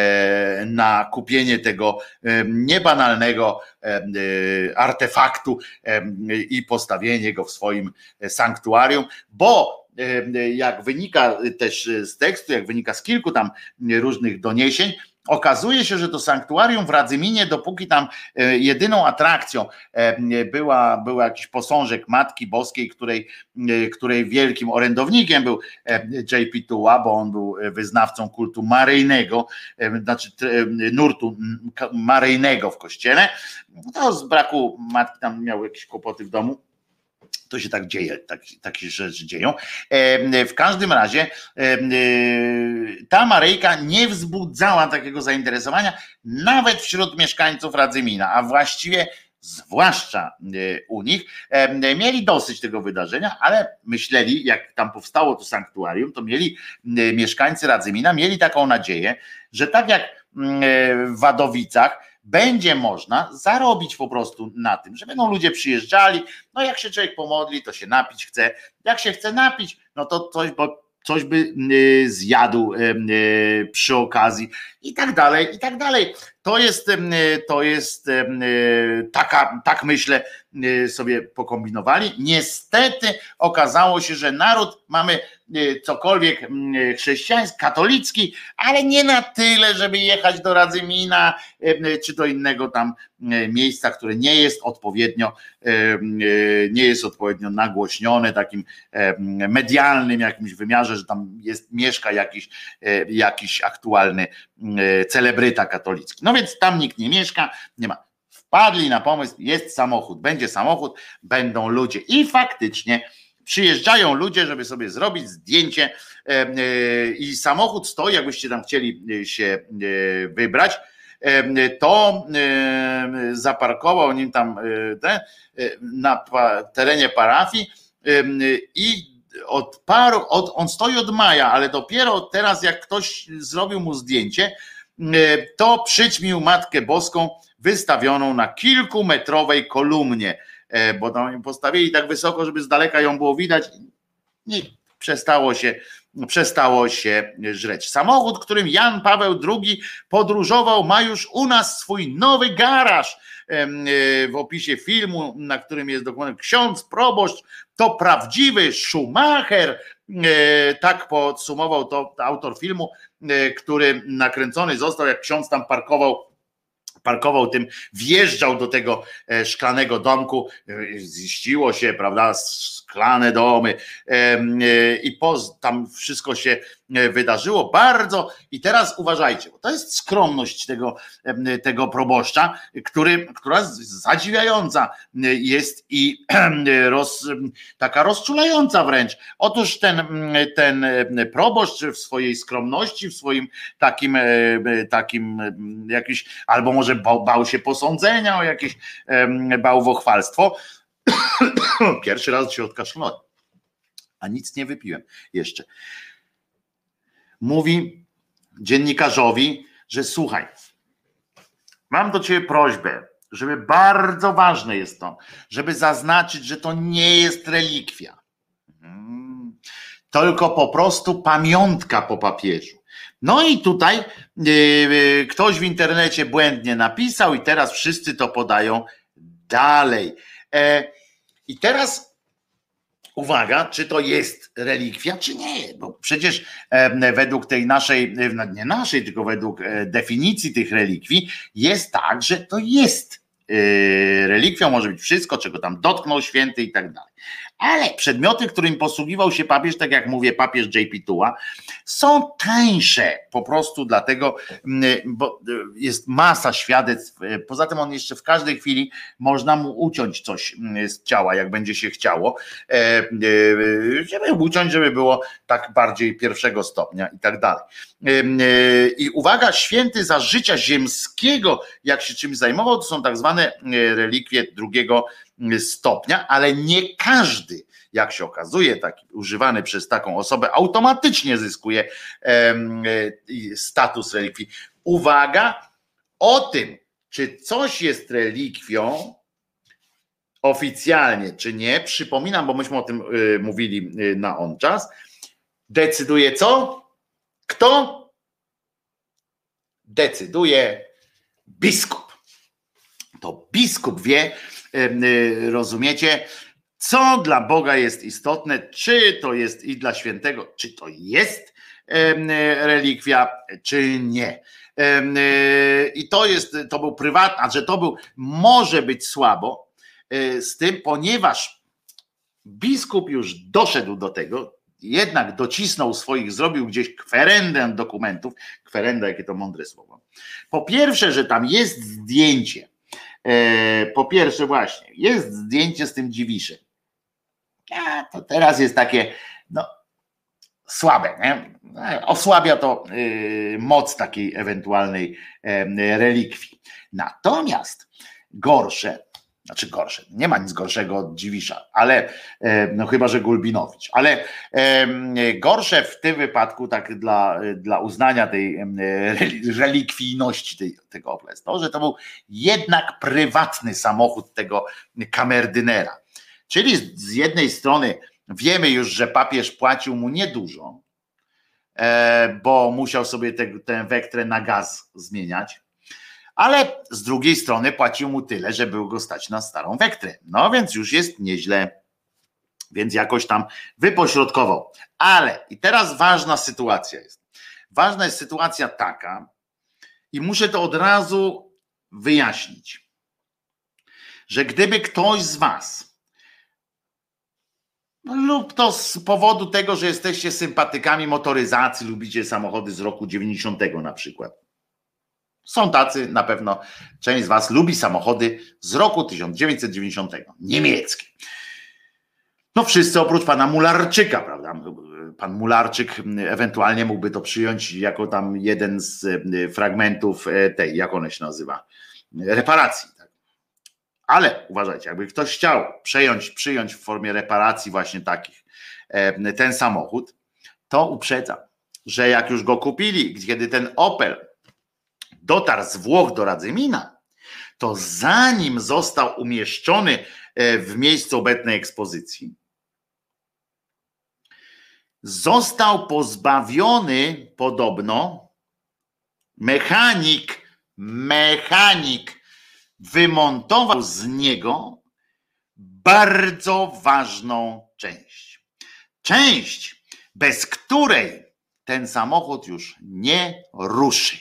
na kupienie tego niebanalnego artefaktu i postawienie go w swoim sanktuarium, bo jak wynika też z tekstu, jak wynika z kilku tam różnych doniesień, okazuje się, że to sanktuarium w Radzyminie, dopóki tam jedyną atrakcją była, był jakiś posążek Matki Boskiej, której, której wielkim orędownikiem był J P dwa, bo on był wyznawcą kultu maryjnego, znaczy nurtu maryjnego w kościele. To z braku matki tam miał jakieś kłopoty w domu. To się tak dzieje, tak, takie rzeczy dzieją. W każdym razie ta Maryjka nie wzbudzała takiego zainteresowania nawet wśród mieszkańców Radzymina, a właściwie zwłaszcza u nich. Mieli dosyć tego wydarzenia, ale myśleli, jak tam powstało to sanktuarium, to mieli mieszkańcy Radzymina, mieli taką nadzieję, że tak jak w Wadowicach będzie można zarobić po prostu na tym, że będą ludzie przyjeżdżali, no jak się człowiek pomodli, to się napić chce, jak się chce napić, no to coś, bo coś by zjadł przy okazji i tak dalej, i tak dalej. To jest, to jest taka, tak myślę, sobie pokombinowali. Niestety okazało się, że naród mamy cokolwiek chrześcijański, katolicki, ale nie na tyle, żeby jechać do Radzymina czy do innego tam miejsca, które nie jest odpowiednio, nie jest odpowiednio nagłośnione takim medialnym jakimś wymiarze, że tam jest, mieszka jakiś, jakiś aktualny celebryta katolicki. No więc tam nikt nie mieszka, nie ma. Wpadli na pomysł, jest samochód, będzie samochód, będą ludzie i faktycznie przyjeżdżają ludzie, żeby sobie zrobić zdjęcie i samochód stoi, jakbyście tam chcieli się wybrać, to zaparkował nim tam na terenie parafii i od paru, od, on stoi od maja, ale dopiero teraz jak ktoś zrobił mu zdjęcie, to przyćmił Matkę Boską wystawioną na kilkumetrowej kolumnie, bo tam ją postawili tak wysoko, żeby z daleka ją było widać i przestało się, przestało się żreć. Samochód, którym Jan Paweł drugi podróżował, ma już u nas swój nowy garaż. W opisie filmu, na którym jest dokument, ksiądz proboszcz to prawdziwy Schumacher, tak podsumował to autor filmu, który nakręcony został, jak ksiądz tam parkował parkował tym, wjeżdżał do tego szklanego domku, ziściło się, prawda, szklane domy i poz, tam wszystko się wydarzyło bardzo i teraz uważajcie, bo to jest skromność tego, tego proboszcza, który, która zadziwiająca jest i roz, taka rozczulająca wręcz. Otóż ten, ten proboszcz w swojej skromności, w swoim takim, takim jakiś, albo może bał, bał się posądzenia o jakieś bałwochwalstwo. Pierwszy raz się odkaszlnąłem, a nic nie wypiłem jeszcze. Mówi dziennikarzowi, że słuchaj, mam do ciebie prośbę, żeby bardzo ważne jest to, żeby zaznaczyć, że to nie jest relikwia, tylko po prostu pamiątka po papieżu. No i tutaj yy, ktoś w internecie błędnie napisał i teraz wszyscy to podają dalej. E, I teraz uwaga, czy to jest relikwia, czy nie, bo przecież e, według tej naszej, nie naszej, tylko według e, definicji tych relikwii jest tak, że to jest e, relikwią, może być wszystko, czego tam dotknął święty i tak dalej. Ale przedmioty, którym posługiwał się papież, tak jak mówię, papież J P Tuła, są tańsze po prostu dlatego, bo jest masa świadectw. Poza tym on jeszcze w każdej chwili można mu uciąć coś z ciała, jak będzie się chciało, żeby uciąć, żeby było tak bardziej pierwszego stopnia i tak dalej. I uwaga, święty za życia ziemskiego, jak się czymś zajmował, to są tak zwane relikwie drugiego stopnia, ale nie każdy, jak się okazuje, taki używany przez taką osobę automatycznie zyskuje status relikwii. Uwaga, o tym, czy coś jest relikwią oficjalnie, czy nie, przypominam, bo myśmy o tym mówili na On Czas, decyduje co? Kto? Decyduje biskup. To biskup wie, rozumiecie, co dla Boga jest istotne, czy to jest i dla świętego, czy to jest relikwia, czy nie. I to jest, to był prywatny, że to był, może być słabo z tym, ponieważ biskup już doszedł do tego, jednak docisnął swoich, zrobił gdzieś kwerendę dokumentów, kwerenda, jakie to mądre słowo. Po pierwsze, że tam jest zdjęcie, po pierwsze właśnie, jest zdjęcie z tym dziwiszem. A to teraz jest takie, no, słabe, nie? Osłabia to y, moc takiej ewentualnej y, relikwii. Natomiast gorsze, znaczy gorsze, nie ma nic gorszego od dziwisza, ale, y, no chyba, że Gulbinowicz, ale y, gorsze w tym wypadku, tak dla, y, dla uznania tej y, relikwijności tej, tego obla jest to, że to był jednak prywatny samochód tego kamerdynera. Czyli z jednej strony wiemy już, że papież płacił mu niedużo, bo musiał sobie te, tę Vectrę na gaz zmieniać, ale z drugiej strony płacił mu tyle, że było go stać na starą Vectrę. No więc już jest nieźle, więc jakoś tam wypośrodkował. Ale i teraz ważna sytuacja jest. Ważna jest sytuacja taka i muszę to od razu wyjaśnić, że gdyby ktoś z was lub to z powodu tego, że jesteście sympatykami motoryzacji, lubicie samochody z roku dziewięćdziesiątego na przykład. Są tacy, na pewno część z was lubi samochody z roku tysiąc dziewięćset dziewięćdziesiątego, niemieckie. No wszyscy oprócz pana Mularczyka, prawda? Pan Mularczyk ewentualnie mógłby to przyjąć jako tam jeden z fragmentów tej, jak ona się nazywa, reparacji. Tak? Ale uważajcie, jakby ktoś chciał przejąć, przyjąć w formie reparacji właśnie takich ten samochód, to uprzedzam, że jak już go kupili, kiedy ten Opel dotarł z Włoch do Radzymina, to zanim został umieszczony w miejscu obecnej ekspozycji, został pozbawiony podobno mechanik, mechanik wymontował z niego bardzo ważną część. Część, bez której ten samochód już nie ruszy.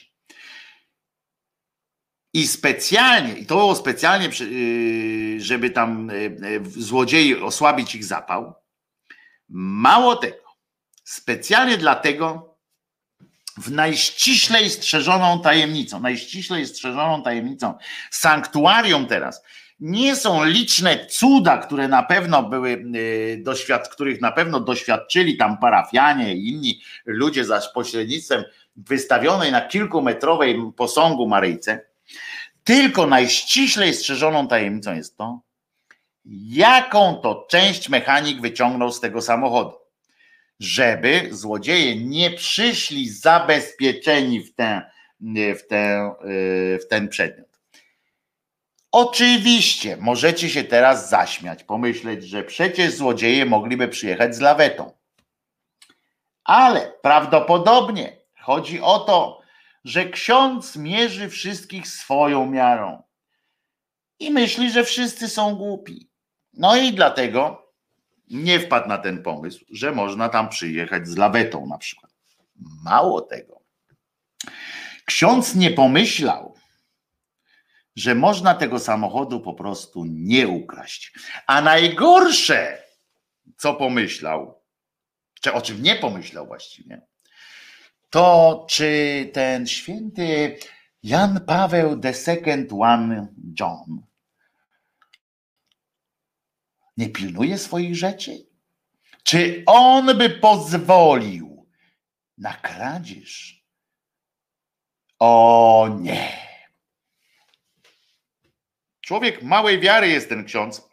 I specjalnie, i to było specjalnie, żeby tam złodziei osłabić ich zapał. Mało tego, specjalnie dlatego w najściślej strzeżoną tajemnicą, najściślej strzeżoną tajemnicą, sanktuarium teraz, nie są liczne cuda, które na pewno były, doświad, których na pewno doświadczyli tam parafianie i inni ludzie za pośrednictwem wystawionej na kilkumetrowej posągu Maryjce, tylko najściślej strzeżoną tajemnicą jest to, jaką to część mechanik wyciągnął z tego samochodu, żeby złodzieje nie przyszli zabezpieczeni w ten, w ten, w ten przedmiot. Oczywiście możecie się teraz zaśmiać, pomyśleć, że przecież złodzieje mogliby przyjechać z lawetą. Ale prawdopodobnie chodzi o to, że ksiądz mierzy wszystkich swoją miarą i myśli, że wszyscy są głupi. No i dlatego nie wpadł na ten pomysł, że można tam przyjechać z lawetą na przykład. Mało tego. Ksiądz nie pomyślał, że można tego samochodu po prostu nie ukraść. A najgorsze, co pomyślał, czy o czym nie pomyślał właściwie, to czy ten święty Jan Paweł the Second One John nie pilnuje swoich rzeczy? Czy on by pozwolił na kradzież? O nie. Człowiek małej wiary jest ten ksiądz.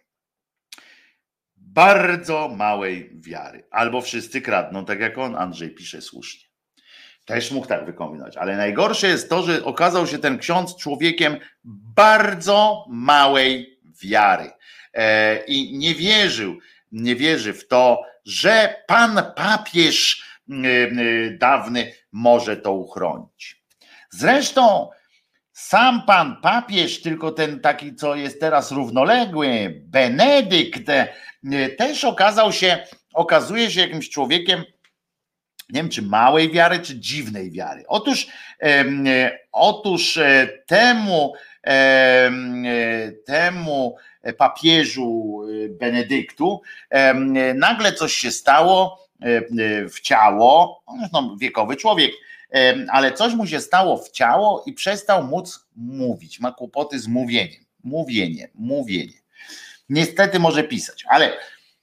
Bardzo małej wiary. Albo wszyscy kradną, tak jak on, Andrzej pisze słusznie. Też mógł tak wykombinować. Ale najgorsze jest to, że okazał się ten ksiądz człowiekiem bardzo małej wiary. E, I nie wierzył, nie wierzy w to, że pan papież e, e, dawny może to uchronić. Zresztą sam pan papież, tylko ten taki, co jest teraz równoległy, Benedykt, e, też okazał się, okazuje się jakimś człowiekiem, nie wiem, czy małej wiary, czy dziwnej wiary. Otóż, e, otóż e, temu, e, temu papieżu Benedyktu e, nagle coś się stało e, w ciało, no, wiekowy człowiek, e, ale coś mu się stało w ciało i przestał móc mówić. Ma kłopoty z mówieniem. Mówienie, mówienie. Niestety może pisać, ale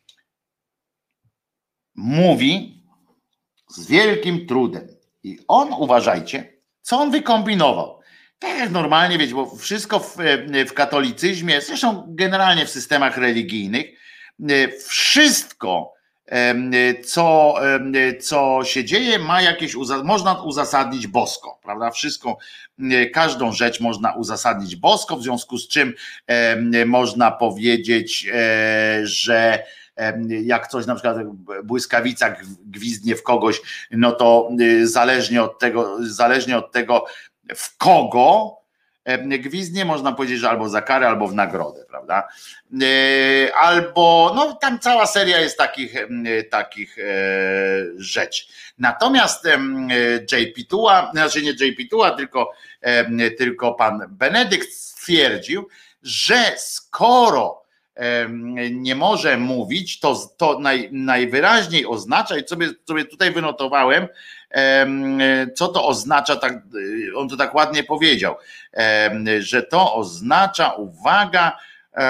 mówi z wielkim trudem. I on, uważajcie, co on wykombinował. Tak jak normalnie, wiecie, bo wszystko w, w katolicyzmie, zresztą generalnie w systemach religijnych, wszystko, co, co się dzieje, ma jakieś, można uzasadnić bosko, prawda? Wszystko, każdą rzecz można uzasadnić bosko, w związku z czym można powiedzieć, że jak coś na przykład błyskawica gwizdnie w kogoś, no to zależnie od tego, zależnie od tego w kogo gwizdnie, można powiedzieć, że albo za karę, albo w nagrodę, prawda? Albo, no tam cała seria jest takich, takich rzeczy. Natomiast J P Tuła, znaczy nie J P Tuła, tylko, tylko pan Benedykt stwierdził, że skoro nie może mówić, to, to naj, najwyraźniej oznacza, i sobie, sobie tutaj wynotowałem, co to oznacza, tak, on to tak ładnie powiedział, że to oznacza, uwaga,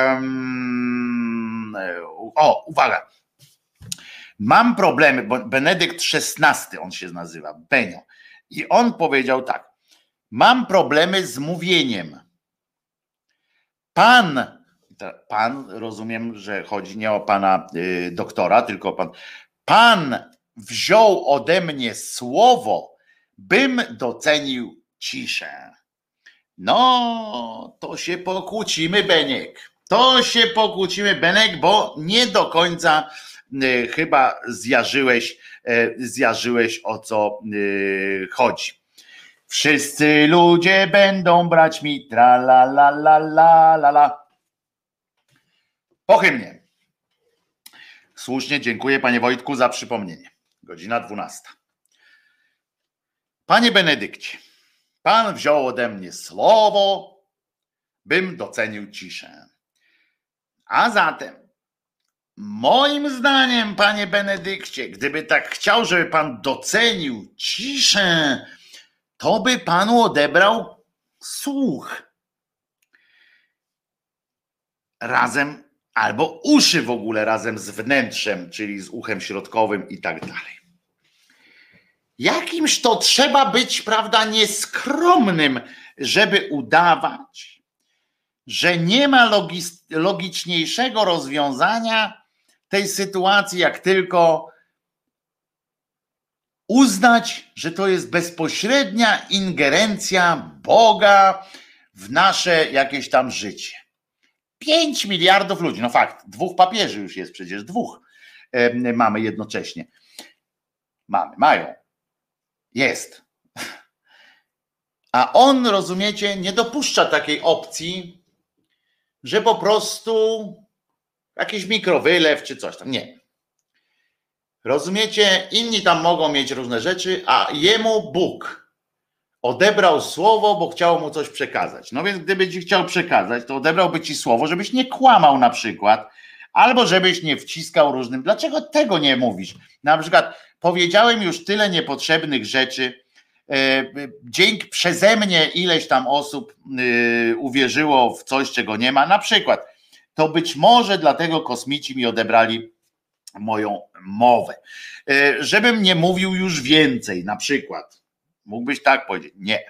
o, uwaga, mam problemy, bo Benedykt szesnasty on się nazywa, Benio, i on powiedział tak, mam problemy z mówieniem. Pan, pan, rozumiem, że chodzi nie o pana y, doktora, tylko o pan, pan wziął ode mnie słowo, bym docenił ciszę. No, to się pokłócimy, Beniek. To się pokłócimy, Benek, bo nie do końca y, chyba zjarzyłeś, y, zjarzyłeś o co y, chodzi. Wszyscy ludzie będą brać mi tra la la la la la la. Po hymnie. Słusznie, dziękuję panie Wojtku za przypomnienie. Godzina dwunasta. Panie Benedykcie, pan wziął ode mnie słowo, bym docenił ciszę. A zatem, moim zdaniem, panie Benedykcie, gdyby tak chciał, żeby pan docenił ciszę, to by panu odebrał słuch. Razem, albo uszy w ogóle razem z wnętrzem, czyli z uchem środkowym i tak dalej. Jakimś to trzeba być, prawda, nieskromnym, żeby udawać, że nie ma logis- logiczniejszego rozwiązania tej sytuacji, jak tylko uznać, że to jest bezpośrednia ingerencja Boga w nasze jakieś tam życie. Pięć miliardów ludzi, no fakt, dwóch papieży już jest przecież, dwóch e, mamy jednocześnie. Mamy, mają. Jest. A on, rozumiecie, nie dopuszcza takiej opcji, że po prostu jakiś mikrowylew czy coś tam. Nie. Rozumiecie, inni tam mogą mieć różne rzeczy, a jemu Bóg odebrał słowo, bo chciał mu coś przekazać. No więc gdyby ci chciał przekazać, to odebrałby ci słowo, żebyś nie kłamał na przykład, albo żebyś nie wciskał różnym. Dlaczego tego nie mówisz? Na przykład powiedziałem już tyle niepotrzebnych rzeczy, dzięki przeze mnie ileś tam osób uwierzyło w coś, czego nie ma, na przykład, to być może dlatego kosmici mi odebrali moją mowę. Żebym nie mówił już więcej, na przykład. Mógłbyś tak powiedzieć? Nie.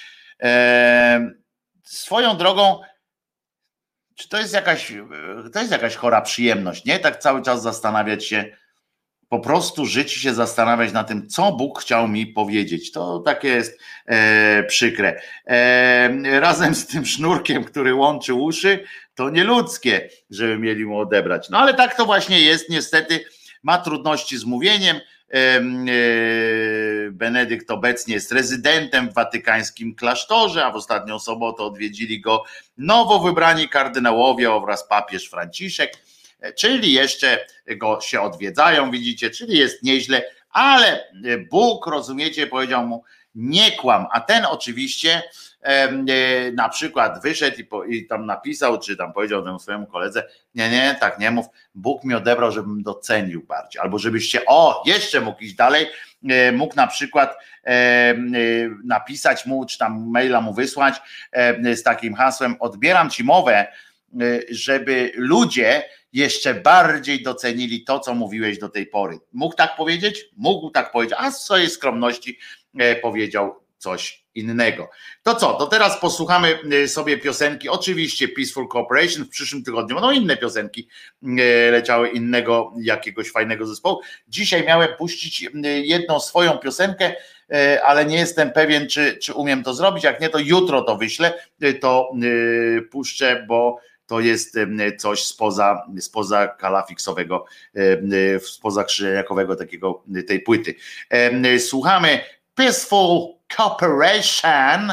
Swoją drogą, czy to jest jakaś, to jest jakaś chora przyjemność, nie? Tak cały czas zastanawiać się, po prostu żyć i się zastanawiać na tym, co Bóg chciał mi powiedzieć. To takie jest e, przykre. E, razem z tym sznurkiem, który łączy uszy, to nieludzkie, żeby mieli mu odebrać. No ale tak to właśnie jest, niestety ma trudności z mówieniem. E, e, Benedykt obecnie jest rezydentem w watykańskim klasztorze, a w ostatnią sobotę odwiedzili go nowo wybrani kardynałowie oraz papież Franciszek. Czyli jeszcze go się odwiedzają, widzicie, czyli jest nieźle, ale Bóg, rozumiecie, powiedział mu nie kłam, a ten oczywiście e, na przykład wyszedł i, po, i tam napisał, czy tam powiedział temu swojemu koledze, nie, nie, tak nie mów, Bóg mi odebrał, żebym docenił bardziej, albo żebyście, o, jeszcze mógł iść dalej, e, mógł na przykład e, e, napisać mu, czy tam maila mu wysłać e, z takim hasłem, odbieram ci mowę, e, żeby ludzie jeszcze bardziej docenili to, co mówiłeś do tej pory. Mógł tak powiedzieć? Mógł tak powiedzieć, a z swojej skromności powiedział coś innego. To co? To teraz posłuchamy sobie piosenki, oczywiście Peaceful Cooperation, w przyszłym tygodniu będą inne piosenki leciały innego jakiegoś fajnego zespołu. Dzisiaj miałem puścić jedną swoją piosenkę, ale nie jestem pewien, czy, czy umiem to zrobić, jak nie, to jutro to wyślę, to puszczę, bo to jest coś spoza, spoza kalafiksowego, spoza krzyżeniakowego takiego, tej płyty. Słuchamy Peaceful Cooperation.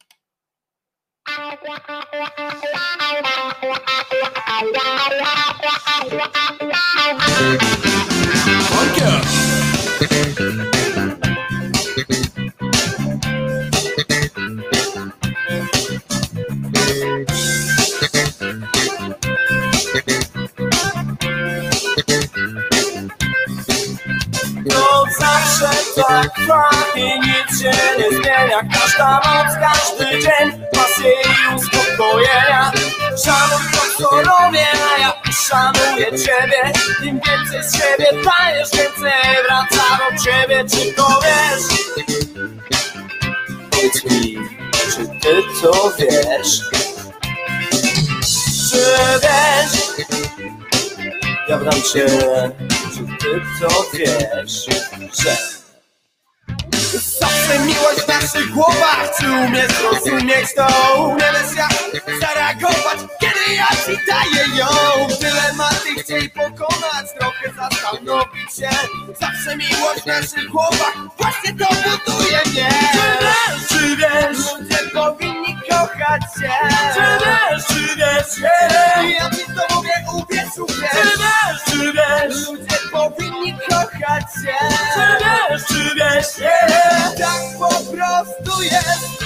To zawsze tak trwa i nic się nie zmienia. Każda noc, każdy dzień pasje i uspokojenia. Szanuj to, co robię, a ja szanuję ciebie. Im więcej z siebie dajesz, więcej wraca do ciebie. Czy to wiesz? Powiedz mi, czy ty to wiesz? Czy wiesz? Ja pytam cię, czy ty to wiesz, że zawsze miłość w naszych głowach. Czy umiesz zrozumieć to? Umiesz jak zareagować, kiedy ja ci daję ją? Dylematy chciej pokonać, trochę zastanowić się. Zawsze miłość w naszych głowach, właśnie to buduje mnie. Czy wiesz, czy wiesz, ludzie powinni kochać się? Czy wiesz, czy wiesz, yeah. Ja ci to mówię, uwierz, uwierz. Czy wiesz, czy wiesz, ludzie powinni kochać się? Czy wiesz, czy wiesz, yeah. Tak po prostu jest.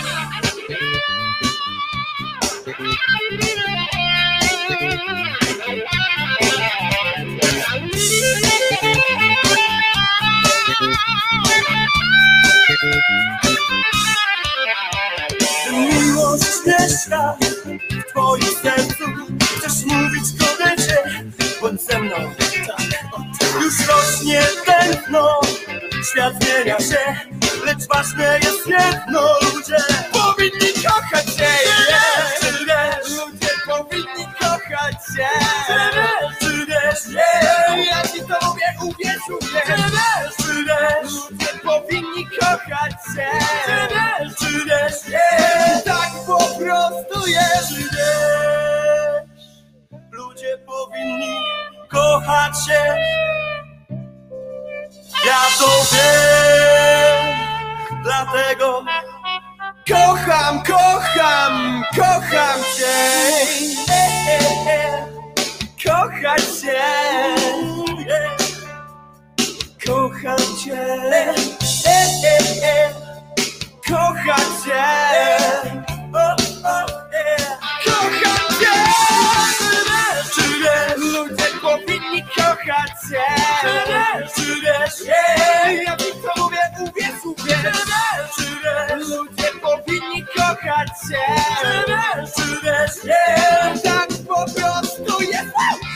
Miłość mieszka w twoim sercu. Chcesz mówić kobiecie, bądź ze mną, tak. Już rośnie tętno, świat zmienia się, lecz ważne jest jedno, ludzie powinni kochać się. Yeah. Czy wiesz, ludzie powinni kochać się. Czy wiesz, czy wiesz, yeah. Ja ci to mówię, uwierz, uwierz. Czy wiesz, czy wiesz, ludzie powinni kochać się. Czy wiesz, czy wiesz, yeah. Tak po prostu jest. Czy wiesz, ludzie powinni kochać się. Ja to wiem, dlatego kocham, kocham, kocham cię. E, e, e. Kochać cię, e. Kocham cię, e, e, e. Kocham cię, o, o, e. Kocham cię. Czy wiesz, ludzie powinni kochać się. Czy wiesz, czy wiesz, yeah. Ja ci to mówię, uwierz, uwierz. Czy wiesz, ludzie powinni kochać się. Czy wiesz, czy wiesz, yeah. Tak po prostu jest.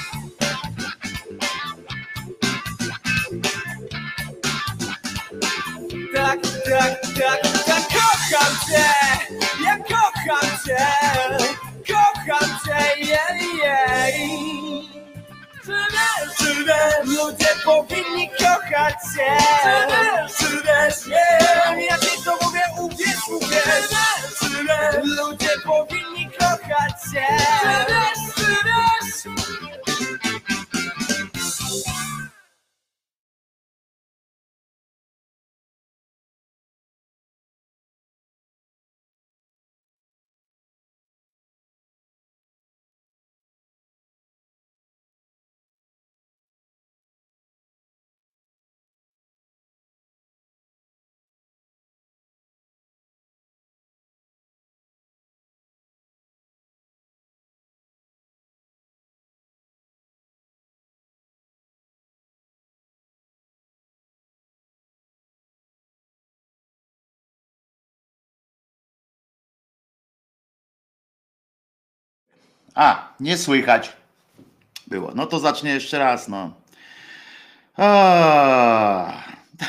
Tak, tak, tak, tak, kocham cię. Ja kocham cię. Kocham cię, jej, jej. Czy wiesz, czy wiesz, ludzie powinni kochać się. Czy wiesz, czy wiesz, yeah. Ja ci to mówię, uwierz, uwierz. Czy wiesz, ludzie powinni kochać się. Czy wiesz, czy wiesz. A, nie słychać było. No to zacznę jeszcze raz, no. A.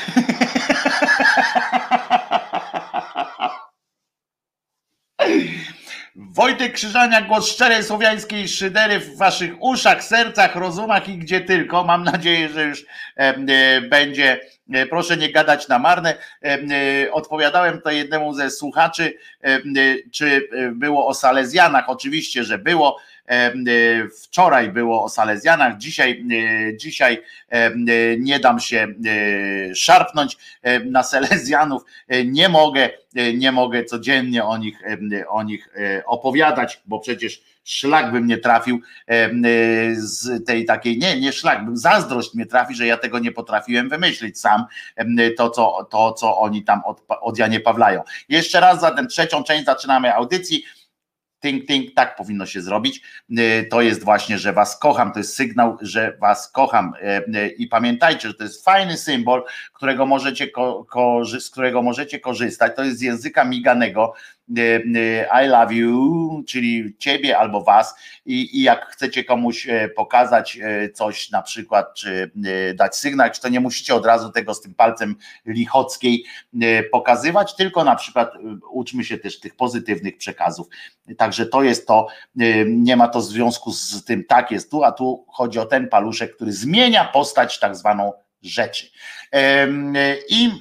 Wojtek Krzyżania, głos szczerej słowiańskiej szydery w waszych uszach, sercach, rozumach i gdzie tylko. Mam nadzieję, że już e, e, będzie proszę nie gadać na marne. Odpowiadałem to jednemu ze słuchaczy, czy było o Salezjanach. Oczywiście, że było. Wczoraj było o Salezjanach, dzisiaj, dzisiaj nie dam się szarpnąć na Salezjanów, nie mogę, nie mogę codziennie o nich, o nich opowiadać, bo przecież szlak by mnie trafił z tej takiej, nie, nie szlak, zazdrość mnie trafi, że ja tego nie potrafiłem wymyślić sam, to co, to, co oni tam od, od Janie Pawlają. Jeszcze raz zatem trzecią część zaczynamy audycji. Think, think, tak powinno się zrobić. To jest właśnie, że was kocham, to jest sygnał, że was kocham i pamiętajcie, że to jest fajny symbol, którego możecie, z którego możecie korzystać, to jest z języka miganego, I love you, czyli ciebie albo was i, i jak chcecie komuś pokazać coś na przykład, czy dać sygnał, to nie musicie od razu tego z tym palcem Lichockiej pokazywać, tylko na przykład uczmy się też tych pozytywnych przekazów. Także to jest to, nie ma to związku z tym tak jest tu, a tu chodzi o ten paluszek, który zmienia postać tak zwaną rzeczy. I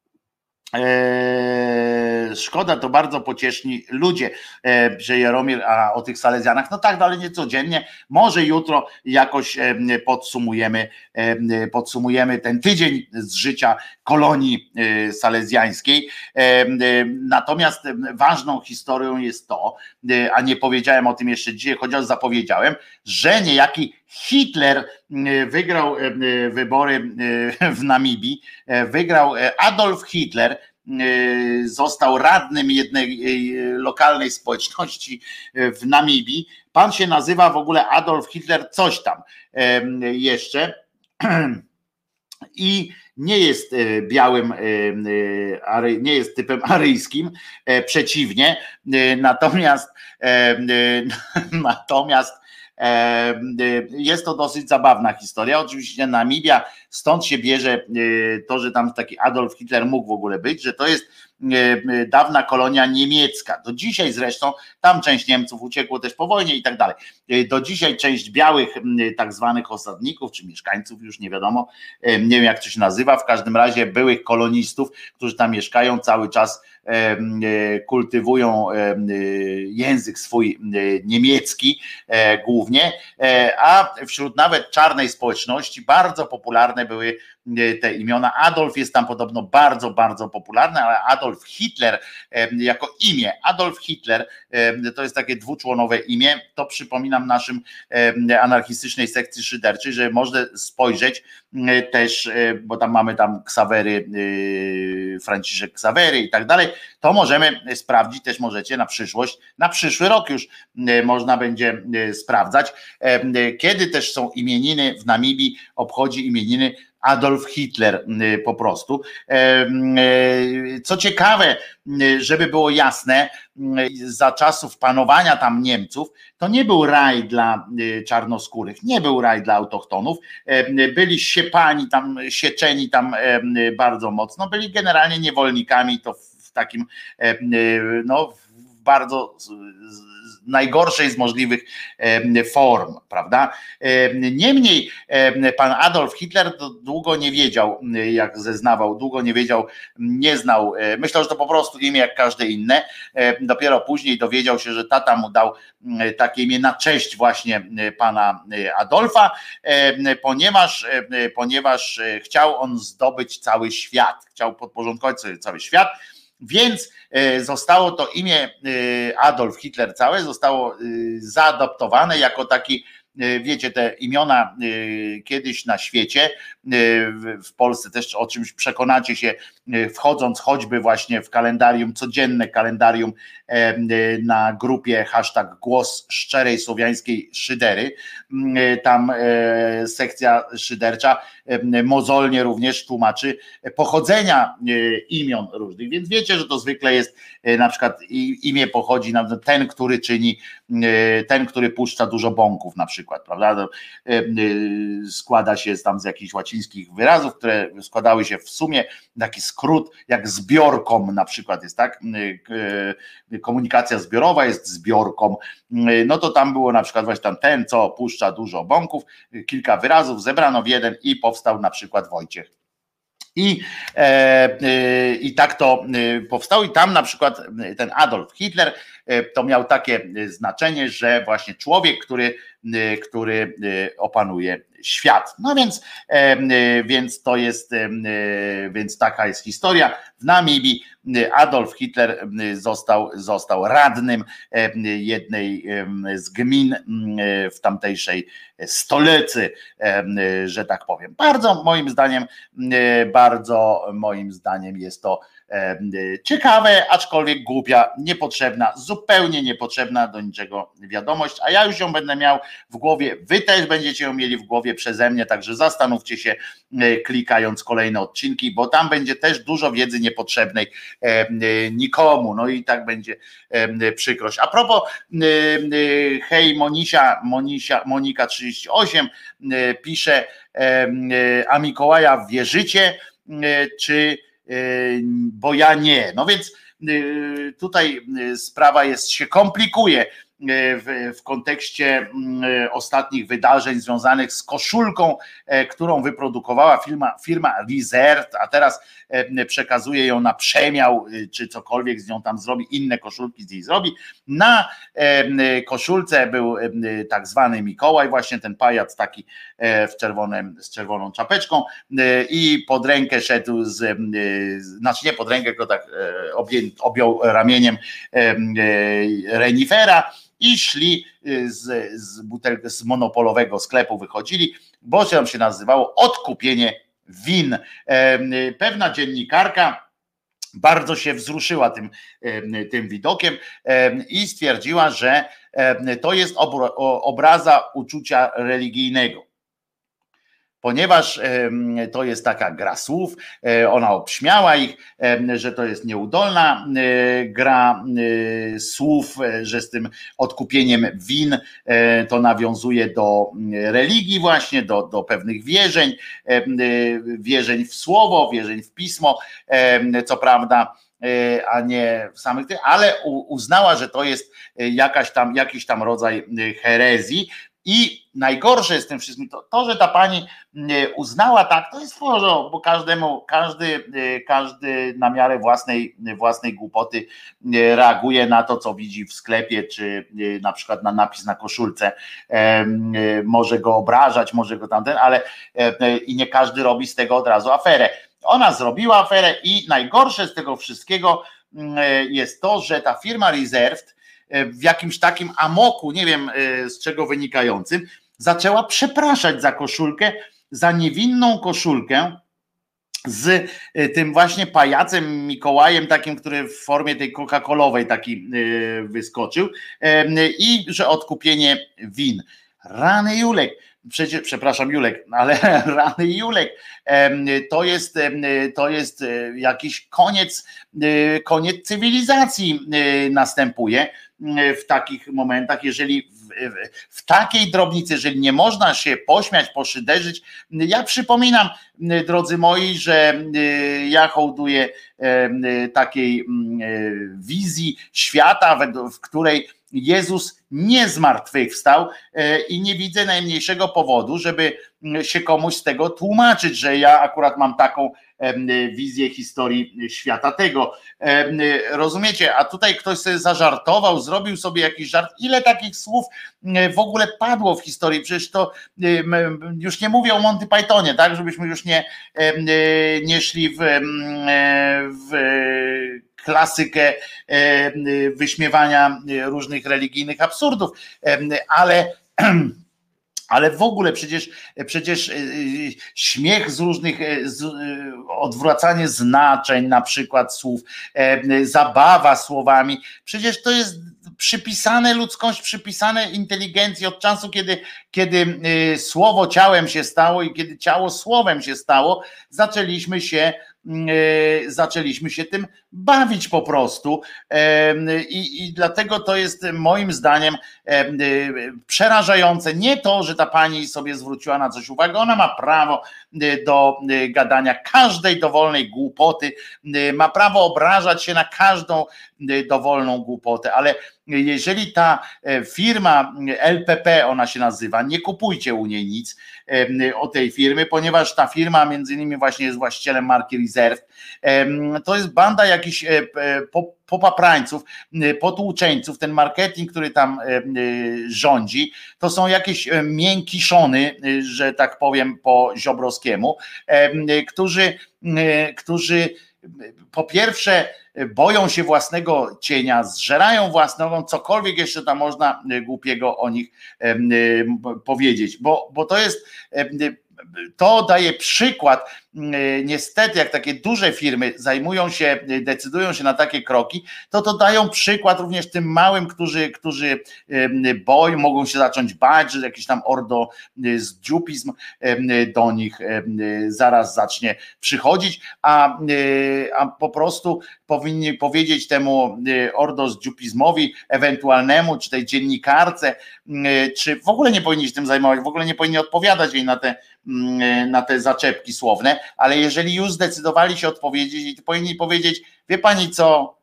Eee, szkoda, to bardzo pocieszni ludzie, eee, że Jaromir, a o tych Salezjanach, no tak, no ale nie codziennie, może jutro jakoś e, podsumujemy, e, podsumujemy ten tydzień z życia kolonii e, salezjańskiej, e, e, natomiast ważną historią jest to, e, a nie powiedziałem o tym jeszcze dzisiaj, chociaż zapowiedziałem, że niejaki Hitler wygrał wybory w Namibii, wygrał Adolf Hitler, został radnym jednej lokalnej społeczności w Namibii. Pan się nazywa w ogóle Adolf Hitler coś tam jeszcze i nie jest białym, nie jest typem aryjskim, przeciwnie, natomiast natomiast jest to dosyć zabawna historia. Oczywiście Namibia, stąd się bierze to, że tam taki Adolf Hitler mógł w ogóle być, że to jest dawna kolonia niemiecka. Do dzisiaj zresztą tam część Niemców uciekło też po wojnie i tak dalej. Do dzisiaj część białych tak zwanych osadników czy mieszkańców, już nie wiadomo, nie wiem jak to się nazywa, w każdym razie byłych kolonistów, którzy tam mieszkają, cały czas kultywują język swój niemiecki głównie, a wśród nawet czarnej społeczności bardzo popularne były te imiona. Adolf jest tam podobno bardzo, bardzo popularny, ale Adolf Hitler jako imię, Adolf Hitler to jest takie dwuczłonowe imię, to przypominam naszym anarchistycznej sekcji szyderczej, że można spojrzeć też, bo tam mamy tam Ksawery, Franciszek Ksawery i tak dalej, to możemy sprawdzić, też możecie na przyszłość, na przyszły rok już można będzie sprawdzać, kiedy też są imieniny w Namibii, obchodzi imieniny Adolf Hitler po prostu. Co ciekawe, żeby było jasne, za czasów panowania tam Niemców to nie był raj dla czarnoskórych, nie był raj dla autochtonów, byli siepani tam, sieczeni tam bardzo mocno, byli generalnie niewolnikami, to w takim no w bardzo najgorszej z możliwych form, prawda? Niemniej pan Adolf Hitler długo nie wiedział, jak zeznawał, długo nie wiedział, nie znał, myślał, że to po prostu imię jak każde inne, dopiero później dowiedział się, że tata mu dał takie imię na cześć właśnie pana Adolfa, ponieważ, ponieważ chciał on zdobyć cały świat, chciał podporządkować sobie cały świat, więc zostało to imię Adolf Hitler całe, zostało zaadoptowane jako taki, wiecie, te imiona kiedyś na świecie, w Polsce też o czymś przekonacie się, wchodząc choćby właśnie w kalendarium, codzienne kalendarium na grupie hashtag Głos Szczerej Słowiańskiej Szydery, tam sekcja szydercza mozolnie również tłumaczy pochodzenia imion różnych, więc wiecie, że to zwykle jest na przykład imię pochodzi na ten, który czyni, ten, który puszcza dużo bąków na przykład, prawda? Składa się tam z jakichś łacińskich wyrazów, które składały się w sumie taki skrót, jak zbiorkom na przykład jest, tak? Komunikacja zbiorowa jest zbiorką, no to tam było na przykład właśnie tam ten, co puszcza dużo bąków, kilka wyrazów zebrano w jeden i powstał na przykład Wojciech I, e, I tak to powstało i tam na przykład ten Adolf Hitler to miał takie znaczenie, że właśnie człowiek, który, który opanuje świat. No więc, więc to jest, więc taka jest historia. W Namibii Adolf Hitler został, został radnym jednej z gmin w tamtejszej stolicy, że tak powiem. Bardzo moim zdaniem, bardzo moim zdaniem jest to ciekawe, aczkolwiek głupia, niepotrzebna, zupełnie niepotrzebna do niczego wiadomość, a ja już ją będę miał w głowie, wy też będziecie ją mieli w głowie przeze mnie, także zastanówcie się klikając kolejne odcinki, bo tam będzie też dużo wiedzy niepotrzebnej nikomu, no i tak będzie przykrość. A propos, hej Monisia, Monisia Monika trzydzieści osiem pisze, a Mikołaja wierzycie, czy bo ja nie. No więc tutaj sprawa jest, się komplikuje w, w kontekście ostatnich wydarzeń związanych z koszulką, którą wyprodukowała firma, firma Reserved, a teraz przekazuje ją na przemiał, czy cokolwiek z nią tam zrobi, inne koszulki z niej zrobi. Na koszulce był tak zwany Mikołaj, właśnie ten pajac taki w czerwonym, z czerwoną czapeczką i pod rękę szedł z, znaczy nie pod rękę, tylko tak objął ramieniem renifera i szli z, z butelki, z monopolowego sklepu wychodzili, bo się tam się nazywało odkupienie win. Pewna dziennikarka bardzo się wzruszyła tym, tym widokiem i stwierdziła, że to jest obraza uczucia religijnego. Ponieważ to jest taka gra słów, ona obśmiała ich, że to jest nieudolna gra słów, że z tym odkupieniem win to nawiązuje do religii właśnie, do, do pewnych wierzeń, wierzeń w słowo, wierzeń w pismo, co prawda, a nie w samych tych, ale uznała, że to jest jakaś tam, jakiś tam rodzaj herezji. I najgorsze jest w tym wszystkim to, to, że ta pani uznała tak, to jest w porządku, bo każdemu, każdy, każdy na miarę własnej, własnej głupoty reaguje na to, co widzi w sklepie, czy na przykład na napis na koszulce. Może go obrażać, może go tamten, ale i nie każdy robi z tego od razu aferę. Ona zrobiła aferę i najgorsze z tego wszystkiego jest to, że ta firma Reserved w jakimś takim amoku, nie wiem z czego wynikającym, zaczęła przepraszać za koszulkę, za niewinną koszulkę z tym właśnie pajacem Mikołajem takim, który w formie tej coca-colowej taki wyskoczył i że odkupienie win. Rany Julek, przecież, przepraszam Julek, ale rany Julek, to jest, to jest jakiś koniec, koniec cywilizacji następuje w takich momentach, jeżeli w, w takiej drobnicy, jeżeli nie można się pośmiać, poszyderzyć. Ja przypominam, drodzy moi, że ja hołduję takiej wizji świata, w której Jezus nie zmartwychwstał i nie widzę najmniejszego powodu, żeby się komuś z tego tłumaczyć, że ja akurat mam taką wizję historii świata tego. Rozumiecie? A tutaj ktoś sobie zażartował, zrobił sobie jakiś żart. Ile takich słów w ogóle padło w historii? Przecież to już nie mówię o Monty Pythonie, tak? Żebyśmy już nie, nie szli w, w klasykę wyśmiewania różnych religijnych absurdów, ale ale w ogóle przecież, przecież śmiech z różnych, z, odwracanie znaczeń na przykład słów, zabawa słowami, przecież to jest przypisane ludzkość, przypisane inteligencji od czasu, kiedy, kiedy słowo ciałem się stało i kiedy ciało słowem się stało, zaczęliśmy się zaczęliśmy się tym bawić po prostu i, i dlatego to jest moim zdaniem przerażające. Nie to, że ta pani sobie zwróciła na coś uwagę, ona ma prawo do gadania każdej dowolnej głupoty, ma prawo obrażać się na każdą dowolną głupotę, ale jeżeli ta firma L P P, ona się nazywa, nie kupujcie u niej nic o tej firmy, ponieważ ta firma między innymi właśnie jest właścicielem marki Reserve. To jest banda jakichś popaprańców, potłuczeńców. Ten marketing, który tam rządzi, to są jakieś miękiszony, że tak powiem po ziobrowskiemu, którzy, którzy po pierwsze boją się własnego cienia, zżerają własną, cokolwiek jeszcze tam można głupiego o nich powiedzieć, bo, bo to jest, to daje przykład, niestety jak takie duże firmy zajmują się, decydują się na takie kroki, to to dają przykład również tym małym, którzy, którzy boją, mogą się zacząć bać, że jakiś tam ordo z dziupizm do nich zaraz zacznie przychodzić, a, a po prostu powinni powiedzieć temu ordo z dziupizmowi ewentualnemu, czy tej dziennikarce, czy w ogóle nie powinni się tym zajmować, w ogóle nie powinni odpowiadać jej na te, na te zaczepki słowne, ale jeżeli już zdecydowali się odpowiedzieć, to powinni powiedzieć, wie pani co,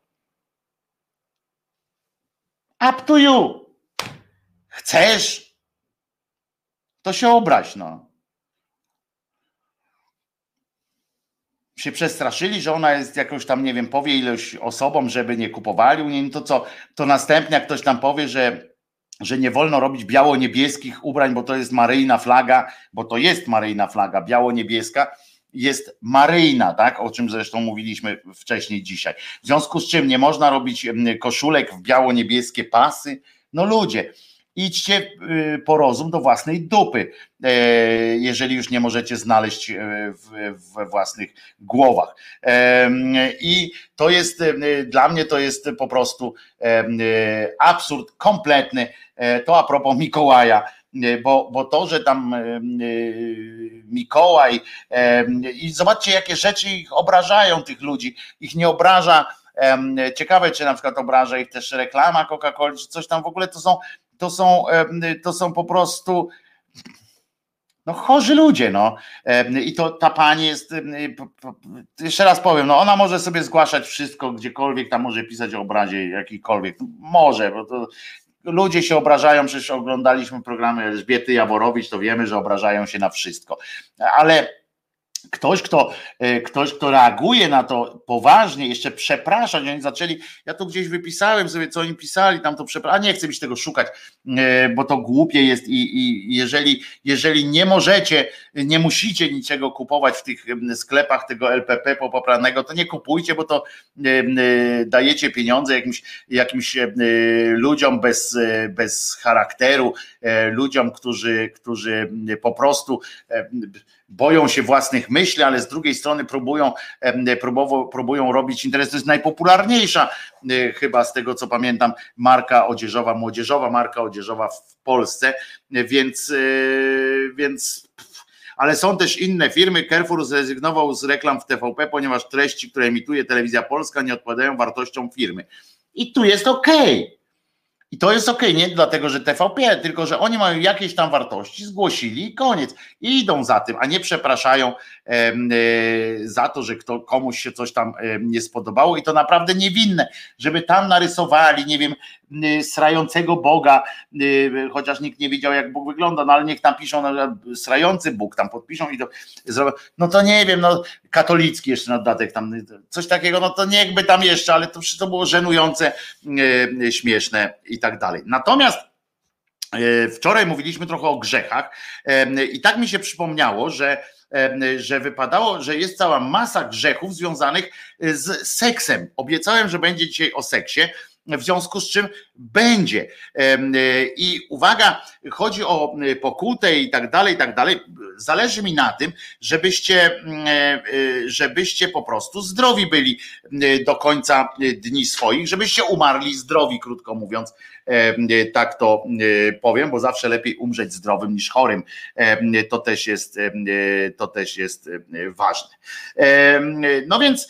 up to you, chcesz, to się obraź, no. Się przestraszyli, że ona jest jakąś tam, nie wiem, powie ilość osobom, żeby nie kupowali u niej, to co, to następnie jak ktoś tam powie, że że nie wolno robić biało-niebieskich ubrań, bo to jest maryjna flaga, bo to jest maryjna flaga, biało-niebieska jest maryjna, tak, o czym zresztą mówiliśmy wcześniej dzisiaj. W związku z czym nie można robić koszulek w biało-niebieskie pasy. No ludzie, idźcie po rozum do własnej dupy, jeżeli już nie możecie znaleźć we własnych głowach. I to jest, dla mnie to jest po prostu absurd kompletny. To a propos Mikołaja, bo, bo to, że tam Mikołaj i zobaczcie, jakie rzeczy ich obrażają, tych ludzi, ich nie obraża. Ciekawe, czy na przykład obraża ich też reklama Coca-Coli, czy coś tam w ogóle, to są To są, to są po prostu no chorzy ludzie, no. I to ta pani jest, jeszcze raz powiem, no ona może sobie zgłaszać wszystko, gdziekolwiek, tam może pisać o obrazie jakikolwiek, może, bo to ludzie się obrażają, przecież oglądaliśmy programy Elżbiety Jaworowicz, to wiemy, że obrażają się na wszystko, ale Ktoś kto, ktoś, kto reaguje na to poważnie, jeszcze przepraszać, oni zaczęli, ja to gdzieś wypisałem sobie, co oni pisali, tam to przepraszam, a nie chcę mi się tego szukać, bo to głupie jest i, i jeżeli, jeżeli nie możecie, nie musicie niczego kupować w tych sklepach tego L P P popopranego, to nie kupujcie, bo to dajecie pieniądze jakimś, jakimś ludziom bez, bez charakteru, ludziom, którzy, którzy po prostu boją się własnych myśli, ale z drugiej strony próbują, próbują, próbują robić interes. To jest najpopularniejsza chyba z tego, co pamiętam, marka odzieżowa, młodzieżowa marka odzieżowa w Polsce, więc, więc ale są też inne firmy. Carrefour zrezygnował z reklam w T V P, ponieważ treści, które emituje Telewizja Polska, nie odpowiadają wartościom firmy. I tu jest okej. Okay. I to jest okej, okay, nie dlatego, że T V P, tylko że oni mają jakieś tam wartości, zgłosili i koniec. I idą za tym, a nie przepraszają e, e, za to, że kto, komuś się coś tam e, nie spodobało i to naprawdę niewinne, żeby tam narysowali, nie wiem, e, srającego Boga, e, chociaż nikt nie wiedział, jak Bóg wygląda, no ale niech tam piszą, no, srający Bóg, tam podpiszą i to zrobią. No to nie wiem, no katolicki jeszcze na dodatek tam, coś takiego, no to niechby tam jeszcze, ale to wszystko było żenujące, e, śmieszne i tak dalej. Natomiast wczoraj mówiliśmy trochę o grzechach i tak mi się przypomniało, że, że wypadało, że jest cała masa grzechów związanych z seksem. Obiecałem, że będzie dzisiaj o seksie, w związku z czym będzie. I uwaga, chodzi o pokutę i tak dalej, i tak dalej. Zależy mi na tym, żebyście, żebyście po prostu zdrowi byli do końca dni swoich, żebyście umarli zdrowi, krótko mówiąc. Tak to powiem, bo zawsze lepiej umrzeć zdrowym niż chorym. To też jest, to też jest ważne. No więc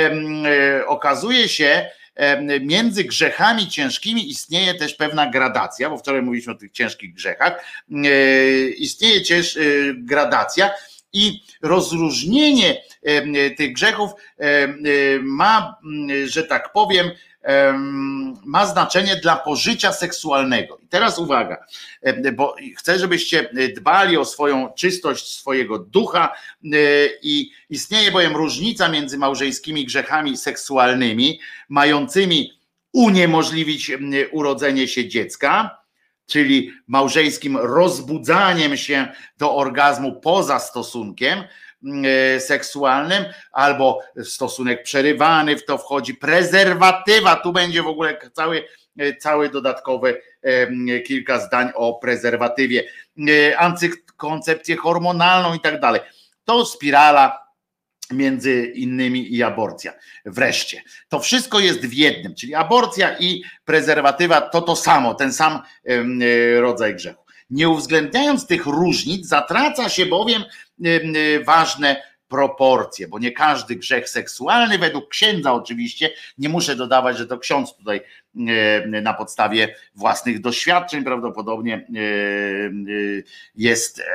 okazuje się, między grzechami ciężkimi istnieje też pewna gradacja, bo wczoraj mówiliśmy o tych ciężkich grzechach, istnieje też gradacja I rozróżnienie tych grzechów ma, że tak powiem, ma znaczenie dla pożycia seksualnego. I teraz uwaga, bo chcę, żebyście dbali o swoją czystość swojego ducha i istnieje bowiem różnica między małżeńskimi grzechami seksualnymi, mającymi uniemożliwić urodzenie się dziecka, czyli małżeńskim rozbudzaniem się do orgazmu poza stosunkiem seksualnym, albo stosunek przerywany, w to wchodzi prezerwatywa, tu będzie w ogóle cały, cały dodatkowe kilka zdań o prezerwatywie, antykoncepcję hormonalną i tak dalej. To spirala między innymi i aborcja. Wreszcie, to wszystko jest w jednym, czyli aborcja i prezerwatywa to to samo, ten sam rodzaj grzechu. Nie uwzględniając tych różnic, zatraca się bowiem ważne proporcje, bo nie każdy grzech seksualny, według księdza oczywiście, nie muszę dodawać, że to ksiądz tutaj na podstawie własnych doświadczeń prawdopodobnie jest,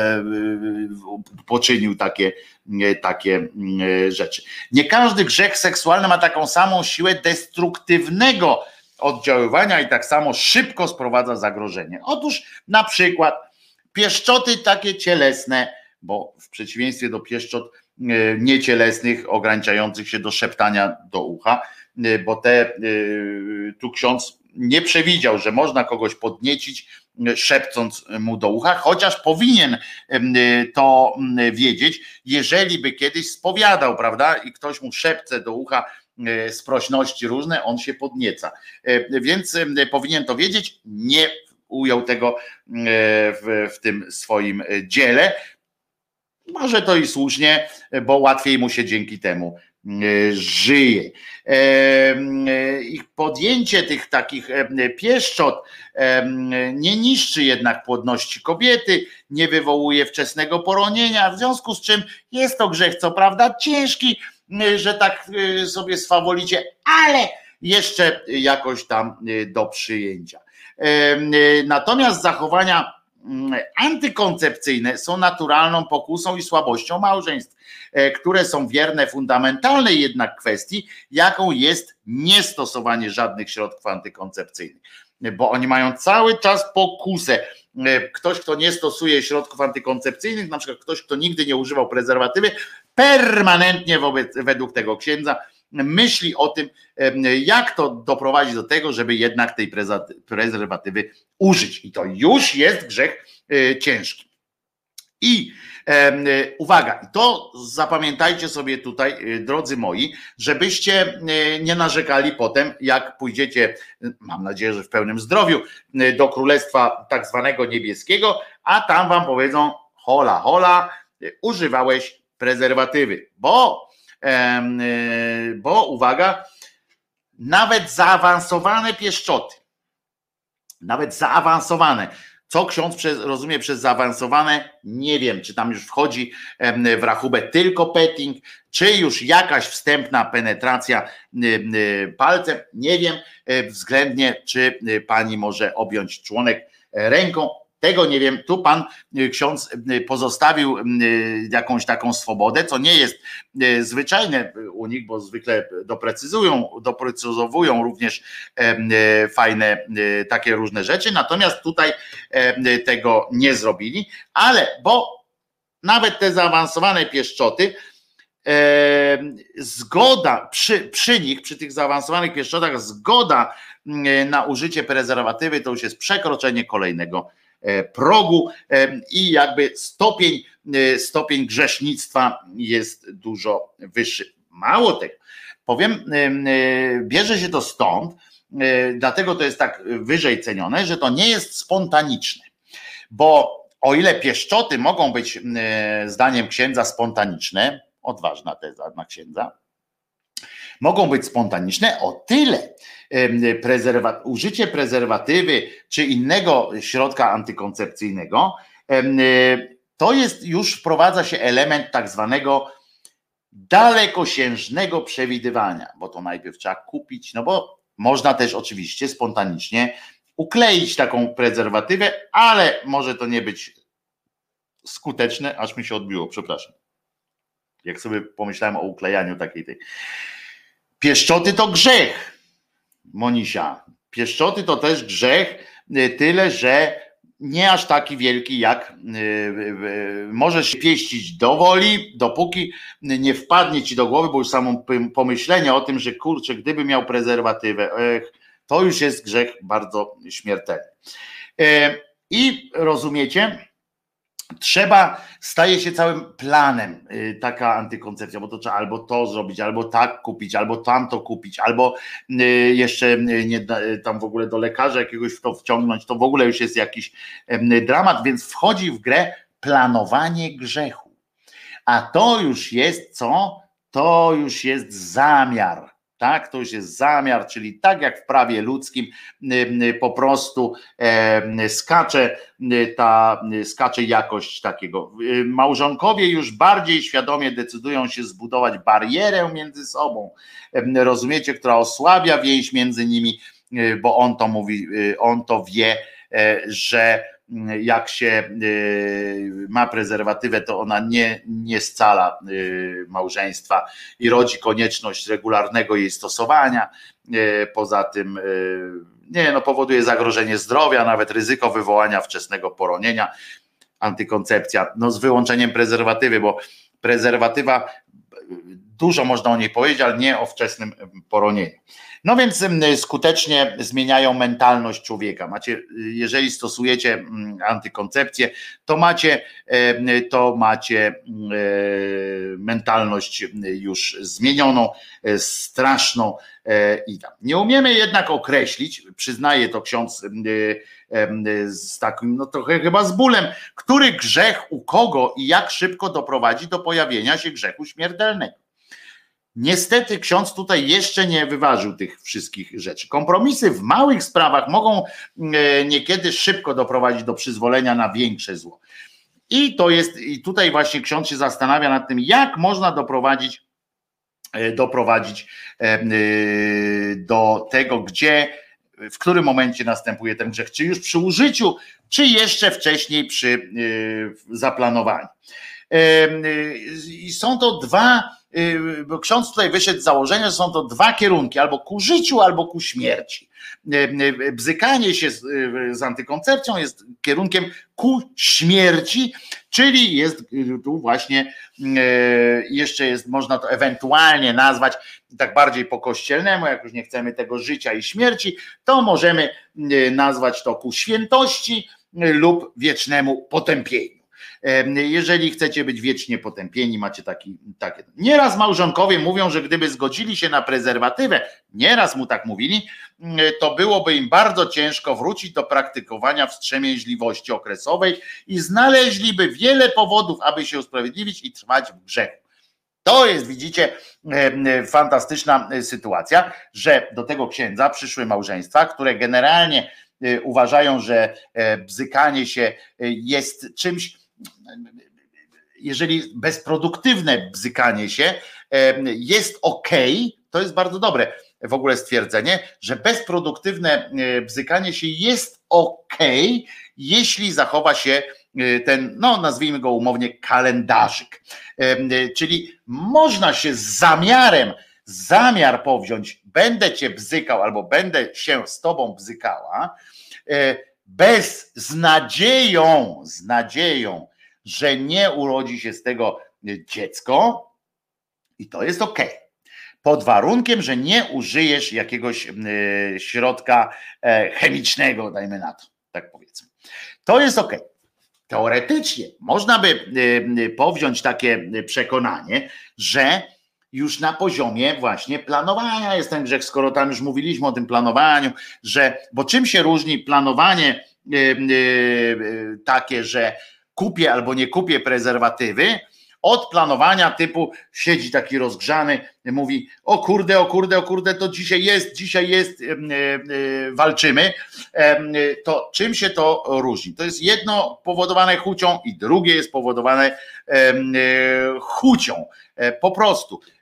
poczynił takie, takie rzeczy. Nie każdy grzech seksualny ma taką samą siłę destruktywnego oddziaływania i tak samo szybko sprowadza zagrożenie. Otóż na przykład pieszczoty takie cielesne, bo w przeciwieństwie do pieszczot niecielesnych ograniczających się do szeptania do ucha, bo te tu ksiądz nie przewidział, że można kogoś podniecić szepcąc mu do ucha, chociaż powinien to wiedzieć, jeżeli by kiedyś spowiadał, prawda, i ktoś mu szepce do ucha sprośności różne, on się podnieca. Więc powinien to wiedzieć, nie ujął tego w, w tym swoim dziele. Może to i słusznie, bo łatwiej mu się dzięki temu żyje. Ich podjęcie tych takich pieszczot nie niszczy jednak płodności kobiety, nie wywołuje wczesnego poronienia, w związku z czym jest to grzech, co prawda ciężki, że tak sobie swawolicie, ale jeszcze jakoś tam do przyjęcia. Natomiast zachowania antykoncepcyjne są naturalną pokusą i słabością małżeństw, które są wierne fundamentalnej jednak kwestii, jaką jest niestosowanie żadnych środków antykoncepcyjnych, bo oni mają cały czas pokusę. Ktoś, kto nie stosuje środków antykoncepcyjnych, na przykład ktoś, kto nigdy nie używał prezerwatywy, permanentnie wobec, według tego księdza myśli o tym, jak to doprowadzić do tego, żeby jednak tej prezerwatywy użyć. I to już jest grzech ciężki. I e, uwaga, to zapamiętajcie sobie tutaj, drodzy moi, żebyście nie narzekali potem, jak pójdziecie, mam nadzieję, że w pełnym zdrowiu, do Królestwa tak zwanego niebieskiego, a tam wam powiedzą: hola, hola, używałeś prezerwatywy, bo, e, bo uwaga, nawet zaawansowane pieszczoty, nawet zaawansowane, co ksiądz przez, rozumie przez zaawansowane, nie wiem, czy tam już wchodzi w rachubę tylko petting, czy już jakaś wstępna penetracja palcem, nie wiem, względnie czy pani może objąć członek ręką, tego nie wiem, tu pan ksiądz pozostawił jakąś taką swobodę, co nie jest zwyczajne u nich, bo zwykle doprecyzują, doprecyzowują również fajne takie różne rzeczy, natomiast tutaj tego nie zrobili, ale bo nawet te zaawansowane pieszczoty, zgoda przy, przy nich, przy tych zaawansowanych pieszczotach, zgoda na użycie prezerwatywy to już jest przekroczenie kolejnego progu i jakby stopień, stopień grzesznictwa jest dużo wyższy. Mało tego, powiem, bierze się to stąd, dlatego to jest tak wyżej cenione, że to nie jest spontaniczne, bo o ile pieszczoty mogą być zdaniem księdza spontaniczne, odważna teza na księdza, mogą być spontaniczne, o tyle prezerwa- użycie prezerwatywy czy innego środka antykoncepcyjnego, to jest, już wprowadza się element tak zwanego dalekosiężnego przewidywania, bo to najpierw trzeba kupić, no bo można też oczywiście spontanicznie ukleić taką prezerwatywę, ale może to nie być skuteczne, aż mi się odbiło, przepraszam. Jak sobie pomyślałem o uklejaniu takiej tej. Pieszczoty to grzech, Monisia. Pieszczoty to też grzech, tyle że nie aż taki wielki, jak możesz się pieścić do woli, dopóki nie wpadnie ci do głowy, bo już samo pomyślenie o tym, że kurczę, gdyby miał prezerwatywę, to już jest grzech bardzo śmiertelny. I rozumiecie, trzeba, staje się całym planem taka antykoncepcja, bo to trzeba albo to zrobić, albo tak kupić, albo tamto kupić, albo jeszcze nie, tam w ogóle do lekarza jakiegoś w to wciągnąć, to w ogóle już jest jakiś dramat, więc wchodzi w grę planowanie grzechu. A to już jest co? To już jest zamiar. Tak, to już jest zamiar, czyli tak jak w prawie ludzkim po prostu skacze ta skacze jakość takiego. Małżonkowie już bardziej świadomie decydują się zbudować barierę między sobą. Rozumiecie, która osłabia więź między nimi, bo on to mówi, on to wie, że jak się ma prezerwatywę, to ona nie, nie scala małżeństwa i rodzi konieczność regularnego jej stosowania. Poza tym nie, no, powoduje zagrożenie zdrowia, nawet ryzyko wywołania wczesnego poronienia. Antykoncepcja, no z wyłączeniem prezerwatywy, bo prezerwatywa, dużo można o niej powiedzieć, ale nie o wczesnym poronieniu. No więc skutecznie zmieniają mentalność człowieka. Macie, jeżeli stosujecie antykoncepcję, to macie, to macie mentalność już zmienioną, straszną i tam. Nie umiemy jednak określić, przyznaje to ksiądz z takim, no trochę chyba z bólem, który grzech u kogo i jak szybko doprowadzi do pojawienia się grzechu śmiertelnego. Niestety ksiądz tutaj jeszcze nie wyważył tych wszystkich rzeczy. Kompromisy w małych sprawach mogą niekiedy szybko doprowadzić do przyzwolenia na większe zło. I to jest, i tutaj właśnie ksiądz się zastanawia nad tym, jak można doprowadzić, doprowadzić do tego, gdzie, w którym momencie następuje ten grzech, czy już przy użyciu, czy jeszcze wcześniej przy zaplanowaniu. I są to dwa, bo ksiądz tutaj wyszedł z założenia, że są to dwa kierunki, albo ku życiu, albo ku śmierci. Bzykanie się z, z antykoncepcją jest kierunkiem ku śmierci, czyli jest tu właśnie jeszcze jest, można to ewentualnie nazwać tak bardziej po kościelnemu, jak już nie chcemy tego życia i śmierci, to możemy nazwać to ku świętości lub wiecznemu potępieniu. Jeżeli chcecie być wiecznie potępieni, macie taki, takie. Nieraz małżonkowie mówią, że gdyby zgodzili się na prezerwatywę, nieraz mu tak mówili, to byłoby im bardzo ciężko wrócić do praktykowania wstrzemięźliwości okresowej i znaleźliby wiele powodów, aby się usprawiedliwić i trwać w grzechu. To jest, widzicie, fantastyczna sytuacja, że do tego księdza przyszły małżeństwa, które generalnie uważają, że bzykanie się jest czymś, jeżeli bezproduktywne bzykanie się jest okej, to jest bardzo dobre w ogóle stwierdzenie, że bezproduktywne bzykanie się jest okej, jeśli zachowa się ten, no nazwijmy go umownie, kalendarzyk. Czyli można się z zamiarem, zamiar powziąć, będę cię bzykał albo będę się z tobą bzykała, bez, z nadzieją, z nadzieją, że nie urodzi się z tego dziecko i to jest okej. Pod warunkiem, że nie użyjesz jakiegoś środka chemicznego, dajmy na to, tak powiedzmy. To jest okej. Teoretycznie można by powziąć takie przekonanie, że już na poziomie właśnie planowania jest ten grzech, skoro tam już mówiliśmy o tym planowaniu, że, bo czym się różni planowanie yy, yy, takie, że kupię albo nie kupię prezerwatywy, od planowania typu siedzi taki rozgrzany, mówi o kurde, o kurde, o kurde, to dzisiaj jest, dzisiaj jest, yy, yy, walczymy, yy, to czym się to różni? To jest jedno powodowane chucią i drugie jest powodowane yy, chucią, yy, po prostu.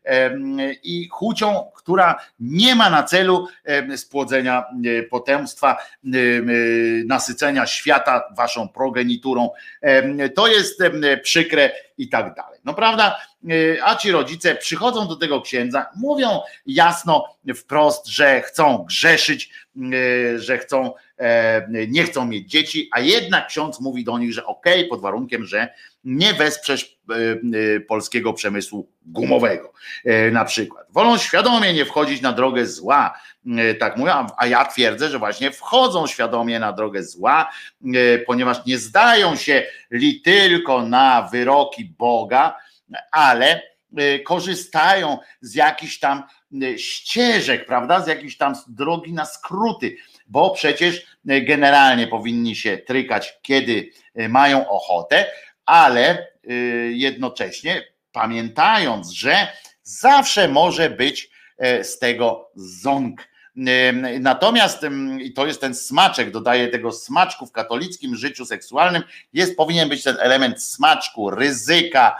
i chucią, która nie ma na celu spłodzenia potomstwa, nasycenia świata waszą progeniturą. To jest przykre i tak dalej. No prawda? A ci rodzice przychodzą do tego księdza, mówią jasno, wprost, że chcą grzeszyć, że chcą, nie chcą mieć dzieci, a jednak ksiądz mówi do nich, że okej, okay, pod warunkiem, że nie wesprzesz polskiego przemysłu gumowego na przykład. Wolą świadomie nie wchodzić na drogę zła, tak mówię, a ja twierdzę, że właśnie wchodzą świadomie na drogę zła, ponieważ nie zdają się li tylko na wyroki Boga, ale korzystają z jakichś tam ścieżek, prawda, z jakichś tam drogi na skróty, bo przecież generalnie powinni się trykać, kiedy mają ochotę, ale jednocześnie pamiętając, że zawsze może być z tego ząg. Natomiast i to jest ten smaczek, dodaję tego smaczku w katolickim życiu seksualnym, jest, powinien być ten element smaczku, ryzyka,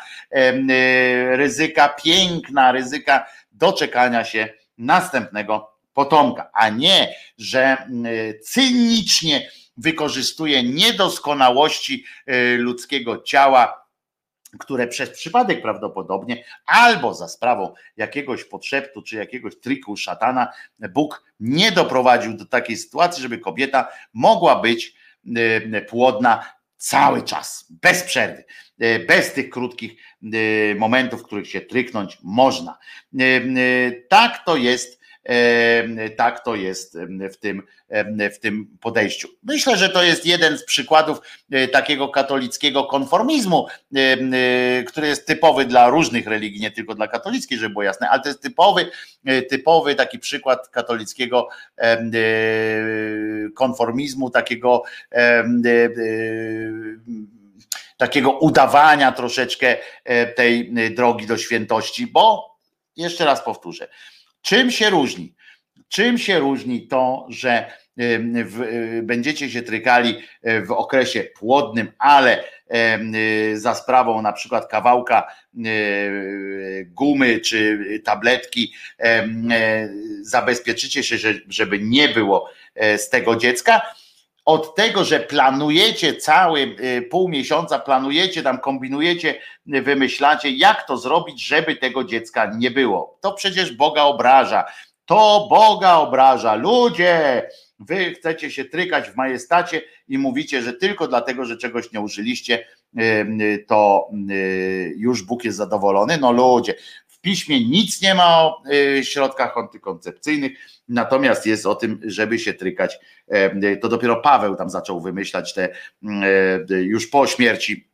ryzyka piękna, ryzyka doczekania się następnego potomka, a nie, że cynicznie wykorzystuje niedoskonałości ludzkiego ciała, które przez przypadek prawdopodobnie albo za sprawą jakiegoś podszeptu czy jakiegoś triku szatana Bóg nie doprowadził do takiej sytuacji, żeby kobieta mogła być płodna cały czas, bez przerwy, bez tych krótkich momentów, w których się tryknąć można. Tak to jest. Tak to jest w tym, w tym podejściu. Myślę, że to jest jeden z przykładów takiego katolickiego konformizmu, który jest typowy dla różnych religii, nie tylko dla katolickiej, żeby było jasne, ale to jest typowy, typowy taki przykład katolickiego konformizmu, takiego takiego udawania troszeczkę tej drogi do świętości, bo jeszcze raz powtórzę, czym się różni? Czym się różni to, że w, będziecie się trykali w okresie płodnym, ale za sprawą na przykład kawałka gumy czy tabletki zabezpieczycie się, żeby nie było z tego dziecka, od tego, że planujecie cały pół miesiąca, planujecie tam, kombinujecie, wymyślacie, jak to zrobić, żeby tego dziecka nie było. To przecież Boga obraża. To Boga obraża. Ludzie, wy chcecie się trykać w majestacie i mówicie, że tylko dlatego, że czegoś nie użyliście, to już Bóg jest zadowolony. No ludzie, w piśmie nic nie ma o środkach antykoncepcyjnych, natomiast jest o tym, żeby się trykać. To dopiero Paweł tam zaczął wymyślać te, już po śmierci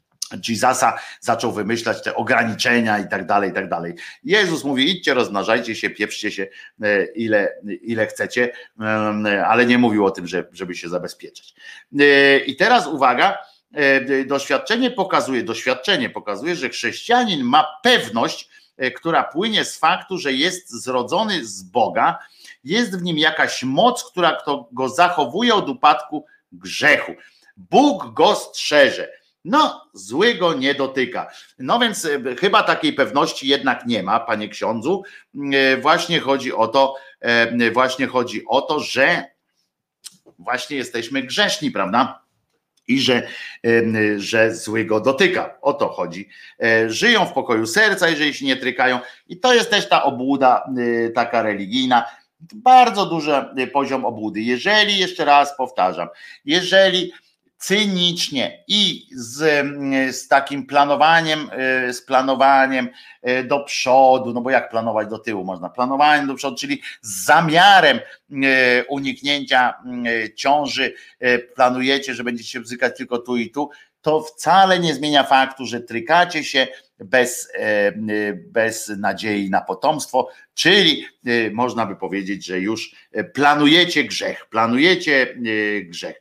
Jezusa zaczął wymyślać te ograniczenia i tak dalej, i tak dalej. Jezus mówi, idźcie, rozmnażajcie się, pieprzcie się ile, ile chcecie, ale nie mówił o tym, żeby się zabezpieczać. I teraz uwaga, doświadczenie pokazuje, doświadczenie pokazuje, że chrześcijanin ma pewność, która płynie z faktu, że jest zrodzony z Boga, jest w nim jakaś moc, która go zachowuje od upadku grzechu. Bóg go strzeże. No, zły go nie dotyka. No więc chyba takiej pewności jednak nie ma, panie ksiądzu. Właśnie chodzi o to, właśnie chodzi o to, że właśnie jesteśmy grzeszni, prawda? I że, że zły go dotyka. O to chodzi. Żyją w pokoju serca, jeżeli się nie trykają. I to jest też ta obłuda taka religijna. Bardzo duży poziom obłudy. Jeżeli, jeszcze raz powtarzam, jeżeli cynicznie i z, z takim planowaniem, z planowaniem do przodu, no bo jak planować do tyłu można, planowaniem do przodu, czyli z zamiarem uniknięcia ciąży planujecie, że będziecie się bzykać tylko tu i tu, to wcale nie zmienia faktu, że trykacie się bez, bez nadziei na potomstwo, czyli można by powiedzieć, że już planujecie grzech, planujecie grzech.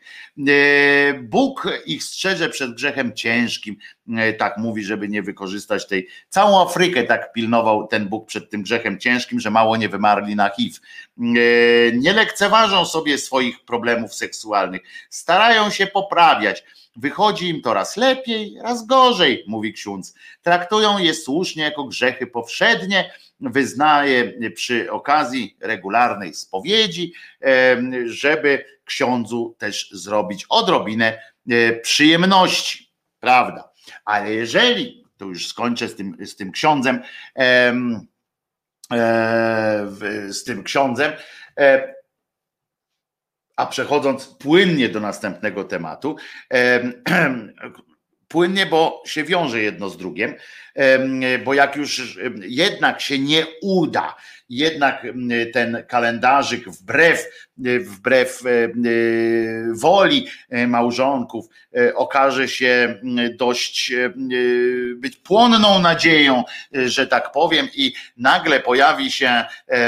Bóg ich strzeże przed grzechem ciężkim, tak mówi, żeby nie wykorzystać tej, całą Afrykę tak pilnował ten Bóg przed tym grzechem ciężkim, że mało nie wymarli na H I V. Nie lekceważą sobie swoich problemów seksualnych, starają się poprawiać. Wychodzi im to raz lepiej, raz gorzej, mówi ksiądz. Traktują traktują je słusznie jako grzechy powszednie, wyznaje przy okazji regularnej spowiedzi, żeby ksiądzu też zrobić odrobinę przyjemności, prawda? Ale jeżeli, to już skończę z tym, z tym ksiądzem, z tym ksiądzem, a przechodząc płynnie do następnego tematu, płynnie, bo się wiąże jedno z drugim, bo jak już jednak się nie uda, jednak ten kalendarzyk wbrew, wbrew woli małżonków okaże się dość być płonną nadzieją, że tak powiem, i nagle pojawi się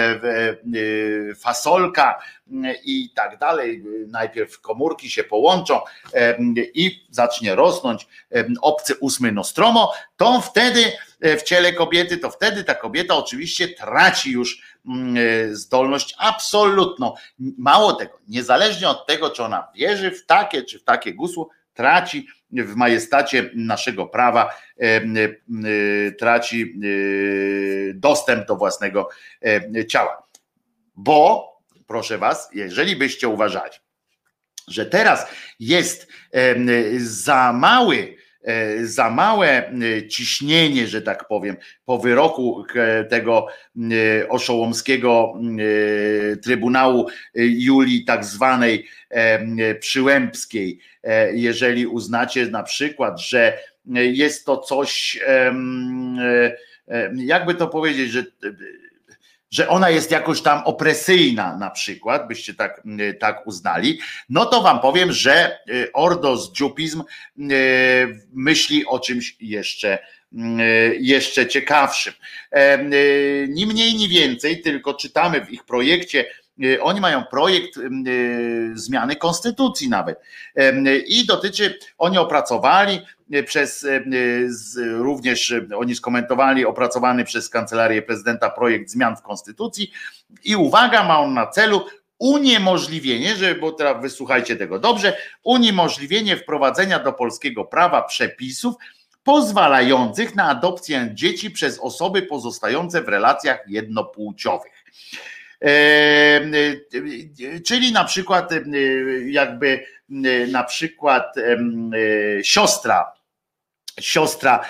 fasolka i tak dalej, najpierw komórki się połączą i zacznie rosnąć obcy ósmy Nostromo, to wtedy w ciele kobiety, to wtedy ta kobieta oczywiście traci już zdolność absolutną. Mało tego, niezależnie od tego, czy ona wierzy w takie, czy w takie gusło, traci w majestacie naszego prawa, traci dostęp do własnego ciała. Bo, proszę was, jeżeli byście uważali, że teraz jest za mały, za małe ciśnienie, że tak powiem, po wyroku tego oszołomskiego Trybunału Julii tak zwanej Przyłębskiej, jeżeli uznacie na przykład, że jest to coś, jakby to powiedzieć, że że ona jest jakoś tam opresyjna na przykład, byście tak, tak uznali, no to wam powiem, że ordo-zdziupizm myśli o czymś jeszcze, jeszcze ciekawszym. Ni mniej, ni więcej, tylko czytamy w ich projekcie, oni mają projekt zmiany konstytucji nawet i dotyczy, oni opracowali przez, również oni skomentowali opracowany przez Kancelarię Prezydenta projekt zmian w konstytucji i uwaga, ma on na celu uniemożliwienie, że, bo teraz wysłuchajcie tego dobrze, uniemożliwienie wprowadzenia do polskiego prawa przepisów pozwalających na adopcję dzieci przez osoby pozostające w relacjach jednopłciowych. Czyli na przykład jakby na przykład siostra siostra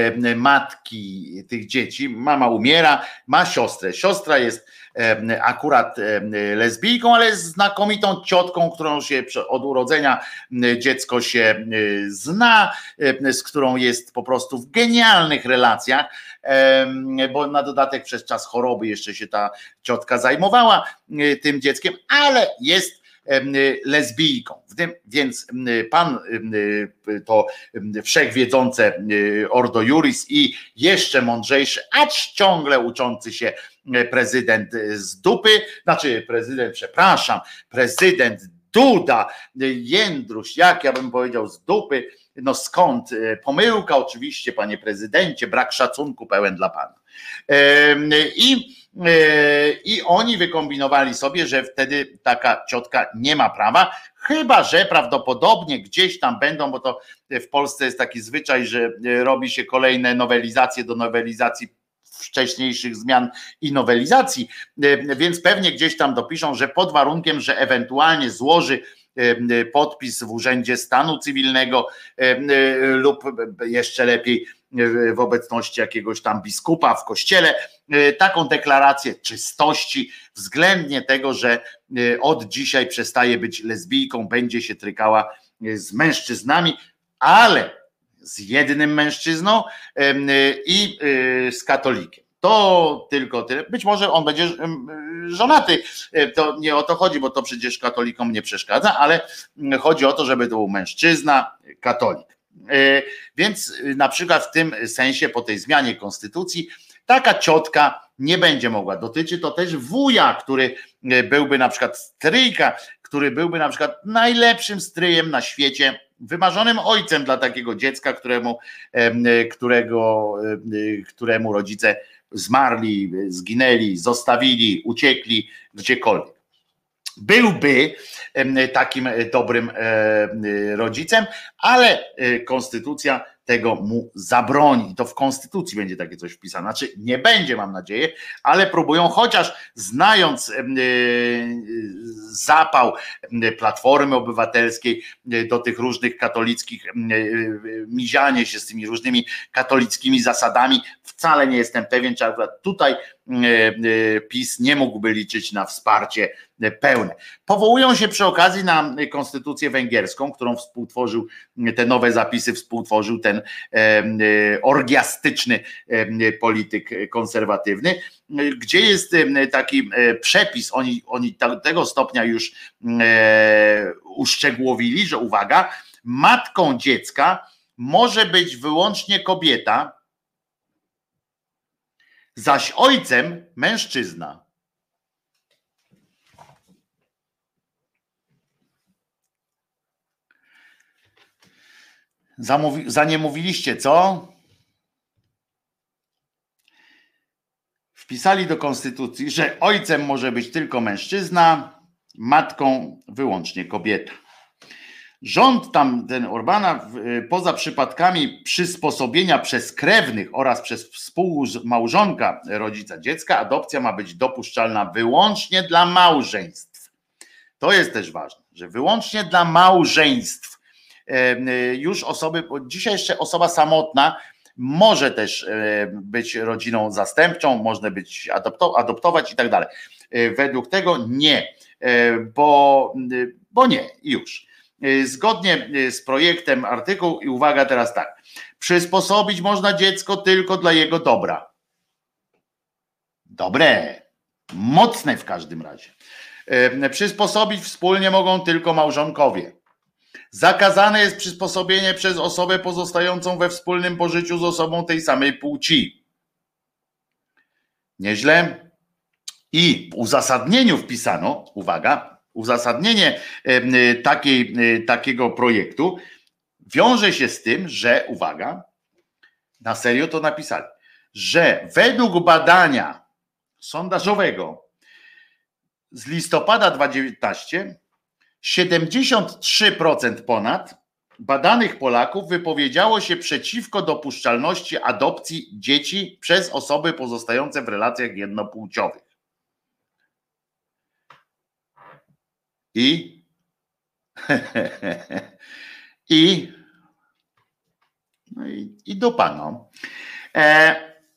matki tych dzieci, mama umiera, ma siostrę, siostra jest akurat lesbijką, ale jest znakomitą ciotką, którą się od urodzenia dziecko się zna, z którą jest po prostu w genialnych relacjach, bo na dodatek przez czas choroby jeszcze się ta ciotka zajmowała tym dzieckiem, ale jest lesbijką. Więc pan to wszechwiedzące Ordo Juris i jeszcze mądrzejszy, acz ciągle uczący się prezydent z dupy, znaczy prezydent, przepraszam, prezydent Duda, Jędruś, jak ja bym powiedział z dupy, no skąd? Pomyłka oczywiście, panie prezydencie, brak szacunku pełen dla pana. I I oni wykombinowali sobie, że wtedy taka ciotka nie ma prawa, chyba że prawdopodobnie gdzieś tam będą, bo to w Polsce jest taki zwyczaj, że robi się kolejne nowelizacje do nowelizacji wcześniejszych zmian i nowelizacji, więc pewnie gdzieś tam dopiszą, że pod warunkiem, że ewentualnie złoży podpis w Urzędzie Stanu Cywilnego lub jeszcze lepiej w obecności jakiegoś tam biskupa w kościele, taką deklarację czystości względnie tego, że od dzisiaj przestaje być lesbijką, będzie się trykała z mężczyznami, ale z jednym mężczyzną i z katolikiem. To tylko tyle. Być może on będzie żonaty, to nie o to chodzi, bo to przecież katolikom nie przeszkadza, ale chodzi o to, żeby to był mężczyzna, katolik. Więc na przykład w tym sensie po tej zmianie konstytucji taka ciotka nie będzie mogła. Dotyczy to też wuja, który byłby na przykład stryjka, który byłby na przykład najlepszym stryjem na świecie, wymarzonym ojcem dla takiego dziecka, któremu, którego, któremu rodzice zmarli, zginęli, zostawili, uciekli gdziekolwiek. Byłby takim dobrym rodzicem, ale konstytucja tego mu zabroni. I to w konstytucji będzie takie coś wpisane. Znaczy nie będzie, mam nadzieję, ale próbują, chociaż znając zapał Platformy Obywatelskiej do tych różnych katolickich, mizianie się z tymi różnymi katolickimi zasadami, wcale nie jestem pewien, czy akurat tutaj PiS nie mógłby liczyć na wsparcie pełne. Powołują się przy okazji na konstytucję węgierską, którą współtworzył, te nowe zapisy współtworzył ten orgiastyczny polityk konserwatywny, gdzie jest taki przepis, oni, oni tego stopnia już uszczegółowili, że uwaga, matką dziecka może być wyłącznie kobieta, zaś ojcem mężczyzna. Zamówi, za nie mówiliście, co? Wpisali do konstytucji, że ojcem może być tylko mężczyzna, matką wyłącznie kobieta. Rząd tam, ten Orbana, poza przypadkami przysposobienia przez krewnych oraz przez współmałżonka rodzica dziecka, adopcja ma być dopuszczalna wyłącznie dla małżeństw. To jest też ważne, że wyłącznie dla małżeństw. Już osoby, bo dzisiaj jeszcze osoba samotna może też być rodziną zastępczą, można być adoptować i tak dalej. Według tego nie, bo, bo nie, już. Zgodnie z projektem artykuł, i uwaga teraz tak, przysposobić można dziecko tylko dla jego dobra. Dobre, mocne w każdym razie. Przysposobić wspólnie mogą tylko małżonkowie. Zakazane jest przysposobienie przez osobę pozostającą we wspólnym pożyciu z osobą tej samej płci. Nieźle. I w uzasadnieniu wpisano, uwaga, uzasadnienie takiej, takiego projektu wiąże się z tym, że, uwaga, na serio to napisali, że według badania sondażowego z listopada dwa tysiące dziewiętnastego siedemdziesiąt trzy procent ponad badanych Polaków wypowiedziało się przeciwko dopuszczalności adopcji dzieci przez osoby pozostające w relacjach jednopłciowych. I i no i, i dupa, no. E,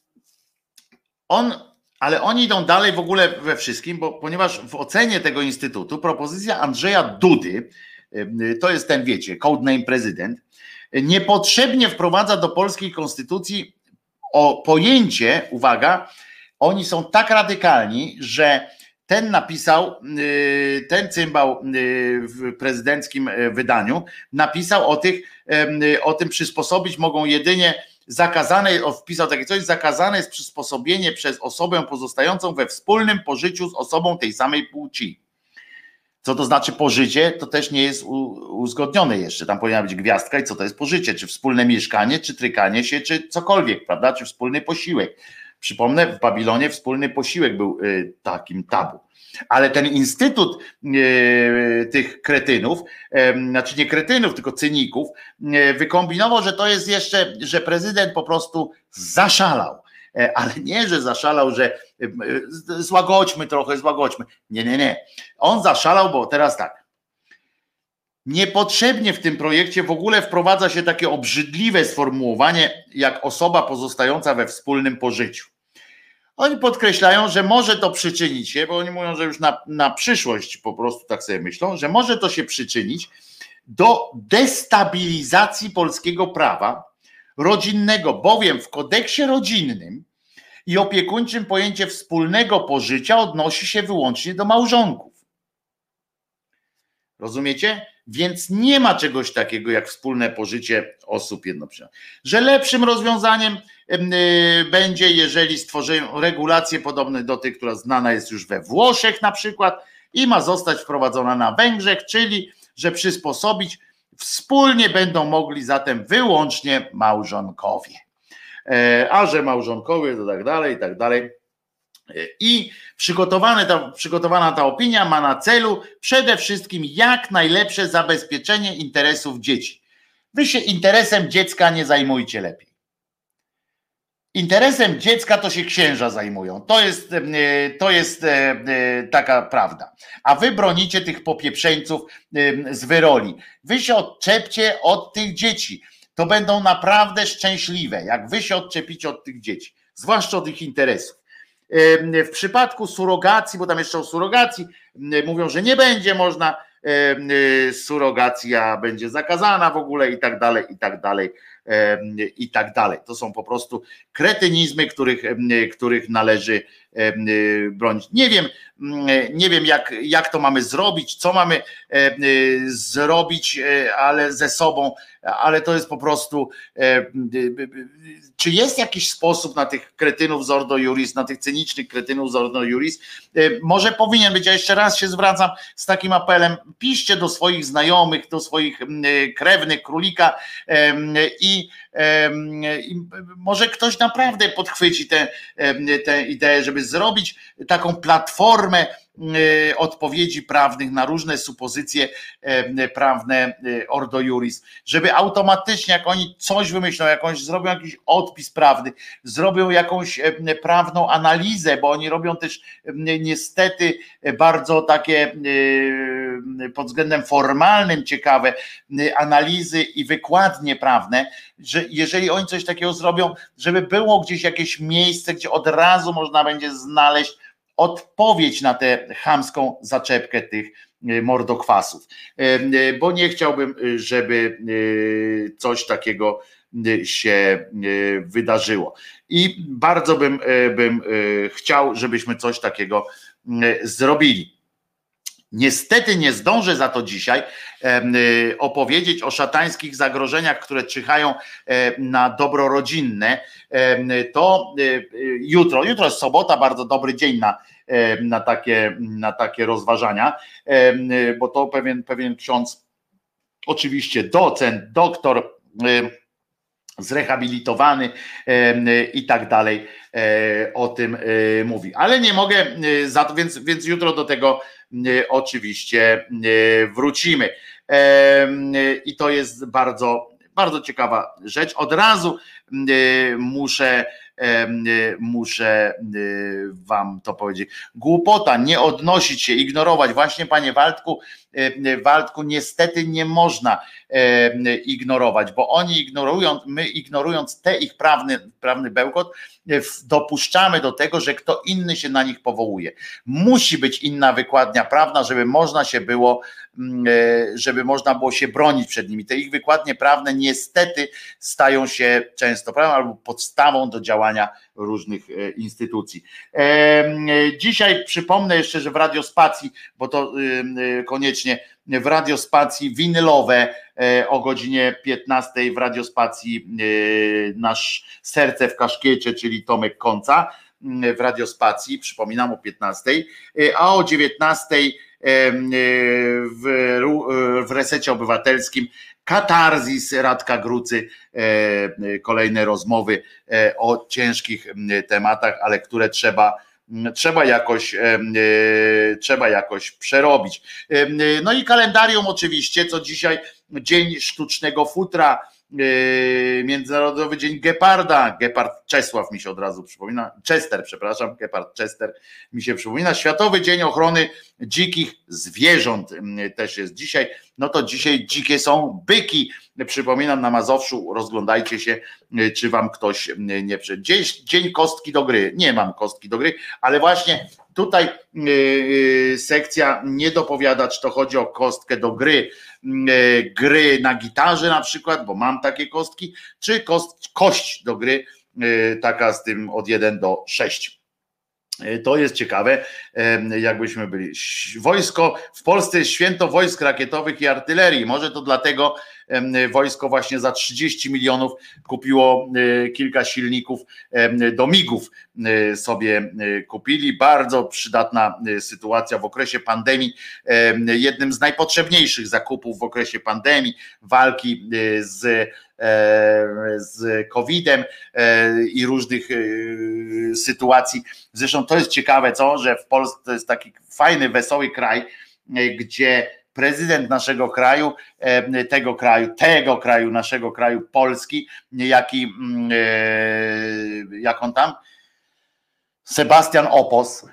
on, ale oni idą dalej w ogóle we wszystkim, bo ponieważ w ocenie tego instytutu propozycja Andrzeja Dudy, to jest ten, wiecie, codename prezydent, niepotrzebnie wprowadza do polskiej konstytucji o pojęcie, uwaga, oni są tak radykalni, że ten napisał, ten cymbał w prezydenckim wydaniu napisał o tych, o tym przysposobić mogą jedynie zakazane, wpisał takie coś, zakazane jest przysposobienie przez osobę pozostającą we wspólnym pożyciu z osobą tej samej płci. Co to znaczy pożycie, to też nie jest uzgodnione jeszcze, tam powinna być gwiazdka i co to jest pożycie, czy wspólne mieszkanie, czy trykanie się, czy cokolwiek, prawda, czy wspólny posiłek. Przypomnę, w Babilonie wspólny posiłek był y, takim tabu. Ale ten instytut y, tych kretynów, y, znaczy nie kretynów, tylko cyników, y, wykombinował, że to jest jeszcze, że prezydent po prostu zaszalał. Y, ale nie, że zaszalał, że y, y, złagodźmy trochę, złagodźmy. Nie, nie, nie. On zaszalał, bo teraz tak. Niepotrzebnie w tym projekcie w ogóle wprowadza się takie obrzydliwe sformułowanie jak osoba pozostająca we wspólnym pożyciu. Oni podkreślają, że może to przyczynić się, bo oni mówią, że już na, na przyszłość po prostu tak sobie myślą, że może to się przyczynić do destabilizacji polskiego prawa rodzinnego, bowiem w kodeksie rodzinnym i opiekuńczym pojęcie wspólnego pożycia odnosi się wyłącznie do małżonków. Rozumiecie? Więc nie ma czegoś takiego jak wspólne pożycie osób jednopłciowych. Że lepszym rozwiązaniem będzie, jeżeli stworzą regulacje podobne do tych, która znana jest już we Włoszech na przykład i ma zostać wprowadzona na Węgrzech, czyli że przysposobić wspólnie będą mogli zatem wyłącznie małżonkowie. A że małżonkowie to tak dalej, i tak dalej. I przygotowane ta, przygotowana ta opinia ma na celu przede wszystkim jak najlepsze zabezpieczenie interesów dzieci. Wy się interesem dziecka nie zajmujcie lepiej. Interesem dziecka to się księża zajmują. To jest, to jest taka prawda. A wy bronicie tych popieprzeńców z wyroli. Wy się odczepcie od tych dzieci. To będą naprawdę szczęśliwe, jak wy się odczepicie od tych dzieci. Zwłaszcza od ich interesów. W przypadku surogacji, bo tam jeszcze o surogacji mówią, że nie będzie można, surogacja będzie zakazana w ogóle i tak dalej, i tak dalej, i tak dalej. To są po prostu kretynizmy, których, których należy bronić. Nie wiem, nie wiem jak, jak to mamy zrobić, co mamy zrobić, ale ze sobą, ale to jest po prostu, czy jest jakiś sposób na tych kretynów z Ordo Iuris, na tych cynicznych kretynów z Ordo Iuris? Może powinien być, ja jeszcze raz się zwracam z takim apelem, piszcie do swoich znajomych, do swoich krewnych królika i, i może ktoś naprawdę podchwyci tę, tę ideę, żeby zrobić taką platformę odpowiedzi prawnych na różne supozycje prawne Ordo Iuris, żeby automatycznie, jak oni coś wymyślą, jakąś zrobią jakiś odpis prawny, zrobią jakąś prawną analizę, bo oni robią też niestety bardzo takie pod względem formalnym ciekawe analizy i wykładnie prawne, że jeżeli oni coś takiego zrobią, żeby było gdzieś jakieś miejsce, gdzie od razu można będzie znaleźć odpowiedź na tę chamską zaczepkę tych mordokwasów, bo nie chciałbym, żeby coś takiego się wydarzyło i bardzo bym, bym chciał, żebyśmy coś takiego zrobili. Niestety nie zdążę za to dzisiaj opowiedzieć o szatańskich zagrożeniach, które czyhają na dobro rodzinne. To jutro, jutro jest sobota, bardzo dobry dzień na, na, takie, na takie rozważania, bo to pewien, pewien ksiądz, oczywiście docent, doktor, zrehabilitowany i tak dalej o tym mówi. Ale nie mogę za to, więc, więc jutro do tego oczywiście wrócimy. I to jest bardzo, bardzo ciekawa rzecz. Od razu muszę muszę wam to powiedzieć. Głupota, nie odnosić się, ignorować. Właśnie panie Waldku, Waldku, niestety nie można ignorować, bo oni ignorują, my ignorując te ich prawny, prawny bełkot, dopuszczamy do tego, że kto inny się na nich powołuje. Musi być inna wykładnia prawna, żeby można się było, żeby można było się bronić przed nimi. Te ich wykładnie prawne niestety stają się często prawem albo podstawą do działania różnych instytucji. Dzisiaj przypomnę jeszcze, że w Radiospacji, bo to koniecznie w Radiospacji winylowe o godzinie piętnastej w Radiospacji nasz Serce w Kaszkiecie, czyli Tomek Końca w Radiospacji, przypominam o piętnastej, a o dziewiętnastej w, w Resecie Obywatelskim Katarzis Radka Grucy, kolejne rozmowy o ciężkich tematach, ale które trzeba trzeba jakoś trzeba jakoś przerobić. No i kalendarium oczywiście, co dzisiaj Dzień Sztucznego Futra, Międzynarodowy Dzień Geparda, Gepard Czesław mi się od razu przypomina, Chester, przepraszam, Gepard Chester mi się przypomina, Światowy Dzień Ochrony Dzikich Zwierząt też jest dzisiaj, no to dzisiaj dzikie są byki, przypominam, na Mazowszu, rozglądajcie się, czy wam ktoś nie przed. Dzień, dzień kostki do gry, nie mam kostki do gry, ale właśnie tutaj yy, sekcja nie dopowiada, czy to chodzi o kostkę do gry, yy, gry na gitarze na przykład, bo mam takie kostki, czy kost, kość do gry, yy, taka z tym od jeden do sześciu. To jest ciekawe, jakbyśmy byli. Wojsko, w Polsce jest święto wojsk rakietowych i artylerii. Może to dlatego wojsko właśnie za trzydzieści milionów kupiło kilka silników do migów sobie kupili. Bardzo przydatna sytuacja w okresie pandemii. Jednym z najpotrzebniejszych zakupów w okresie pandemii, walki z z kowidem i różnych sytuacji. Zresztą to jest ciekawe, co, że w Polsce to jest taki fajny, wesoły kraj, gdzie prezydent naszego kraju, tego kraju, tego kraju, naszego kraju Polski, jaki, jak on tam? Sebastian Opos,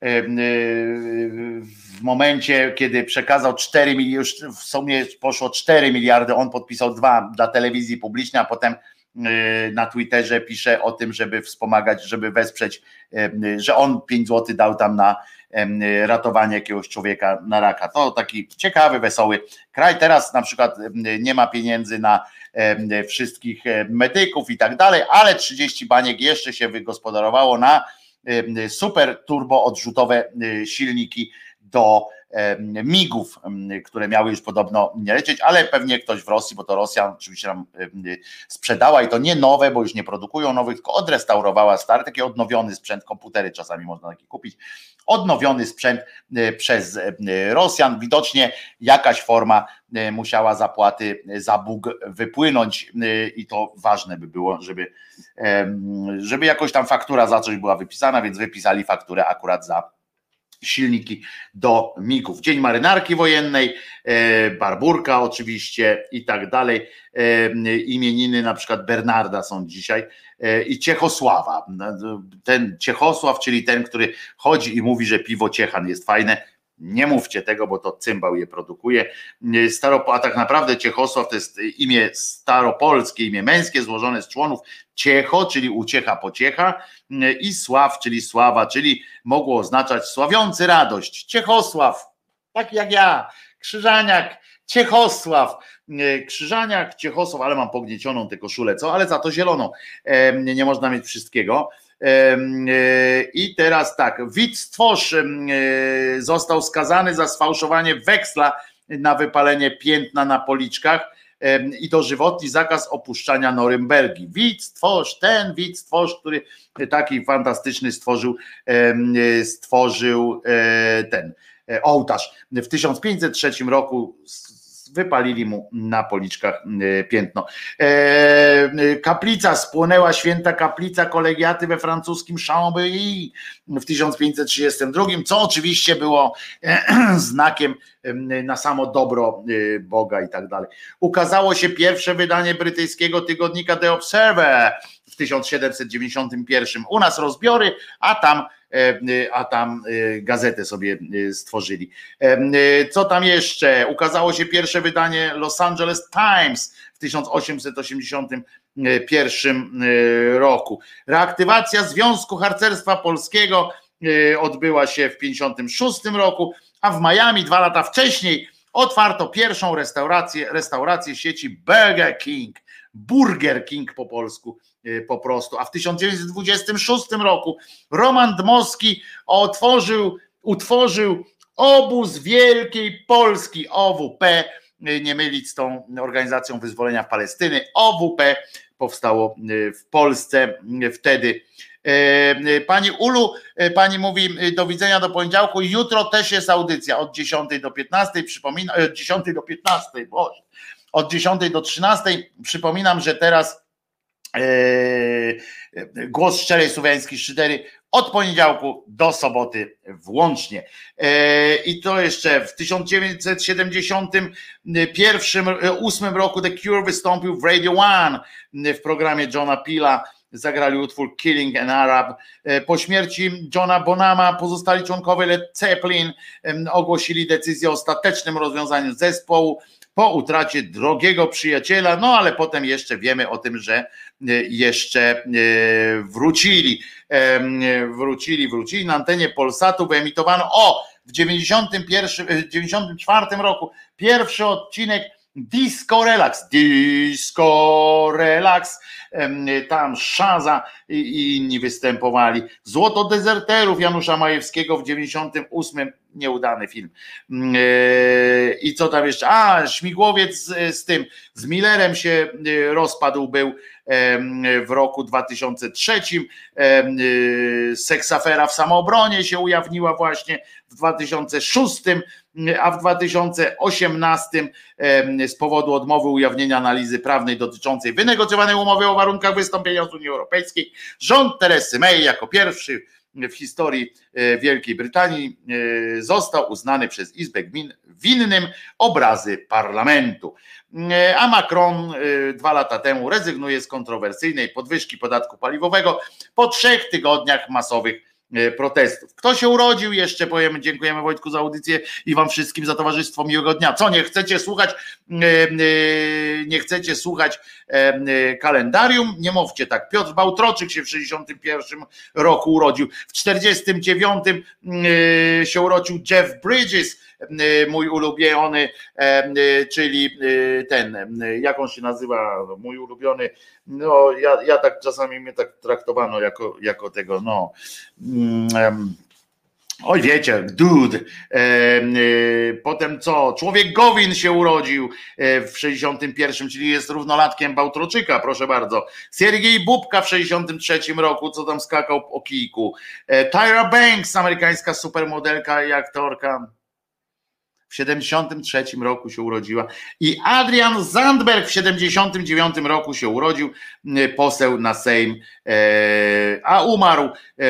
w momencie, kiedy przekazał cztery miliardy, już w sumie poszło cztery miliardy, on podpisał dwa dla telewizji publicznej, a potem na Twitterze pisze o tym, żeby wspomagać, żeby wesprzeć, że on pięć złotych dał tam na ratowanie jakiegoś człowieka na raka. To taki ciekawy, wesoły kraj. Teraz na przykład nie ma pieniędzy na wszystkich medyków i tak dalej, ale trzydzieści baniek jeszcze się wygospodarowało na super turbo odrzutowe silniki do migów, które miały już podobno nie lecieć, ale pewnie ktoś w Rosji, bo to Rosja oczywiście nam sprzedała i to nie nowe, bo już nie produkują nowych, tylko odrestaurowała stary, taki odnowiony sprzęt, komputery czasami można taki kupić, odnowiony sprzęt przez Rosjan, widocznie jakaś forma musiała zapłaty za Bóg wypłynąć i to ważne by było, żeby, żeby jakoś tam faktura za coś była wypisana, więc wypisali fakturę akurat za silniki do migów. Dzień Marynarki Wojennej, Barburka oczywiście i tak dalej. Imieniny na przykład Bernarda są dzisiaj i Ciechosława. Ten Ciechosław, czyli ten, który chodzi i mówi, że piwo Ciechan jest fajne. Nie mówcie tego, bo to cymbał je produkuje. Staropo, a tak naprawdę Ciechosław to jest imię staropolskie, imię męskie złożone z członów Ciecho, czyli uciecha, pociecha, i Sław, czyli sława, czyli mogło oznaczać sławiący radość. Ciechosław, tak jak ja, Krzyżaniak, Ciechosław, Krzyżaniak, Ciechosław, ale mam pogniecioną tę koszulę, co? Ale za to zieloną. Nie można mieć wszystkiego. I teraz tak, Wit Stwosz został skazany za sfałszowanie weksla na wypalenie piętna na policzkach i dożywotni zakaz opuszczania Norymbergi. Wit Stwosz, ten Wit Stwosz, który taki fantastyczny stworzył, stworzył ten ołtarz. W tysiąc pięćset trzecim roku wypalili mu na policzkach piętno. Kaplica spłonęła, święta kaplica kolegiaty we francuskim Chambéry w tysiąc pięćset trzydziestym drugim, co oczywiście było znakiem na samo dobro Boga i tak dalej. Ukazało się pierwsze wydanie brytyjskiego tygodnika The Observer w tysiąc siedemset dziewięćdziesiątym pierwszym. U nas rozbiory, a tam a tam gazetę sobie stworzyli. Co tam jeszcze? Ukazało się pierwsze wydanie Los Angeles Times w tysiąc osiemset osiemdziesiątym pierwszym roku. Reaktywacja Związku Harcerstwa Polskiego odbyła się w pięćdziesiątym szóstym roku, a w Miami dwa lata wcześniej otwarto pierwszą restaurację, restaurację sieci Burger King. Burger King po polsku po prostu, a w tysiąc dziewięćset dwudziestym szóstym roku Roman Dmowski otworzył, utworzył Obóz Wielkiej Polski, O W P, nie mylić z tą Organizacją Wyzwolenia Palestyny. O W P powstało w Polsce wtedy. Pani Ulu, pani mówi do widzenia do poniedziałku, jutro też jest audycja od dziesiątej do piętnastej, przypominam, od dziesiątej do piętnastej, boże, od dziesiątej do trzynastej, przypominam, że teraz Głos Szczerej Słowiańskiej Szydery od poniedziałku do soboty włącznie. I to jeszcze w tysiąc dziewięćset siedemdziesiątym ósmym roku The Cure wystąpił w Radio One w programie Johna Peela. Zagrali utwór Killing an Arab. Po śmierci Johna Bonhama pozostali członkowie Led Zeppelin ogłosili decyzję o ostatecznym rozwiązaniu zespołu po utracie drogiego przyjaciela, no ale potem jeszcze wiemy o tym, że jeszcze wrócili, wrócili, wrócili na antenie Polsatu, wyemitowano o w dziewięćdziesiątym pierwszym, dziewięćdziesiątym czwartym roku pierwszy odcinek Disco Relax, Disco Relax, tam Szaza i inni występowali. Złoto dezerterów Janusza Majewskiego w dziewięćdziesiątym ósmym, nieudany film. I co tam jeszcze? A, Śmigłowiec z, z tym, z Millerem się rozpadł był w roku dwa tysiące trzecim. Seksafera w samoobronie się ujawniła właśnie w dwa tysiące szóstym, a w dwa tysiące osiemnastym z powodu odmowy ujawnienia analizy prawnej dotyczącej wynegocjowanej umowy o warunkach wystąpienia z Unii Europejskiej rząd Teresy May jako pierwszy w historii Wielkiej Brytanii został uznany przez Izbę Gmin winnym obrazy parlamentu. A Macron dwa lata temu rezygnuje z kontrowersyjnej podwyżki podatku paliwowego po trzech tygodniach masowych protestów. Kto się urodził jeszcze, powiem, dziękujemy Wojtku za audycję i wam wszystkim za towarzystwo, miłego dnia. Co, nie chcecie słuchać nie chcecie słuchać kalendarium? Nie mówcie tak. Piotr Bałtroczyk się w sześćdziesiątym pierwszym roku urodził. W czterdziestym dziewiątym się urodził Jeff Bridges, mój ulubiony, czyli ten, jak on się nazywa, mój ulubiony, no ja, ja tak czasami mnie tak traktowano jako, jako tego, no um, oj wiecie, dude. Potem co? Człowiek Gowin się urodził w sześćdziesiątym pierwszym, czyli jest równolatkiem Bałtroczyka, proszę bardzo. Siergiej Bubka w sześćdziesiątym trzecim roku, co tam skakał o kijku. Tyra Banks, amerykańska supermodelka i aktorka, w siedemdziesiątym trzecim roku się urodziła. I Adrian Zandberg w siedemdziesiątym dziewiątym roku się urodził, poseł na Sejm, a umarł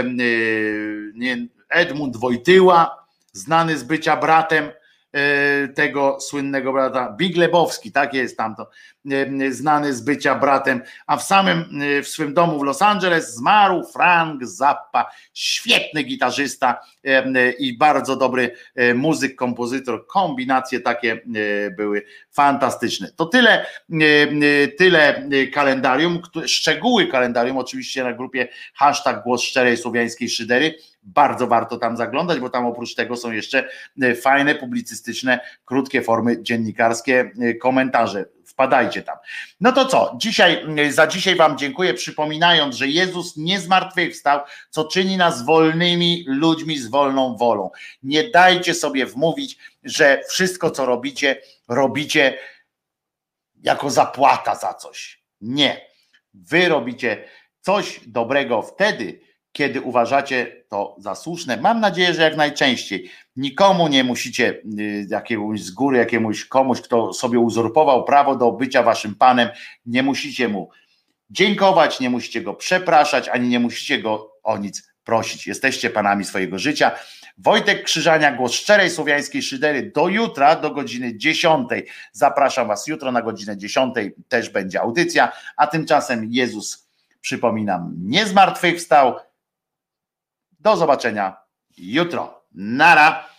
Edmund Wojtyła, znany z bycia bratem tego słynnego brata, Big Lebowski, tak jest tamto, znany z bycia bratem, a w samym, w swym domu w Los Angeles zmarł Frank Zappa, świetny gitarzysta i bardzo dobry muzyk, kompozytor, kombinacje takie były fantastyczne. To tyle, tyle kalendarium, szczegóły kalendarium oczywiście na grupie hashtag Głos Szczerej Słowiańskiej Szydery, bardzo warto tam zaglądać, bo tam oprócz tego są jeszcze fajne, publicystyczne, krótkie formy dziennikarskie, komentarze. Wpadajcie tam. No to co? Dzisiaj, za dzisiaj wam dziękuję, przypominając, że Jezus nie zmartwychwstał, co czyni nas wolnymi ludźmi z wolną wolą. Nie dajcie sobie wmówić, że wszystko, co robicie, robicie jako zapłata za coś. Nie. Wy robicie coś dobrego wtedy, kiedy uważacie to za słuszne. Mam nadzieję, że jak najczęściej. Nikomu nie musicie jakiemuś z góry, jakiemuś komuś, kto sobie uzurpował prawo do bycia waszym panem, nie musicie mu dziękować, nie musicie go przepraszać, ani nie musicie go o nic prosić. Jesteście panami swojego życia. Wojtek Krzyżania, Głos Szczerej Słowiańskiej Szydery. Do jutra, do godziny dziesiątej. Zapraszam was jutro na godzinę dziesiątej. Też będzie audycja, a tymczasem Jezus, przypominam, nie zmartwychwstał. Do zobaczenia jutro. Nara.